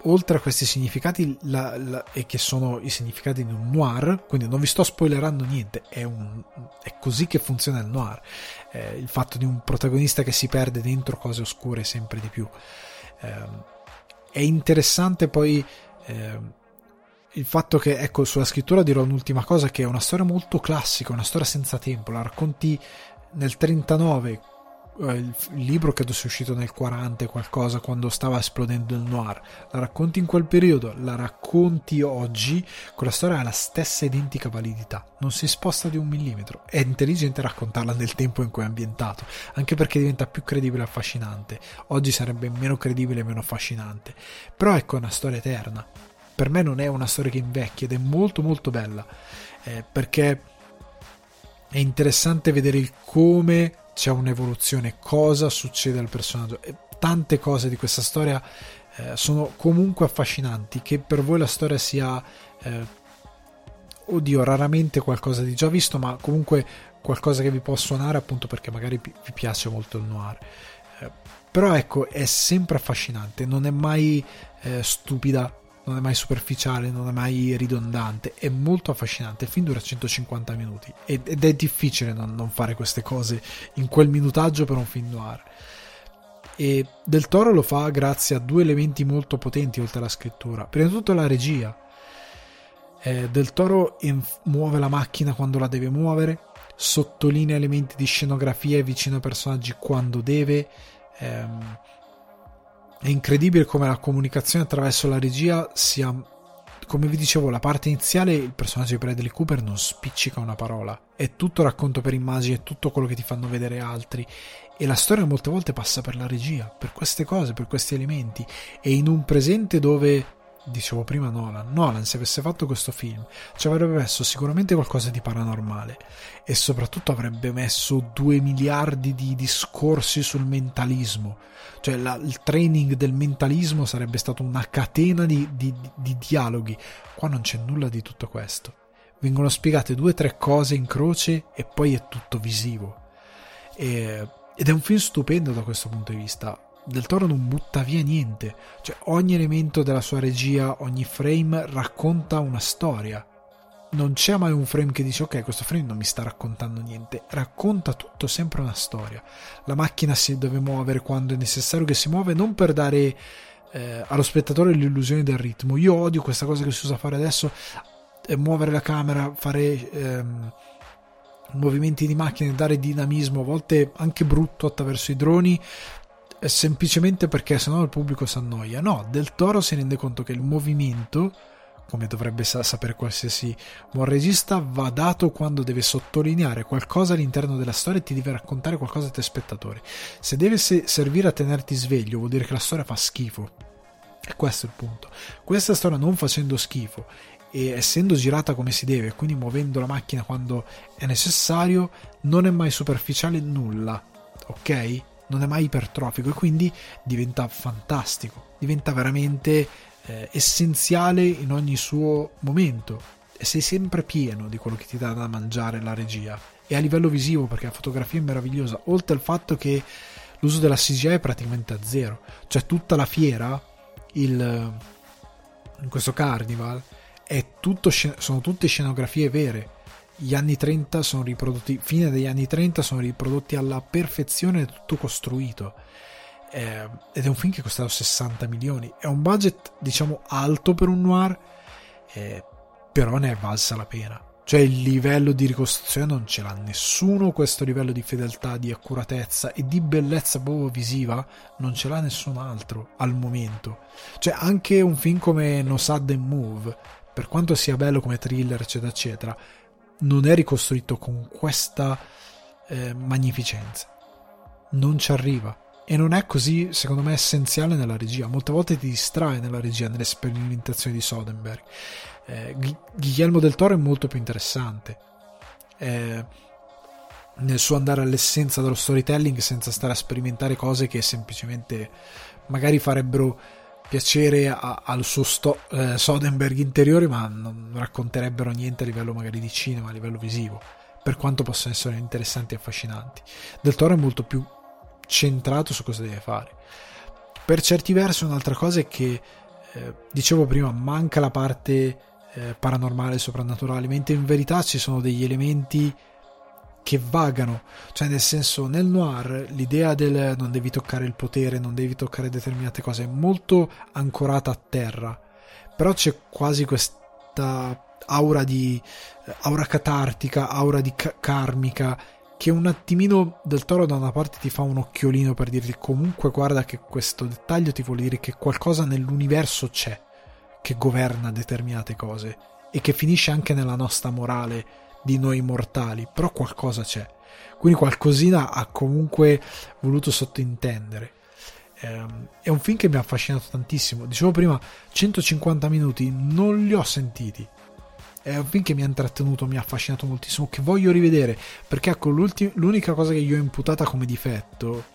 oltre a questi significati, la, la, e che sono i significati di un noir, quindi non vi sto spoilerando niente, è, un, è così che funziona il noir, eh, il fatto di un protagonista che si perde dentro cose oscure sempre di più. Eh, è interessante poi eh, il fatto che, ecco, sulla scrittura dirò un'ultima cosa, che è una storia molto classica, una storia senza tempo, la racconti nel trentanove, il libro credo sia uscito nel quaranta e qualcosa, quando stava esplodendo il noir, la racconti in quel periodo, la racconti oggi, quella storia ha la stessa identica validità, non si sposta di un millimetro. È intelligente raccontarla nel tempo in cui è ambientato, anche perché diventa più credibile e affascinante. Oggi sarebbe meno credibile e meno affascinante, però ecco, è una storia eterna. Per me non è una storia che invecchia ed è molto molto bella, eh, perché è interessante vedere il come c'è un'evoluzione, cosa succede al personaggio, e tante cose di questa storia eh, sono comunque affascinanti. Che per voi la storia sia eh, oddio, raramente qualcosa di già visto, ma comunque qualcosa che vi può suonare, appunto perché magari vi piace molto il noir, eh, però ecco, è sempre affascinante, non è mai eh, stupida, non è mai superficiale, non è mai ridondante, è molto affascinante. Il film dura centocinquanta minuti ed è difficile non, non fare queste cose in quel minutaggio per un film noir, e Del Toro lo fa grazie a due elementi molto potenti oltre alla scrittura. Prima di tutto la regia, eh, Del Toro inf- muove la macchina quando la deve muovere, sottolinea elementi di scenografia e vicino ai personaggi quando deve. ehm, È incredibile come la comunicazione attraverso la regia sia, come vi dicevo, la parte iniziale, il personaggio di Bradley Cooper non spiccica una parola, è tutto racconto per immagini, è tutto quello che ti fanno vedere altri, e la storia molte volte passa per la regia, per queste cose, per questi elementi, e in un presente dove, dicevo prima, Nolan Nolan se avesse fatto questo film ci avrebbe messo sicuramente qualcosa di paranormale, e soprattutto avrebbe messo due miliardi di discorsi sul mentalismo, cioè la, il training del mentalismo sarebbe stato una catena di, di, di dialoghi. Qua non c'è nulla di tutto questo, vengono spiegate due o tre cose in croce e poi è tutto visivo, e, ed è un film stupendo da questo punto di vista. Del Toro non butta via niente, cioè ogni elemento della sua regia, ogni frame racconta una storia, non c'è mai un frame che dice ok, questo frame non mi sta raccontando niente, racconta tutto sempre una storia. La macchina si deve muovere quando è necessario che si muove, non per dare eh, allo spettatore l'illusione del ritmo. Io odio questa cosa che si usa fare adesso, eh, muovere la camera, fare ehm, movimenti di macchina, dare dinamismo, a volte anche brutto attraverso i droni, semplicemente perché sennò il pubblico si annoia. No, Del Toro si rende conto che il movimento, come dovrebbe sapere qualsiasi buon regista, va dato quando deve sottolineare qualcosa all'interno della storia e ti deve raccontare qualcosa a te spettatore. Se deve servire a tenerti sveglio, vuol dire che la storia fa schifo, e questo è il punto. Questa storia, non facendo schifo e essendo girata come si deve, quindi muovendo la macchina quando è necessario, non è mai superficiale nulla, ok? Non è mai ipertrofico, e quindi diventa fantastico, diventa veramente eh, essenziale in ogni suo momento, e sei sempre pieno di quello che ti dà da mangiare la regia. E a livello visivo, perché la fotografia è meravigliosa, oltre al fatto che l'uso della C G I è praticamente a zero, cioè tutta la fiera, il, in questo carnival, è tutto, sono tutte scenografie vere. Gli anni trenta sono riprodotti, fine degli anni trenta sono riprodotti alla perfezione, tutto costruito, eh, ed è un film che è costato sessanta milioni. È un budget diciamo alto per un noir, eh, però ne è valsa la pena. Cioè il livello di ricostruzione non ce l'ha nessuno, questo livello di fedeltà, di accuratezza e di bellezza proprio visiva non ce l'ha nessun altro al momento. Cioè anche un film come No Sudden Move, per quanto sia bello come thriller eccetera eccetera, non è ricostruito con questa eh, magnificenza, non ci arriva, e non è così, secondo me, essenziale nella regia. Molte volte ti distrae nella regia, nelle sperimentazioni di Soderbergh. eh, Guillermo del Toro è molto più interessante eh, nel suo andare all'essenza dello storytelling, senza stare a sperimentare cose che semplicemente magari farebbero piacere a, al suo sto, eh, Soderbergh interiore, ma non racconterebbero niente a livello magari di cinema, a livello visivo, per quanto possano essere interessanti e affascinanti. Del Toro è molto più centrato su cosa deve fare. Per certi versi un'altra cosa è che eh, dicevo prima, manca la parte eh, paranormale, soprannaturale, mentre in verità ci sono degli elementi che vagano, cioè nel senso, nel noir l'idea del non devi toccare il potere, non devi toccare determinate cose è molto ancorata a terra, però c'è quasi questa aura di aura catartica, aura di ca- karmica, che un attimino Del Toro da una parte ti fa un occhiolino per dirti comunque guarda che questo dettaglio ti vuole dire che qualcosa nell'universo c'è che governa determinate cose e che finisce anche nella nostra morale di noi mortali, però qualcosa c'è, quindi qualcosina ha comunque voluto sottintendere. Ehm, è un film che mi ha affascinato tantissimo, dicevo prima centocinquanta minuti non li ho sentiti, è un film che mi ha intrattenuto, mi ha affascinato moltissimo, che voglio rivedere, perché ecco l'unica cosa che gli ho imputata come difetto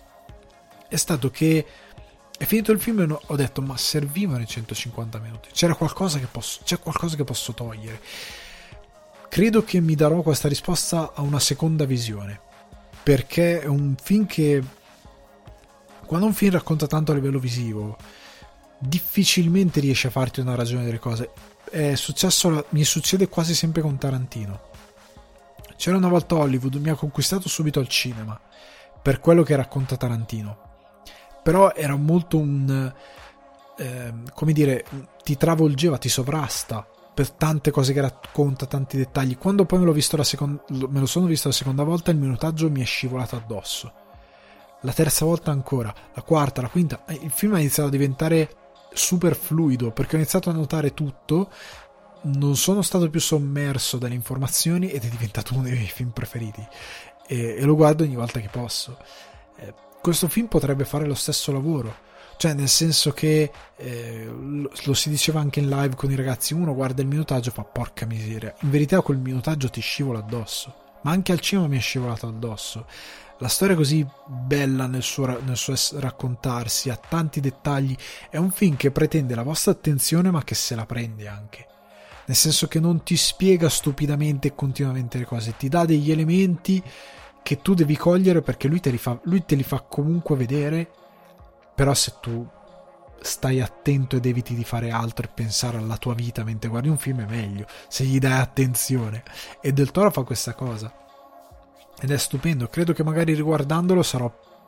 è stato che è finito il film e ho detto ma servivano i centocinquanta minuti, c'era qualcosa che posso, c'è qualcosa che posso togliere. Credo che mi darò questa risposta a una seconda visione, perché è un film che, quando un film racconta tanto a livello visivo, difficilmente riesce a farti una ragione delle cose. È successo, mi succede quasi sempre con Tarantino. C'era una volta Hollywood, mi ha conquistato subito al cinema per quello che racconta Tarantino, però era molto un eh, come dire, ti travolgeva, ti sovrasta per tante cose che racconta, tanti dettagli. Quando poi me l'ho visto la seconda, me lo sono visto la seconda volta, il minutaggio mi è scivolato addosso, la terza volta ancora, la quarta, la quinta, il film ha iniziato a diventare super fluido perché ho iniziato a notare tutto, non sono stato più sommerso dalle informazioni ed è diventato uno dei miei film preferiti e, e lo guardo ogni volta che posso. Eh, questo film potrebbe fare lo stesso lavoro, cioè nel senso che eh, lo, lo si diceva anche in live con i ragazzi, uno guarda il minutaggio e fa porca miseria, in verità quel minutaggio ti scivola addosso, ma anche al cinema mi è scivolato addosso. La storia è così bella nel suo, nel suo raccontarsi, ha tanti dettagli, è un film che pretende la vostra attenzione ma che se la prende anche, nel senso che non ti spiega stupidamente e continuamente le cose, ti dà degli elementi che tu devi cogliere perché lui te li fa, lui te li fa comunque vedere, però se tu stai attento ed eviti di fare altro e pensare alla tua vita mentre guardi un film è meglio, se gli dai attenzione, e Del Toro fa questa cosa ed è stupendo. Credo che magari riguardandolo sarò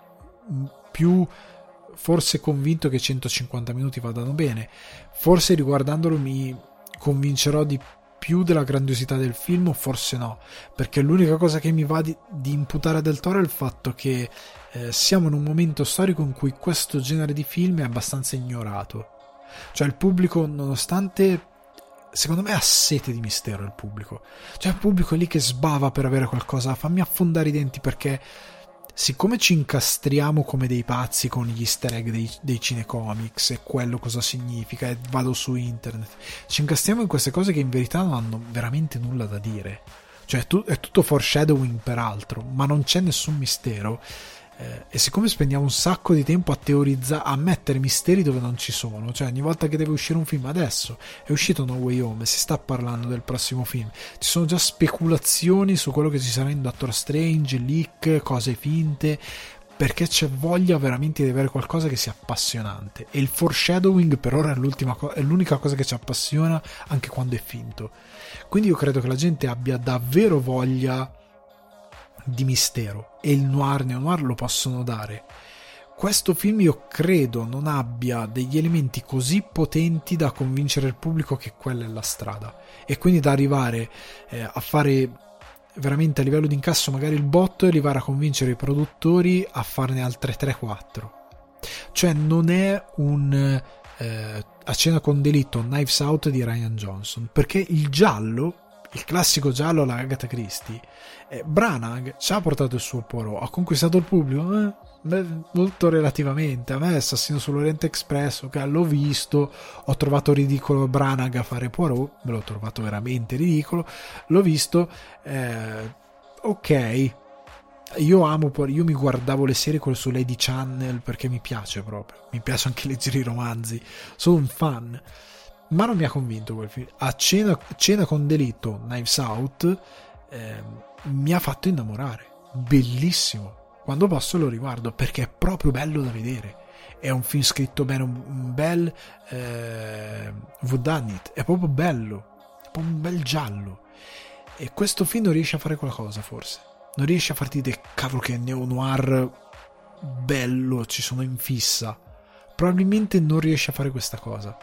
più forse convinto che centocinquanta minuti vadano bene, forse riguardandolo mi convincerò di più della grandiosità del film, o forse no, perché l'unica cosa che mi va di, di imputare a Del Toro è il fatto che eh, siamo in un momento storico in cui questo genere di film è abbastanza ignorato, cioè il pubblico, nonostante, secondo me ha sete di mistero, il pubblico, cioè il pubblico è lì che sbava per avere qualcosa, fammi affondare i denti, perché siccome ci incastriamo come dei pazzi con gli easter egg dei, dei cinecomics e quello cosa significa, e vado su internet, ci incastriamo in queste cose che in verità non hanno veramente nulla da dire, cioè è, tu, è tutto foreshadowing peraltro, ma non c'è nessun mistero. Eh, e siccome spendiamo un sacco di tempo a teorizzare, a mettere misteri dove non ci sono, cioè ogni volta che deve uscire un film, adesso è uscito No Way Home, si sta parlando del prossimo film, ci sono già speculazioni su quello che ci sarà in Doctor Strange, leak, cose finte, perché c'è voglia veramente di avere qualcosa che sia appassionante, e il foreshadowing per ora è, l'ultima co- è l'unica cosa che ci appassiona anche quando è finto. Quindi io credo che la gente abbia davvero voglia di mistero, e il noir neo-noir lo possono dare. Questo film io credo non abbia degli elementi così potenti da convincere il pubblico che quella è la strada, e quindi da arrivare eh, a fare veramente a livello di incasso magari il botto, e arrivare a convincere i produttori a farne altre tre quattro. Cioè non è un eh, A cena con delitto, Knives Out di Rian Johnson, perché il giallo, il classico giallo alla Agatha Christie, eh, Branagh ci ha portato il suo Poirot, ha conquistato il pubblico, eh, beh, molto relativamente. A me Assassino sull'Oriente Express, ok, l'ho visto, ho trovato ridicolo Branagh a fare Poirot, me l'ho trovato veramente ridicolo, l'ho visto, eh, ok, io amo, io mi guardavo le serie quelle su Lady Channel perché mi piace proprio, mi piace anche leggere i romanzi, sono un fan, ma non mi ha convinto quel film. A cena, cena con delitto, Knives Out, eh, mi ha fatto innamorare, bellissimo, quando posso lo riguardo perché è proprio bello da vedere, è un film scritto bene, un, un bel eh, whodunit, è proprio bello, è proprio un bel giallo, e questo film non riesce a fare quella cosa, forse non riesce a farti dire cavolo che neo-noir bello, ci sono in fissa, probabilmente non riesce a fare questa cosa.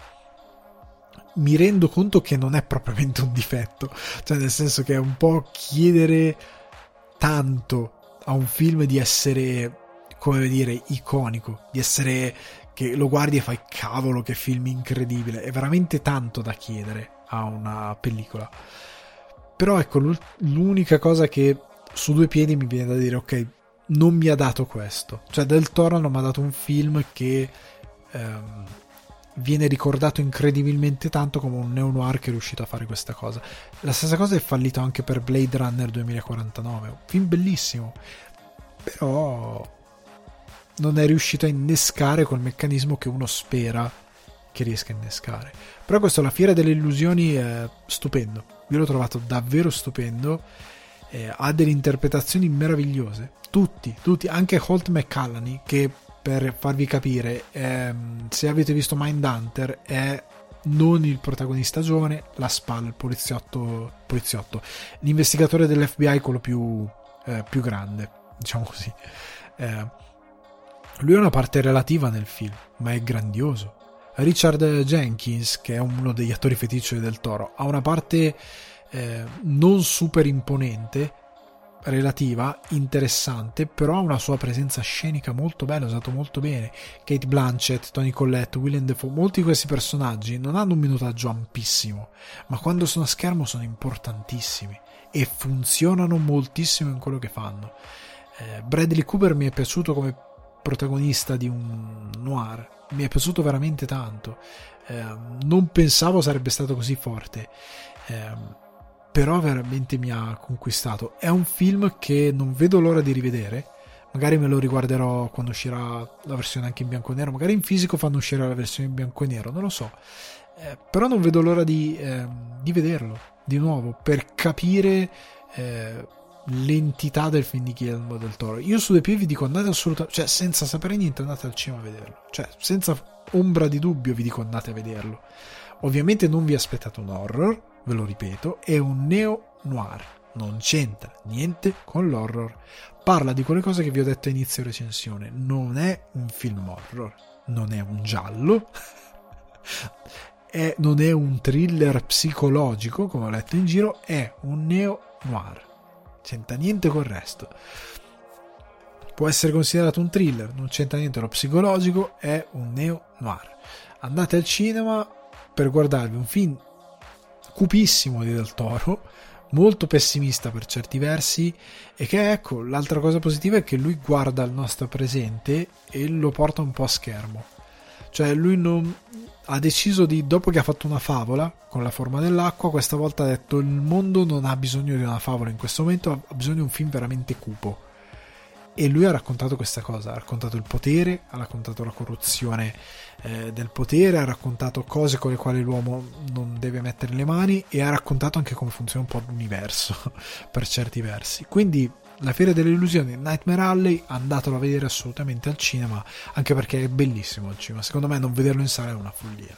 Mi rendo conto che non è propriamente un difetto, cioè nel senso che è un po' chiedere tanto a un film di essere, come dire, iconico, di essere che lo guardi e fai cavolo che film incredibile, è veramente tanto da chiedere a una pellicola. Però ecco, l'unica cosa che su due piedi mi viene da dire ok, non mi ha dato questo, cioè Del Toro non mi ha dato un film che ehm, viene ricordato incredibilmente tanto come un neo-noir che è riuscito a fare questa cosa. La stessa cosa è fallito anche per Blade Runner duemilaquarantanove, un film bellissimo, però non è riuscito a innescare quel meccanismo che uno spera che riesca a innescare. Però questo, La Fiera delle Illusioni, è stupendo, io l'ho trovato davvero stupendo, eh, ha delle interpretazioni meravigliose, tutti, tutti, anche Holt McCallany, che per farvi capire, ehm, se avete visto Mindhunter, è non il protagonista giovane, la spalla, il poliziotto, poliziotto l'investigatore dell'F B I, quello più, eh, più grande, diciamo così. Eh, lui ha una parte relativa nel film, ma è grandioso. Richard Jenkins, che è uno degli attori feticci del Toro, ha una parte eh, non super imponente, relativa, interessante, però ha una sua presenza scenica molto bella, usato molto bene. Kate Blanchett, Toni Collette, Willem Dafoe, molti di questi personaggi non hanno un minutaggio ampissimo, ma quando sono a schermo sono importantissimi e funzionano moltissimo in quello che fanno. eh, Bradley Cooper mi è piaciuto come protagonista di un noir, mi è piaciuto veramente tanto, eh, non pensavo sarebbe stato così forte, eh, però veramente mi ha conquistato. È un film che non vedo l'ora di rivedere, magari me lo riguarderò quando uscirà la versione anche in bianco e nero, magari in fisico fanno uscire la versione in bianco e nero, non lo so, eh, però non vedo l'ora di, eh, di vederlo di nuovo per capire eh, l'entità del film di Guillermo del Toro. Io su due piedi vi dico andate assolutamente, cioè senza sapere niente andate al cinema a vederlo, cioè senza ombra di dubbio vi dico andate a vederlo. Ovviamente non vi aspettate un horror, ve lo ripeto, è un neo-noir, non c'entra niente con l'horror, parla di quelle cose che vi ho detto a inizio recensione, non è un film horror, non è un giallo, è, non è un thriller psicologico come ho letto in giro, è un neo-noir, c'entra niente col resto. Può essere considerato un thriller, non c'entra niente lo psicologico, è un neo-noir. Andate al cinema per guardarvi un film cupissimo di Del Toro, molto pessimista per certi versi, e che, ecco, l'altra cosa positiva è che lui guarda il nostro presente e lo porta un po' a schermo, cioè lui non ha deciso di, dopo che ha fatto una favola con La forma dell'acqua, questa volta ha detto il mondo non ha bisogno di una favola in questo momento, ha bisogno di un film veramente cupo, e lui ha raccontato questa cosa, ha raccontato il potere, ha raccontato la corruzione eh, del potere, ha raccontato cose con le quali l'uomo non deve mettere le mani, e ha raccontato anche come funziona un po' l'universo per certi versi. Quindi La Fiera delle Illusioni, Nightmare Alley, andatelo a vedere assolutamente al cinema, anche perché è bellissimo al cinema, secondo me non vederlo in sala è una follia.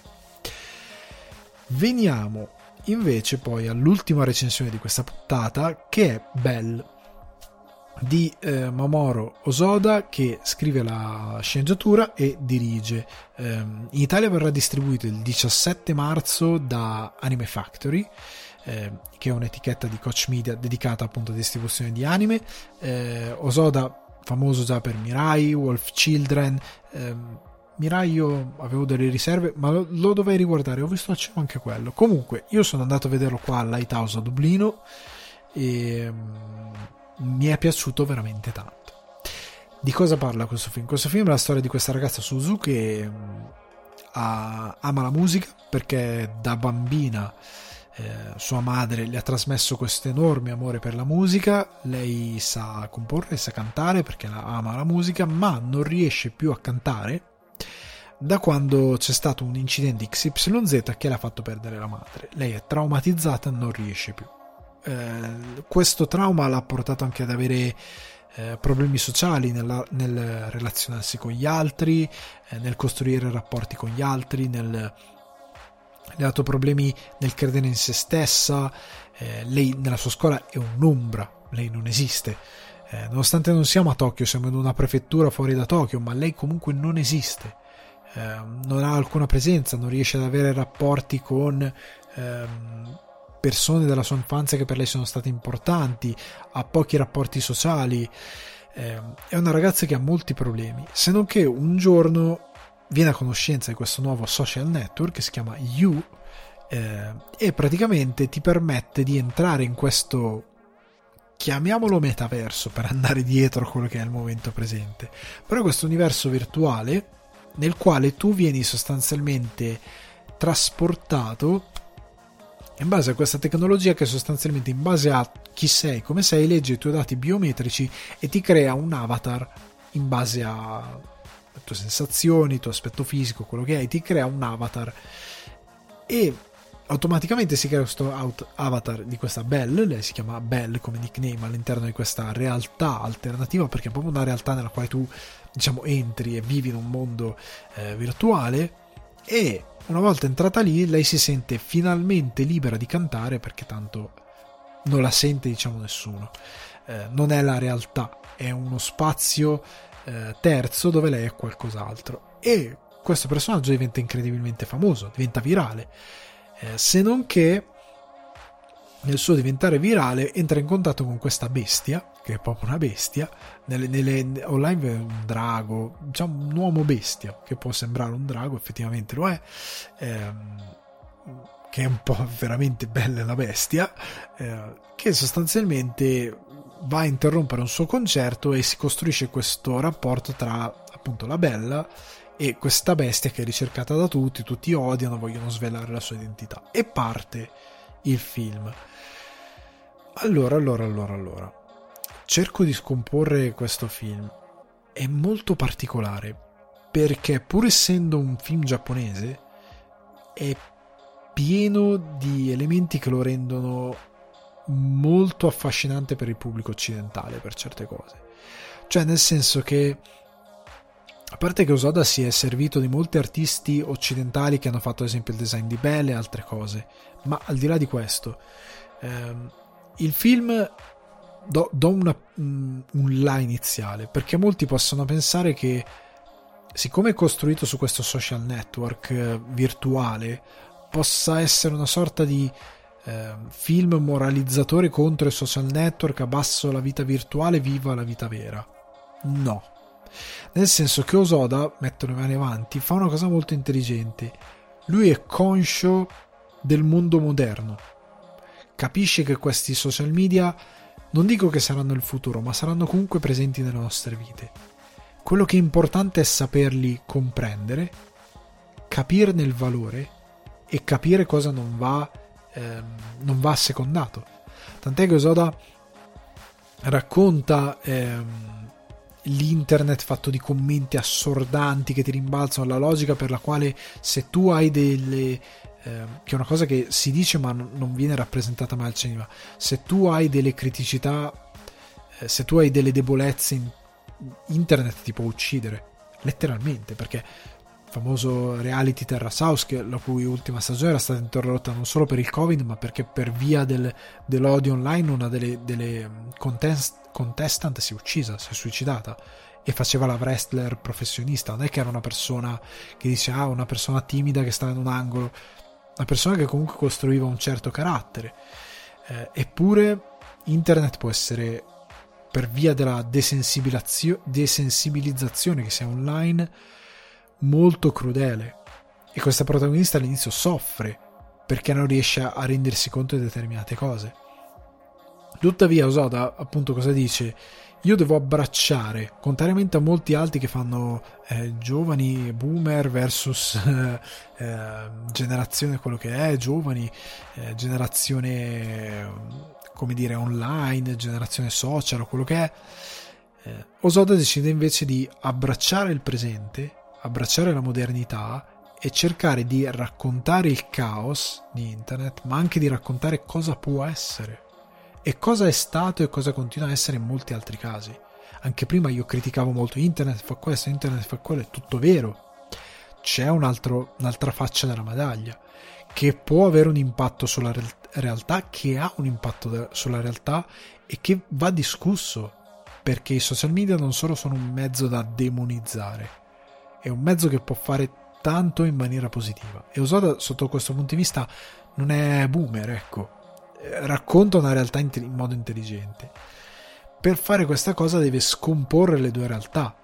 Veniamo invece poi all'ultima recensione di questa puntata, che è Belle di eh, Mamoru Hosoda, che scrive la sceneggiatura e dirige. Eh, in Italia verrà distribuito il diciassette marzo da Anime Factory, eh, che è un'etichetta di Koch Media dedicata appunto alla distribuzione di anime. eh, Hosoda, famoso già per Mirai, Wolf Children. eh, Mirai io avevo delle riserve, ma lo, lo dovrei riguardare, ho visto al cinema anche quello. Comunque io sono andato a vederlo qua al Lighthouse a Dublino e mi è piaciuto veramente tanto. Di cosa parla questo film? Questo film è la storia di questa ragazza Suzu che ha, ama la musica, perché da bambina eh, sua madre le ha trasmesso questo enorme amore per la musica. Lei sa comporre, sa cantare perché ama la musica, ma non riesce più a cantare da quando c'è stato un incidente X Y Z che l'ha fatto perdere la madre. Lei è traumatizzata, non riesce più. Eh, questo trauma l'ha portato anche ad avere eh, problemi sociali nella, nel relazionarsi con gli altri, eh, nel costruire rapporti con gli altri, nel, le ha dato problemi nel credere in se stessa. Eh, lei nella sua scuola è un'ombra, lei non esiste. Eh, nonostante non siamo a Tokyo, siamo in una prefettura fuori da Tokyo, ma lei comunque non esiste. Eh, non ha alcuna presenza, non riesce ad avere rapporti con ehm, persone della sua infanzia che per lei sono state importanti, ha pochi rapporti sociali, eh, è una ragazza che ha molti problemi, se non che un giorno viene a conoscenza di questo nuovo social network che si chiama You, eh, e praticamente ti permette di entrare in questo, chiamiamolo metaverso per andare dietro a quello che è il momento presente, però questo universo virtuale nel quale tu vieni sostanzialmente trasportato in base a questa tecnologia che sostanzialmente in base a chi sei, come sei, legge i tuoi dati biometrici e ti crea un avatar in base a le tue sensazioni, il tuo aspetto fisico, quello che hai, ti crea un avatar e automaticamente si crea questo avatar di questa Belle, lei si chiama Belle come nickname all'interno di questa realtà alternativa, perché è proprio una realtà nella quale tu, diciamo, entri e vivi in un mondo eh, virtuale, e una volta entrata lì lei si sente finalmente libera di cantare, perché tanto non la sente, diciamo, nessuno, eh, non è la realtà, è uno spazio eh, terzo dove lei è qualcos'altro, e questo personaggio diventa incredibilmente famoso, diventa virale. Eh, se non che nel suo diventare virale entra in contatto con questa bestia, che è proprio una bestia, nelle, nelle online è un drago, diciamo un uomo bestia, che può sembrare un drago, effettivamente lo è, ehm, che è un po' veramente bella la bestia, eh, che sostanzialmente va a interrompere un suo concerto e si costruisce questo rapporto tra appunto la bella e questa bestia che è ricercata da tutti, tutti odiano, vogliono svelare la sua identità, e parte il film. Allora, allora, allora, allora cerco di scomporre questo film. È molto particolare perché, pur essendo un film giapponese, è pieno di elementi che lo rendono molto affascinante per il pubblico occidentale per certe cose, cioè nel senso che, a parte che Osoda si è servito di molti artisti occidentali che hanno fatto ad esempio il design di Belle e altre cose, ma al di là di questo, ehm, il film do, do una, um, un là iniziale, perché molti possono pensare che, siccome è costruito su questo social network eh, virtuale, possa essere una sorta di eh, film moralizzatore contro il social network, abbasso la vita virtuale, viva la vita vera. No, nel senso che Osoda, metto le mani avanti, fa una cosa molto intelligente. Lui è conscio del mondo moderno, capisce che questi social media, non dico che saranno il futuro, ma saranno comunque presenti nelle nostre vite. Quello che è importante è saperli comprendere, capirne il valore e capire cosa non va ehm, non va assecondato. Tant'è che Osoda racconta ehm, l'internet fatto di commenti assordanti che ti rimbalzano, la logica per la quale se tu hai delle eh, che è una cosa che si dice ma non viene rappresentata mai al cinema, se tu hai delle criticità, eh, se tu hai delle debolezze, in, internet ti può uccidere letteralmente, perché il famoso reality Terrace House, che la cui ultima stagione era stata interrotta non solo per il Covid ma perché per via del, dell'odio online una delle, delle contest, contestant si è uccisa, si è suicidata, e faceva la wrestler professionista, non è che era una persona che dice ah una persona timida che sta in un angolo, una persona che comunque costruiva un certo carattere. Eh, eppure internet può essere, per via della desensibilizzazione desensibilizzazione che si ha online, molto crudele, e questa protagonista all'inizio soffre perché non riesce a rendersi conto di determinate cose. Tuttavia Osoda appunto cosa dice? Io devo abbracciare, contrariamente a molti altri che fanno eh, giovani boomer versus eh, eh, generazione quello che è, giovani, eh, generazione come dire online, generazione social o quello che è, eh, Osoda decide invece di abbracciare il presente, abbracciare la modernità e cercare di raccontare il caos di internet, ma anche di raccontare cosa può essere e cosa è stato e cosa continua a essere in molti altri casi. anche prima io criticavo molto internet fa questo, internet fa quello, è tutto vero. C'è un altro, un'altra faccia della medaglia che può avere un impatto sulla re- realtà, che ha un impatto de- sulla realtà e che va discusso, perché i social media non solo sono un mezzo da demonizzare, è un mezzo che può fare tanto in maniera positiva, e Osoda sotto questo punto di vista non è boomer, ecco, racconta una realtà in, in modo intelligente. Per fare questa cosa deve scomporre le due realtà.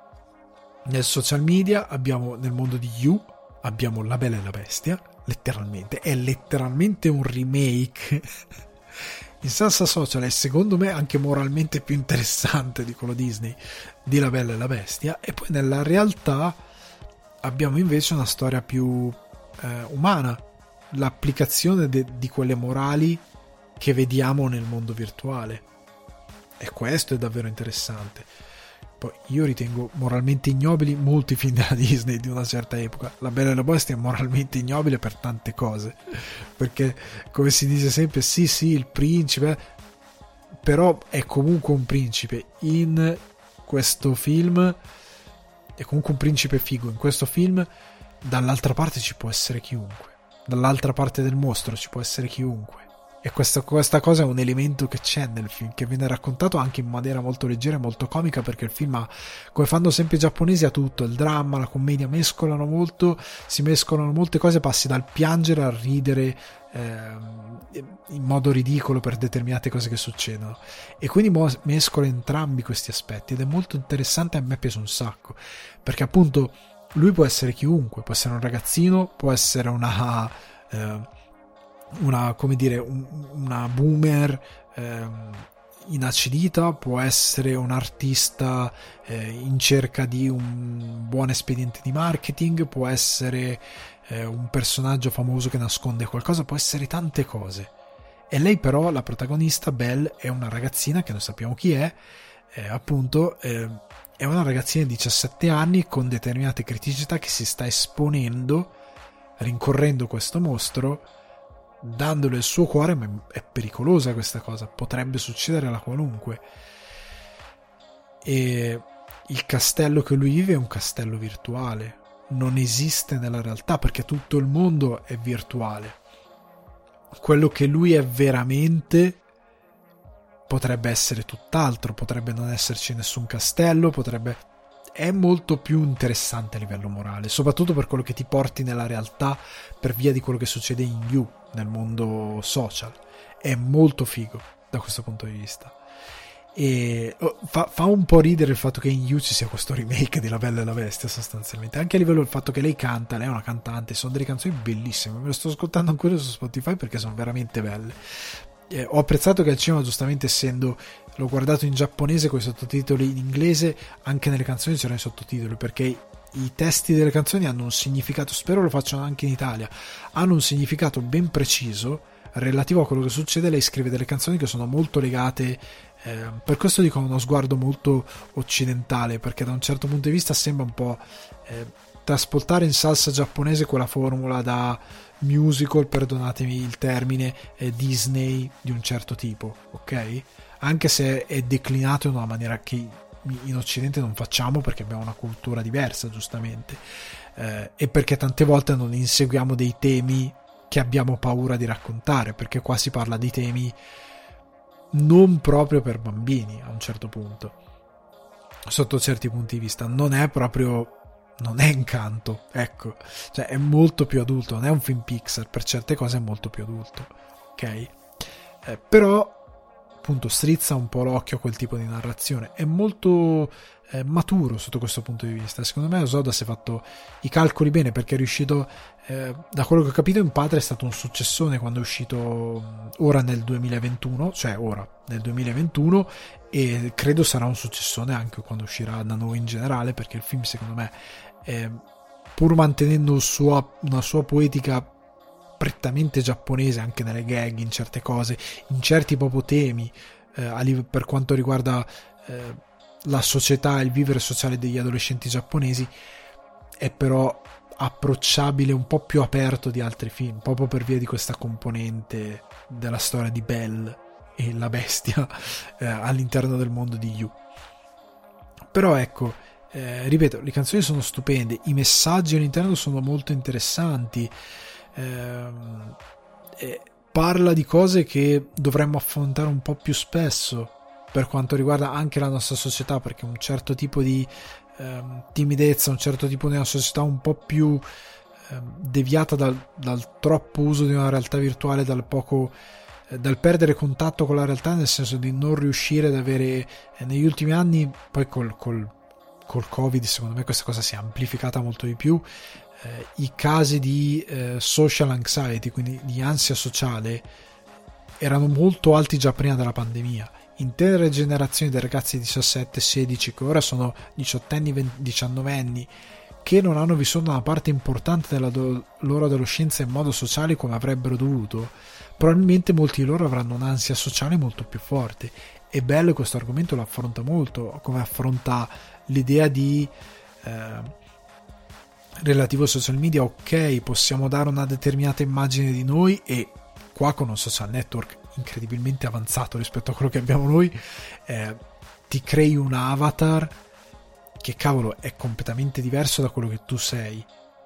Nel social media abbiamo, nel mondo di You abbiamo La Bella e la Bestia, letteralmente è letteralmente un remake in salsa social, è secondo me anche moralmente più interessante di quello Disney di La Bella e la Bestia. E poi nella realtà abbiamo invece una storia più eh, umana, l'applicazione de- di quelle morali che vediamo nel mondo virtuale, e questo è davvero interessante. Poi io ritengo moralmente ignobili molti film della Disney di una certa epoca. La Bella e la Bestia è moralmente ignobile per tante cose, perché come si dice sempre, sì sì il principe, però è comunque un principe. In questo film è comunque un principe figo. In questo film dall'altra parte ci può essere chiunque, dall'altra parte del mostro ci può essere chiunque. E questa, questa cosa è un elemento che c'è nel film, che viene raccontato anche in maniera molto leggera e molto comica, perché il film ha, come fanno sempre i giapponesi, ha tutto, il dramma, la commedia, mescolano molto, si mescolano molte cose, passi dal piangere al ridere ehm, in modo ridicolo per determinate cose che succedono, e quindi mo- mescola entrambi questi aspetti, ed è molto interessante. A me piace un sacco, perché appunto lui può essere chiunque, può essere un ragazzino, può essere una... Eh, una come dire un, una boomer ehm, inacidita, può essere un artista eh, in cerca di un buon espediente di marketing, può essere eh, un personaggio famoso che nasconde qualcosa, può essere tante cose. E lei però, la protagonista Belle, è una ragazzina che non sappiamo chi è, eh, appunto eh, è una ragazzina di diciassette anni con determinate criticità, che si sta esponendo, rincorrendo questo mostro, dandole il suo cuore. Ma è pericolosa questa cosa, potrebbe succedere alla qualunque. E il castello che lui vive è un castello virtuale, non esiste nella realtà, perché tutto il mondo è virtuale. Quello che lui è veramente potrebbe essere tutt'altro, potrebbe non esserci nessun castello, potrebbe... è molto più interessante a livello morale, soprattutto per quello che ti porti nella realtà, per via di quello che succede in You, nel mondo social. È molto figo da questo punto di vista. E fa, fa un po' ridere il fatto che in You ci sia questo remake di La Bella e la Bestia, sostanzialmente, anche a livello del fatto che lei canta, lei è una cantante, sono delle canzoni bellissime, me le sto ascoltando ancora su Spotify perché sono veramente belle. Eh, ho apprezzato che al cinema, giustamente, essendo l'ho guardato in giapponese con i sottotitoli in inglese, anche nelle canzoni c'erano i sottotitoli, perché i testi delle canzoni hanno un significato, spero lo facciano anche in Italia, hanno un significato ben preciso relativo a quello che succede. Lei scrive delle canzoni che sono molto legate, eh, per questo dico uno sguardo molto occidentale, perché da un certo punto di vista sembra un po' eh, trasportare in salsa giapponese quella formula da musical, perdonatemi il termine, eh, Disney di un certo tipo, ok? Anche se è declinato in una maniera che in Occidente non facciamo, perché abbiamo una cultura diversa, giustamente, eh, e perché tante volte non inseguiamo dei temi che abbiamo paura di raccontare, perché qua si parla di temi non proprio per bambini, a un certo punto, sotto certi punti di vista non è proprio, non è Incanto, ecco, cioè è molto più adulto, non è un film Pixar, per certe cose è molto più adulto, ok? Eh, però appunto strizza un po' l'occhio a quel tipo di narrazione, è molto eh, maturo sotto questo punto di vista. Secondo me Osoda si è fatto i calcoli bene, perché è riuscito, eh, da quello che ho capito, in Padre è stato un successone quando è uscito ora nel duemilaventuno, cioè ora nel duemilaventuno, e credo sarà un successone anche quando uscirà da noi in generale, perché il film, secondo me, è, pur mantenendo il suo, una sua poetica prettamente giapponese anche nelle gag, in certe cose, in certi proprio temi, eh, per quanto riguarda eh, la società, il vivere sociale degli adolescenti giapponesi, è però approcciabile, un po' più aperto di altri film, proprio per via di questa componente della storia di Belle e la bestia eh, all'interno del mondo di You. però ecco, eh, ripeto, le canzoni sono stupende, i messaggi all'interno sono molto interessanti, ehm, eh, parla di cose che dovremmo affrontare un po' più spesso per quanto riguarda anche la nostra società, perché un certo tipo di ehm, timidezza, un certo tipo di una società un po' più ehm, deviata dal, dal troppo uso di una realtà virtuale, dal poco eh, dal perdere contatto con la realtà, nel senso di non riuscire ad avere eh, negli ultimi anni, poi col, col, col Covid secondo me questa cosa si è amplificata molto di più, eh, i casi di eh, social anxiety, quindi di ansia sociale, erano molto alti già prima della pandemia. Intere generazioni di ragazzi di diciassette sedici che ora sono diciottenni, diciannovenni, che non hanno vissuto una parte importante della do- loro adolescenza in modo sociale come avrebbero dovuto, probabilmente molti di loro avranno un'ansia sociale molto più forte. È bello, questo argomento lo affronta molto, come affronta l'idea di eh, relativo ai social media. Ok, possiamo dare una determinata immagine di noi, e qua con un social network incredibilmente avanzato rispetto a quello che abbiamo noi, eh, ti crei un avatar che cavolo è completamente diverso da quello che tu sei,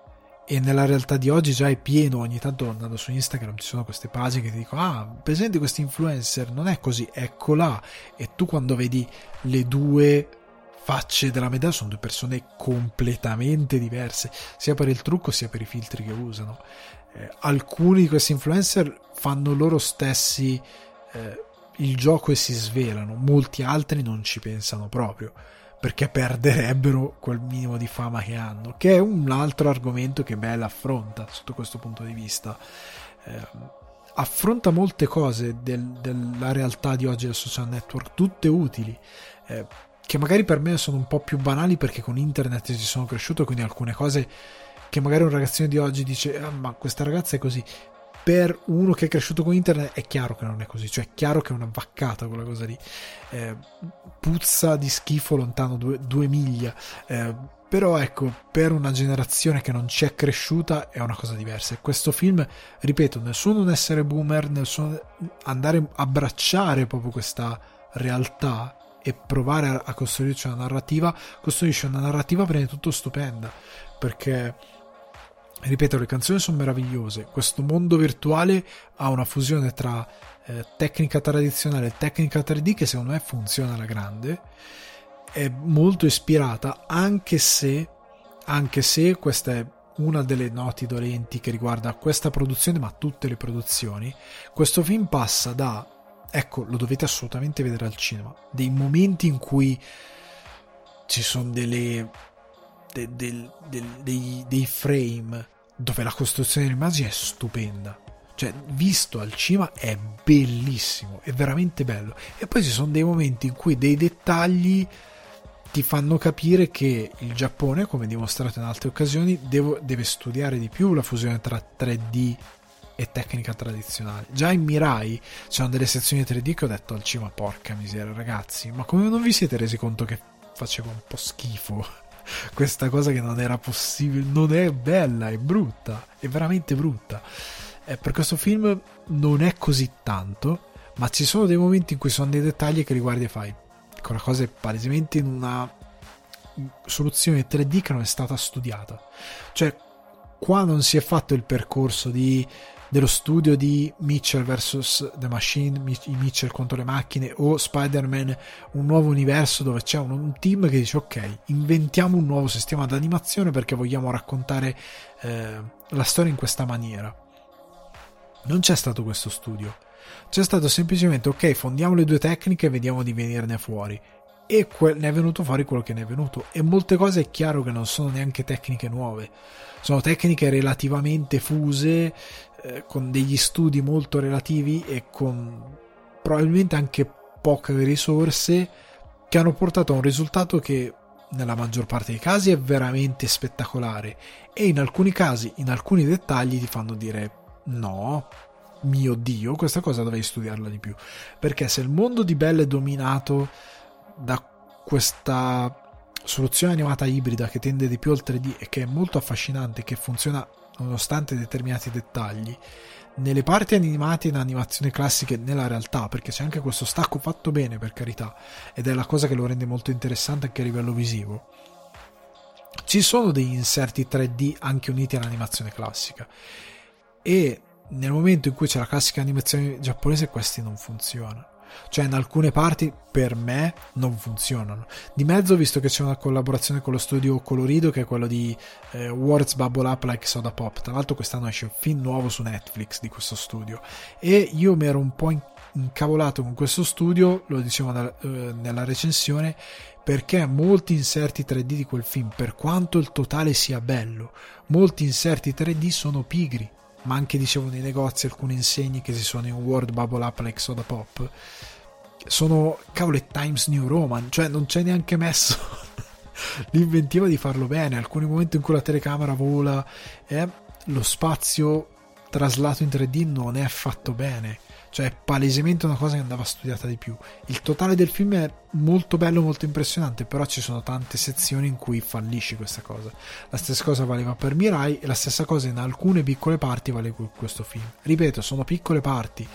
e nella realtà di oggi già è pieno. Ogni tanto andando su Instagram ci sono queste pagine che ti dicono: ah, presente questo influencer, non è così, ecco là, e tu quando vedi le due facce della medaglia sono due persone completamente diverse, sia per il trucco sia per i filtri che usano. Eh, alcuni di questi influencer fanno loro stessi eh, il gioco e si svelano, molti altri non ci pensano proprio, perché perderebbero quel minimo di fama che hanno, che è un altro argomento che Bella affronta sotto questo punto di vista. Eh, affronta molte cose del, della realtà di oggi del social network, tutte utili, eh, che magari per me sono un po' più banali perché con internet ci sono cresciuto, quindi alcune cose che magari un ragazzino di oggi dice: ah, ma questa ragazza è così, per uno che è cresciuto con internet è chiaro che non è così, cioè è chiaro che è una vaccata quella cosa lì, eh, puzza di schifo lontano due, due miglia, eh, però ecco, per una generazione che non ci è cresciuta è una cosa diversa. E questo film, ripeto, nel suo non essere boomer, nel suo andare a abbracciare proprio questa realtà e provare a, a costruirci una narrativa, costruisce una narrativa prima di tutto stupenda, perché ripeto, le canzoni sono meravigliose, questo mondo virtuale ha una fusione tra eh, tecnica tradizionale e tecnica tre D che secondo me funziona alla grande, è molto ispirata, anche se anche se questa è una delle noti dolenti che riguarda questa produzione, ma tutte le produzioni. Questo film passa da, ecco, lo dovete assolutamente vedere al cinema, dei momenti in cui ci sono delle de, de, de, dei, dei frame dove la costruzione dell'immagine è stupenda, cioè visto al cinema è bellissimo, è veramente bello, e poi ci sono dei momenti in cui dei dettagli ti fanno capire che il Giappone, come dimostrato in altre occasioni, devo, deve studiare di più la fusione tra tre D e tecnica tradizionale. Già in Mirai c'erano delle sezioni tre D che ho detto al cinema: porca miseria ragazzi, ma come non vi siete resi conto che faceva un po' schifo questa cosa, che non era possibile, non è bella, è brutta, è veramente brutta. Eh, per questo film non è così tanto, ma ci sono dei momenti in cui sono dei dettagli che riguardi e fai: quella cosa è palesemente in una soluzione tre D che non è stata studiata. Cioè qua non si è fatto il percorso di dello studio di Mitchell versus The Machine, Mitchell contro le macchine, o Spider-Man un nuovo universo dove c'è un, un team che dice: ok, inventiamo un nuovo sistema d'animazione perché vogliamo raccontare eh, la storia in questa maniera. Non c'è stato questo studio, c'è stato semplicemente: ok, fondiamo le due tecniche e vediamo di venirne fuori, e que- ne è venuto fuori quello che ne è venuto. E molte cose è chiaro che non sono neanche tecniche nuove, sono tecniche relativamente fuse, eh, con degli studi molto relativi e con probabilmente anche poche risorse, che hanno portato a un risultato che nella maggior parte dei casi è veramente spettacolare, e in alcuni casi, in alcuni dettagli ti fanno dire: no, mio Dio, questa cosa dovrei studiarla di più. Perché se il mondo di Belle è dominato da questa soluzione animata ibrida che tende di più al tre D e che è molto affascinante, che funziona nonostante determinati dettagli, nelle parti animate in animazione classica e nella realtà, perché c'è anche questo stacco fatto bene, per carità, ed è la cosa che lo rende molto interessante anche a livello visivo. Ci sono degli inserti tre D anche uniti all'animazione classica, e nel momento in cui c'è la classica animazione giapponese questi non funzionano. Cioè in alcune parti per me non funzionano. Di mezzo ho visto che c'è una collaborazione con lo studio Colorido, che è quello di eh, Words Bubble Up Like Soda Pop. Tra l'altro quest'anno esce un film nuovo su Netflix di questo studio, e io mi ero un po' incavolato con questo studio, lo dicevo da, eh, nella recensione, perché molti inserti tre D di quel film, per quanto il totale sia bello, molti inserti tre D sono pigri. Ma anche, dicevo, nei negozi alcune insegne che si sono in Word Bubble Up Like Soda Pop sono, cavolo, è Times New Roman, cioè non c'è neanche messo l'inventiva di farlo bene. Alcuni momenti in cui la telecamera vola e lo spazio traslato in tre D non è fatto bene, cioè è palesemente una cosa che andava studiata di più. Il totale del film è molto bello, molto impressionante, però ci sono tante sezioni in cui fallisce questa cosa. La stessa cosa valeva per Mirai, e la stessa cosa in alcune piccole parti vale per questo film. Ripeto, sono piccole parti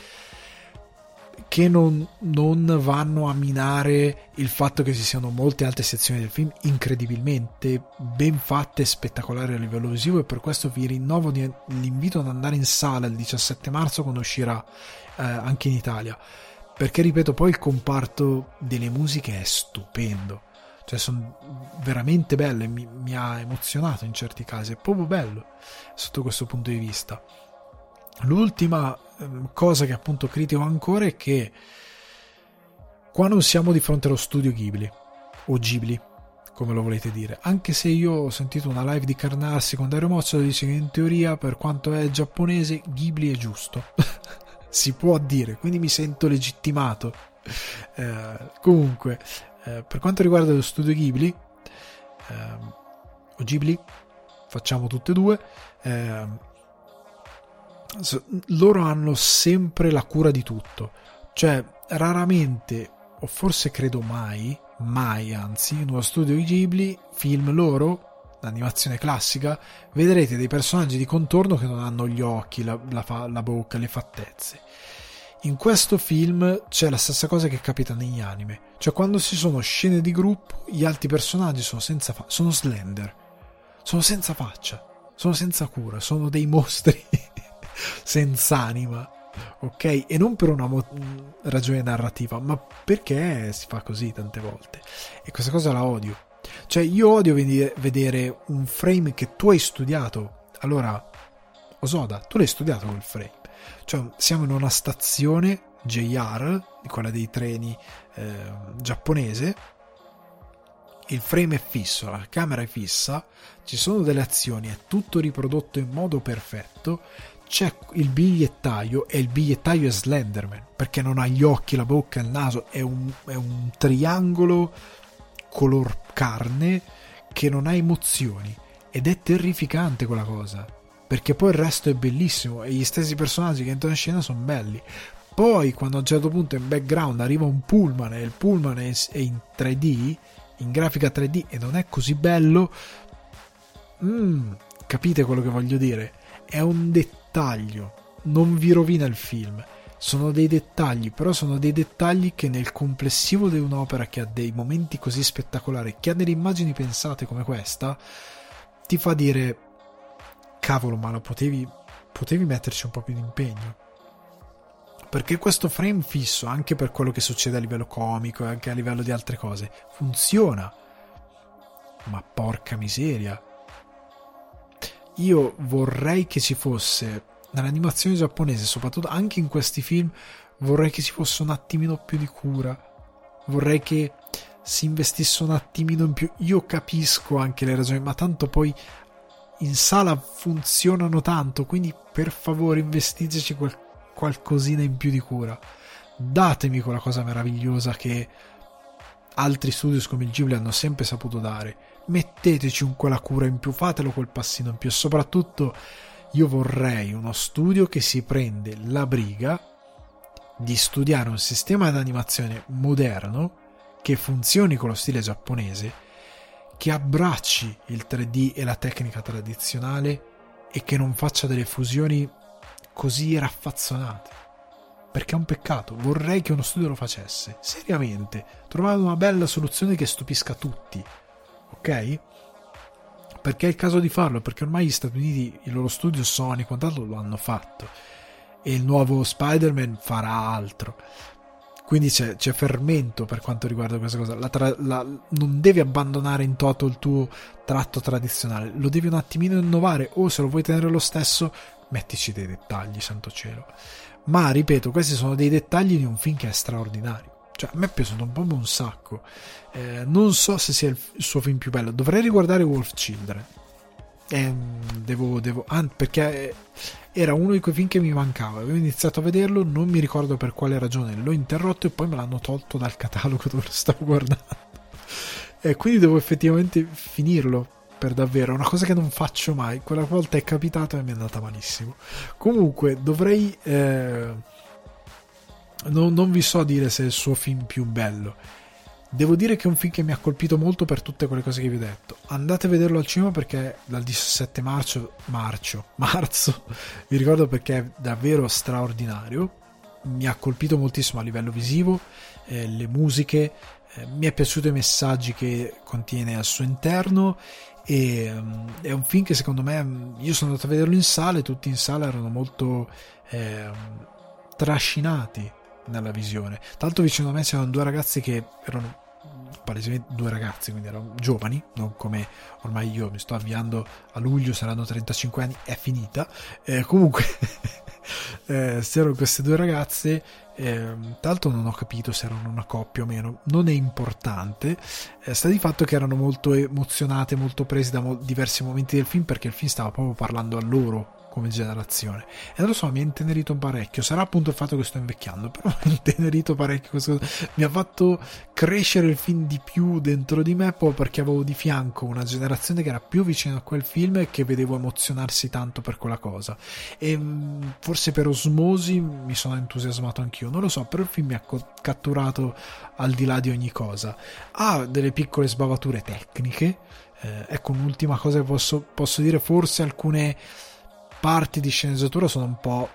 che non, non vanno a minare il fatto che ci siano molte altre sezioni del film incredibilmente ben fatte e spettacolari a livello visivo, e per questo vi rinnovo l'invito ad andare in sala il diciassette marzo quando uscirà eh, anche in Italia, perché ripeto, poi il comparto delle musiche è stupendo, cioè sono veramente belle, mi, mi ha emozionato in certi casi, è proprio bello sotto questo punto di vista. L'ultima cosa che appunto critico ancora è che qua non siamo di fronte allo studio Ghibli o Ghibli, come lo volete dire, anche se io ho sentito una live di Carnassi con Dario Mozzo che dice che in teoria, per quanto è giapponese, Ghibli è giusto si può dire, quindi mi sento legittimato. Eh, comunque eh, per quanto riguarda lo studio Ghibli eh, o Ghibli, facciamo tutte e due, eh, loro hanno sempre la cura di tutto, cioè raramente, o forse credo mai mai anzi, in uno studio di Ghibli, film loro, l'animazione classica, vedrete dei personaggi di contorno che non hanno gli occhi, la, la, la bocca, le fattezze. In questo film c'è la stessa cosa che capita negli anime, cioè quando ci sono scene di gruppo gli altri personaggi sono senza fa- sono slender, sono senza faccia, sono senza cura, sono dei mostri senza anima, ok? E non per una mo- ragione narrativa, ma perché si fa così tante volte, e questa cosa la odio. Cioè io odio vedere un frame che tu hai studiato. Allora, Osoda, tu l'hai studiato quel frame, cioè siamo in una stazione J R, di quella dei treni eh, giapponese, il frame è fisso, la camera è fissa, ci sono delle azioni, è tutto riprodotto in modo perfetto. C'è il bigliettaio, e il bigliettaio è Slenderman, perché non ha gli occhi, la bocca, il naso, è un, è un triangolo color carne che non ha emozioni, ed è terrificante quella cosa, perché poi il resto è bellissimo e gli stessi personaggi che entrano in scena sono belli. Poi quando a un certo punto in background arriva un pullman e il pullman è in tre D, in grafica tre D, e non è così bello, mm, capite quello che voglio dire? È un dettaglio, non vi rovina il film, sono dei dettagli, però sono dei dettagli che nel complessivo di un'opera che ha dei momenti così spettacolari, che ha delle immagini pensate come questa, ti fa dire cavolo, ma lo potevi potevi metterci un po' più di impegno, perché questo frame fisso, anche per quello che succede a livello comico e anche a livello di altre cose, funziona, ma porca miseria, io vorrei che ci fosse nell'animazione giapponese, soprattutto anche in questi film, vorrei che ci fosse un attimino più di cura, vorrei che si investisse un attimino in più. Io capisco anche le ragioni, ma tanto poi in sala funzionano tanto, quindi per favore investiteci quel, qualcosina in più di cura, datemi quella cosa meravigliosa che altri studios come il Ghibli hanno sempre saputo dare, metteteci un quella cura in più, fatelo quel passino in più. Soprattutto io vorrei uno studio che si prende la briga di studiare un sistema di animazione moderno che funzioni con lo stile giapponese, che abbracci il tre D e la tecnica tradizionale e che non faccia delle fusioni così raffazzonate, perché è un peccato. Vorrei che uno studio lo facesse seriamente, trovare una bella soluzione che stupisca tutti, ok? Perché è il caso di farlo, perché ormai gli Stati Uniti, il loro studio Sony quant'altro lo hanno fatto, e il nuovo Spider-Man farà altro, quindi c'è, c'è fermento per quanto riguarda questa cosa. La tra- la, non devi abbandonare in toto il tuo tratto tradizionale, lo devi un attimino innovare, o se lo vuoi tenere lo stesso mettici dei dettagli, santo cielo. Ma ripeto, questi sono dei dettagli di un film che è straordinario. Cioè, a me è piaciuto un po' un sacco. Eh, non so se sia il, il suo film più bello. Dovrei riguardare Wolf Children. Eh, devo, devo, ah, perché era uno di quei film che mi mancava. Avevo iniziato a vederlo, non mi ricordo per quale ragione. L'ho interrotto e poi me l'hanno tolto dal catalogo dove lo stavo guardando. E quindi devo effettivamente finirlo per davvero. Una cosa che non faccio mai. Quella volta è capitato e mi è andata malissimo. Comunque, dovrei. Eh, Non, non vi so dire se è il suo film più bello. Devo dire che è un film che mi ha colpito molto per tutte quelle cose che vi ho detto. Andate a vederlo al cinema perché dal diciassette marzo, marzo, marzo vi ricordo, perché è davvero straordinario. Mi ha colpito moltissimo a livello visivo, eh, le musiche, eh, mi è piaciuto i messaggi che contiene al suo interno, e um, è un film che secondo me, io sono andato a vederlo in sala e tutti in sala erano molto eh, trascinati nella visione. Tanto vicino a me c'erano due ragazzi che erano palesemente due ragazzi, quindi erano giovani, non come ormai io mi sto avviando a luglio, saranno trentacinque anni, è finita. Eh, comunque eh, c'erano queste due ragazze, eh, tanto non ho capito se erano una coppia o meno, non è importante. Eh, sta di fatto che erano molto emozionate, molto prese da mo- diversi momenti del film, perché il film stava proprio parlando a loro come generazione, e non lo so, mi ha intenerito parecchio. Sarà appunto il fatto che sto invecchiando, però mi ha intenerito parecchio questa cosa. Mi ha fatto crescere il film di più dentro di me, proprio perché avevo di fianco una generazione che era più vicina a quel film e che vedevo emozionarsi tanto per quella cosa, e forse per osmosi mi sono entusiasmato anch'io, non lo so, però il film mi ha catturato al di là di ogni cosa. Ha delle piccole sbavature tecniche, eh, ecco, un'ultima cosa che posso, posso dire, forse alcune parti di sceneggiatura sono un po'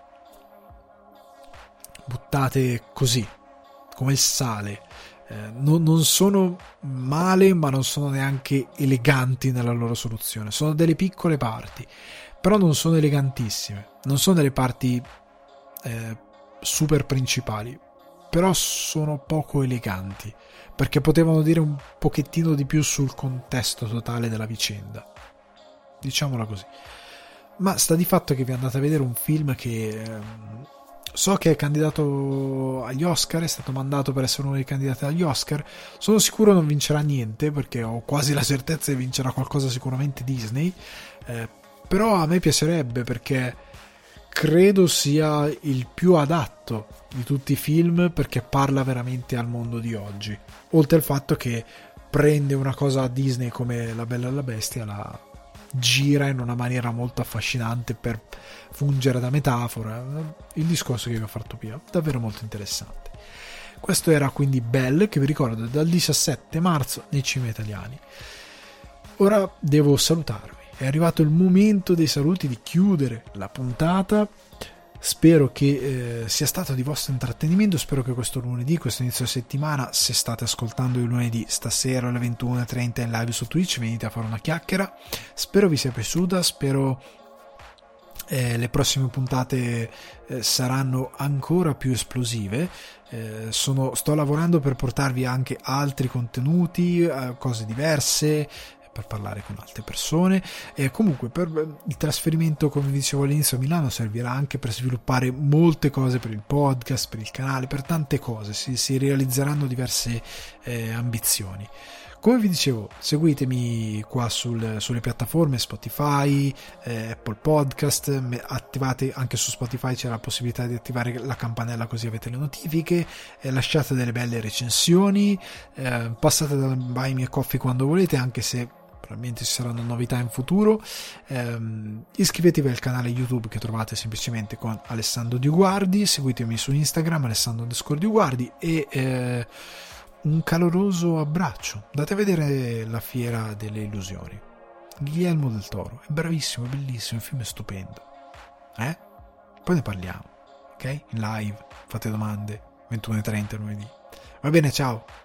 buttate così come il sale, eh, non, non sono male ma non sono neanche eleganti nella loro soluzione, sono delle piccole parti però non sono elegantissime, non sono delle parti eh, super principali, però sono poco eleganti perché potevano dire un pochettino di più sul contesto totale della vicenda, diciamola così. Ma sta di fatto che vi andate a vedere un film che eh, so che è candidato agli Oscar, è stato mandato per essere uno dei candidati agli Oscar. Sono sicuro non vincerà niente, perché ho quasi la certezza che vincerà qualcosa sicuramente Disney, eh, però a me piacerebbe, perché credo sia il più adatto di tutti i film, perché parla veramente al mondo di oggi, oltre al fatto che prende una cosa a Disney come La Bella e la Bestia, la gira in una maniera molto affascinante per fungere da metafora, il discorso che vi ho fatto prima, davvero molto interessante. Questo era quindi Belle, che vi ricordo dal diciassette marzo nei cinema italiani. Ora devo salutarvi, è arrivato il momento dei saluti, di chiudere la puntata. Spero che eh, sia stato di vostro intrattenimento, spero che questo lunedì, questo inizio settimana, se state ascoltando il lunedì, stasera alle ventuno e trenta in live su Twitch, venite a fare una chiacchiera, spero vi sia piaciuta, spero eh, le prossime puntate eh, saranno ancora più esplosive. Eh, sono, sto lavorando per portarvi anche altri contenuti, eh, cose diverse, per parlare con altre persone, e comunque per il trasferimento, come vi dicevo all'inizio, a Milano servirà anche per sviluppare molte cose per il podcast, per il canale, per tante cose, si, si realizzeranno diverse eh, ambizioni. Come vi dicevo, seguitemi qua sul, sulle piattaforme Spotify, eh, Apple Podcast, attivate anche su Spotify, c'è la possibilità di attivare la campanella così avete le notifiche, eh, lasciate delle belle recensioni, eh, passate da Buy Me a Coffee quando volete, anche se probabilmente ci saranno novità in futuro. Um, iscrivetevi al canale YouTube che trovate semplicemente con Alessandro Dioguardi, seguitemi su Instagram Alessandro underscore Dioguardi, e eh, un caloroso abbraccio. Andate a vedere La Fiera delle Illusioni, Guillermo del Toro, è bravissimo, è bellissimo, il film è stupendo, eh? poi ne parliamo, ok? In live, fate domande, ventuno e trenta lunedì. Va bene, ciao!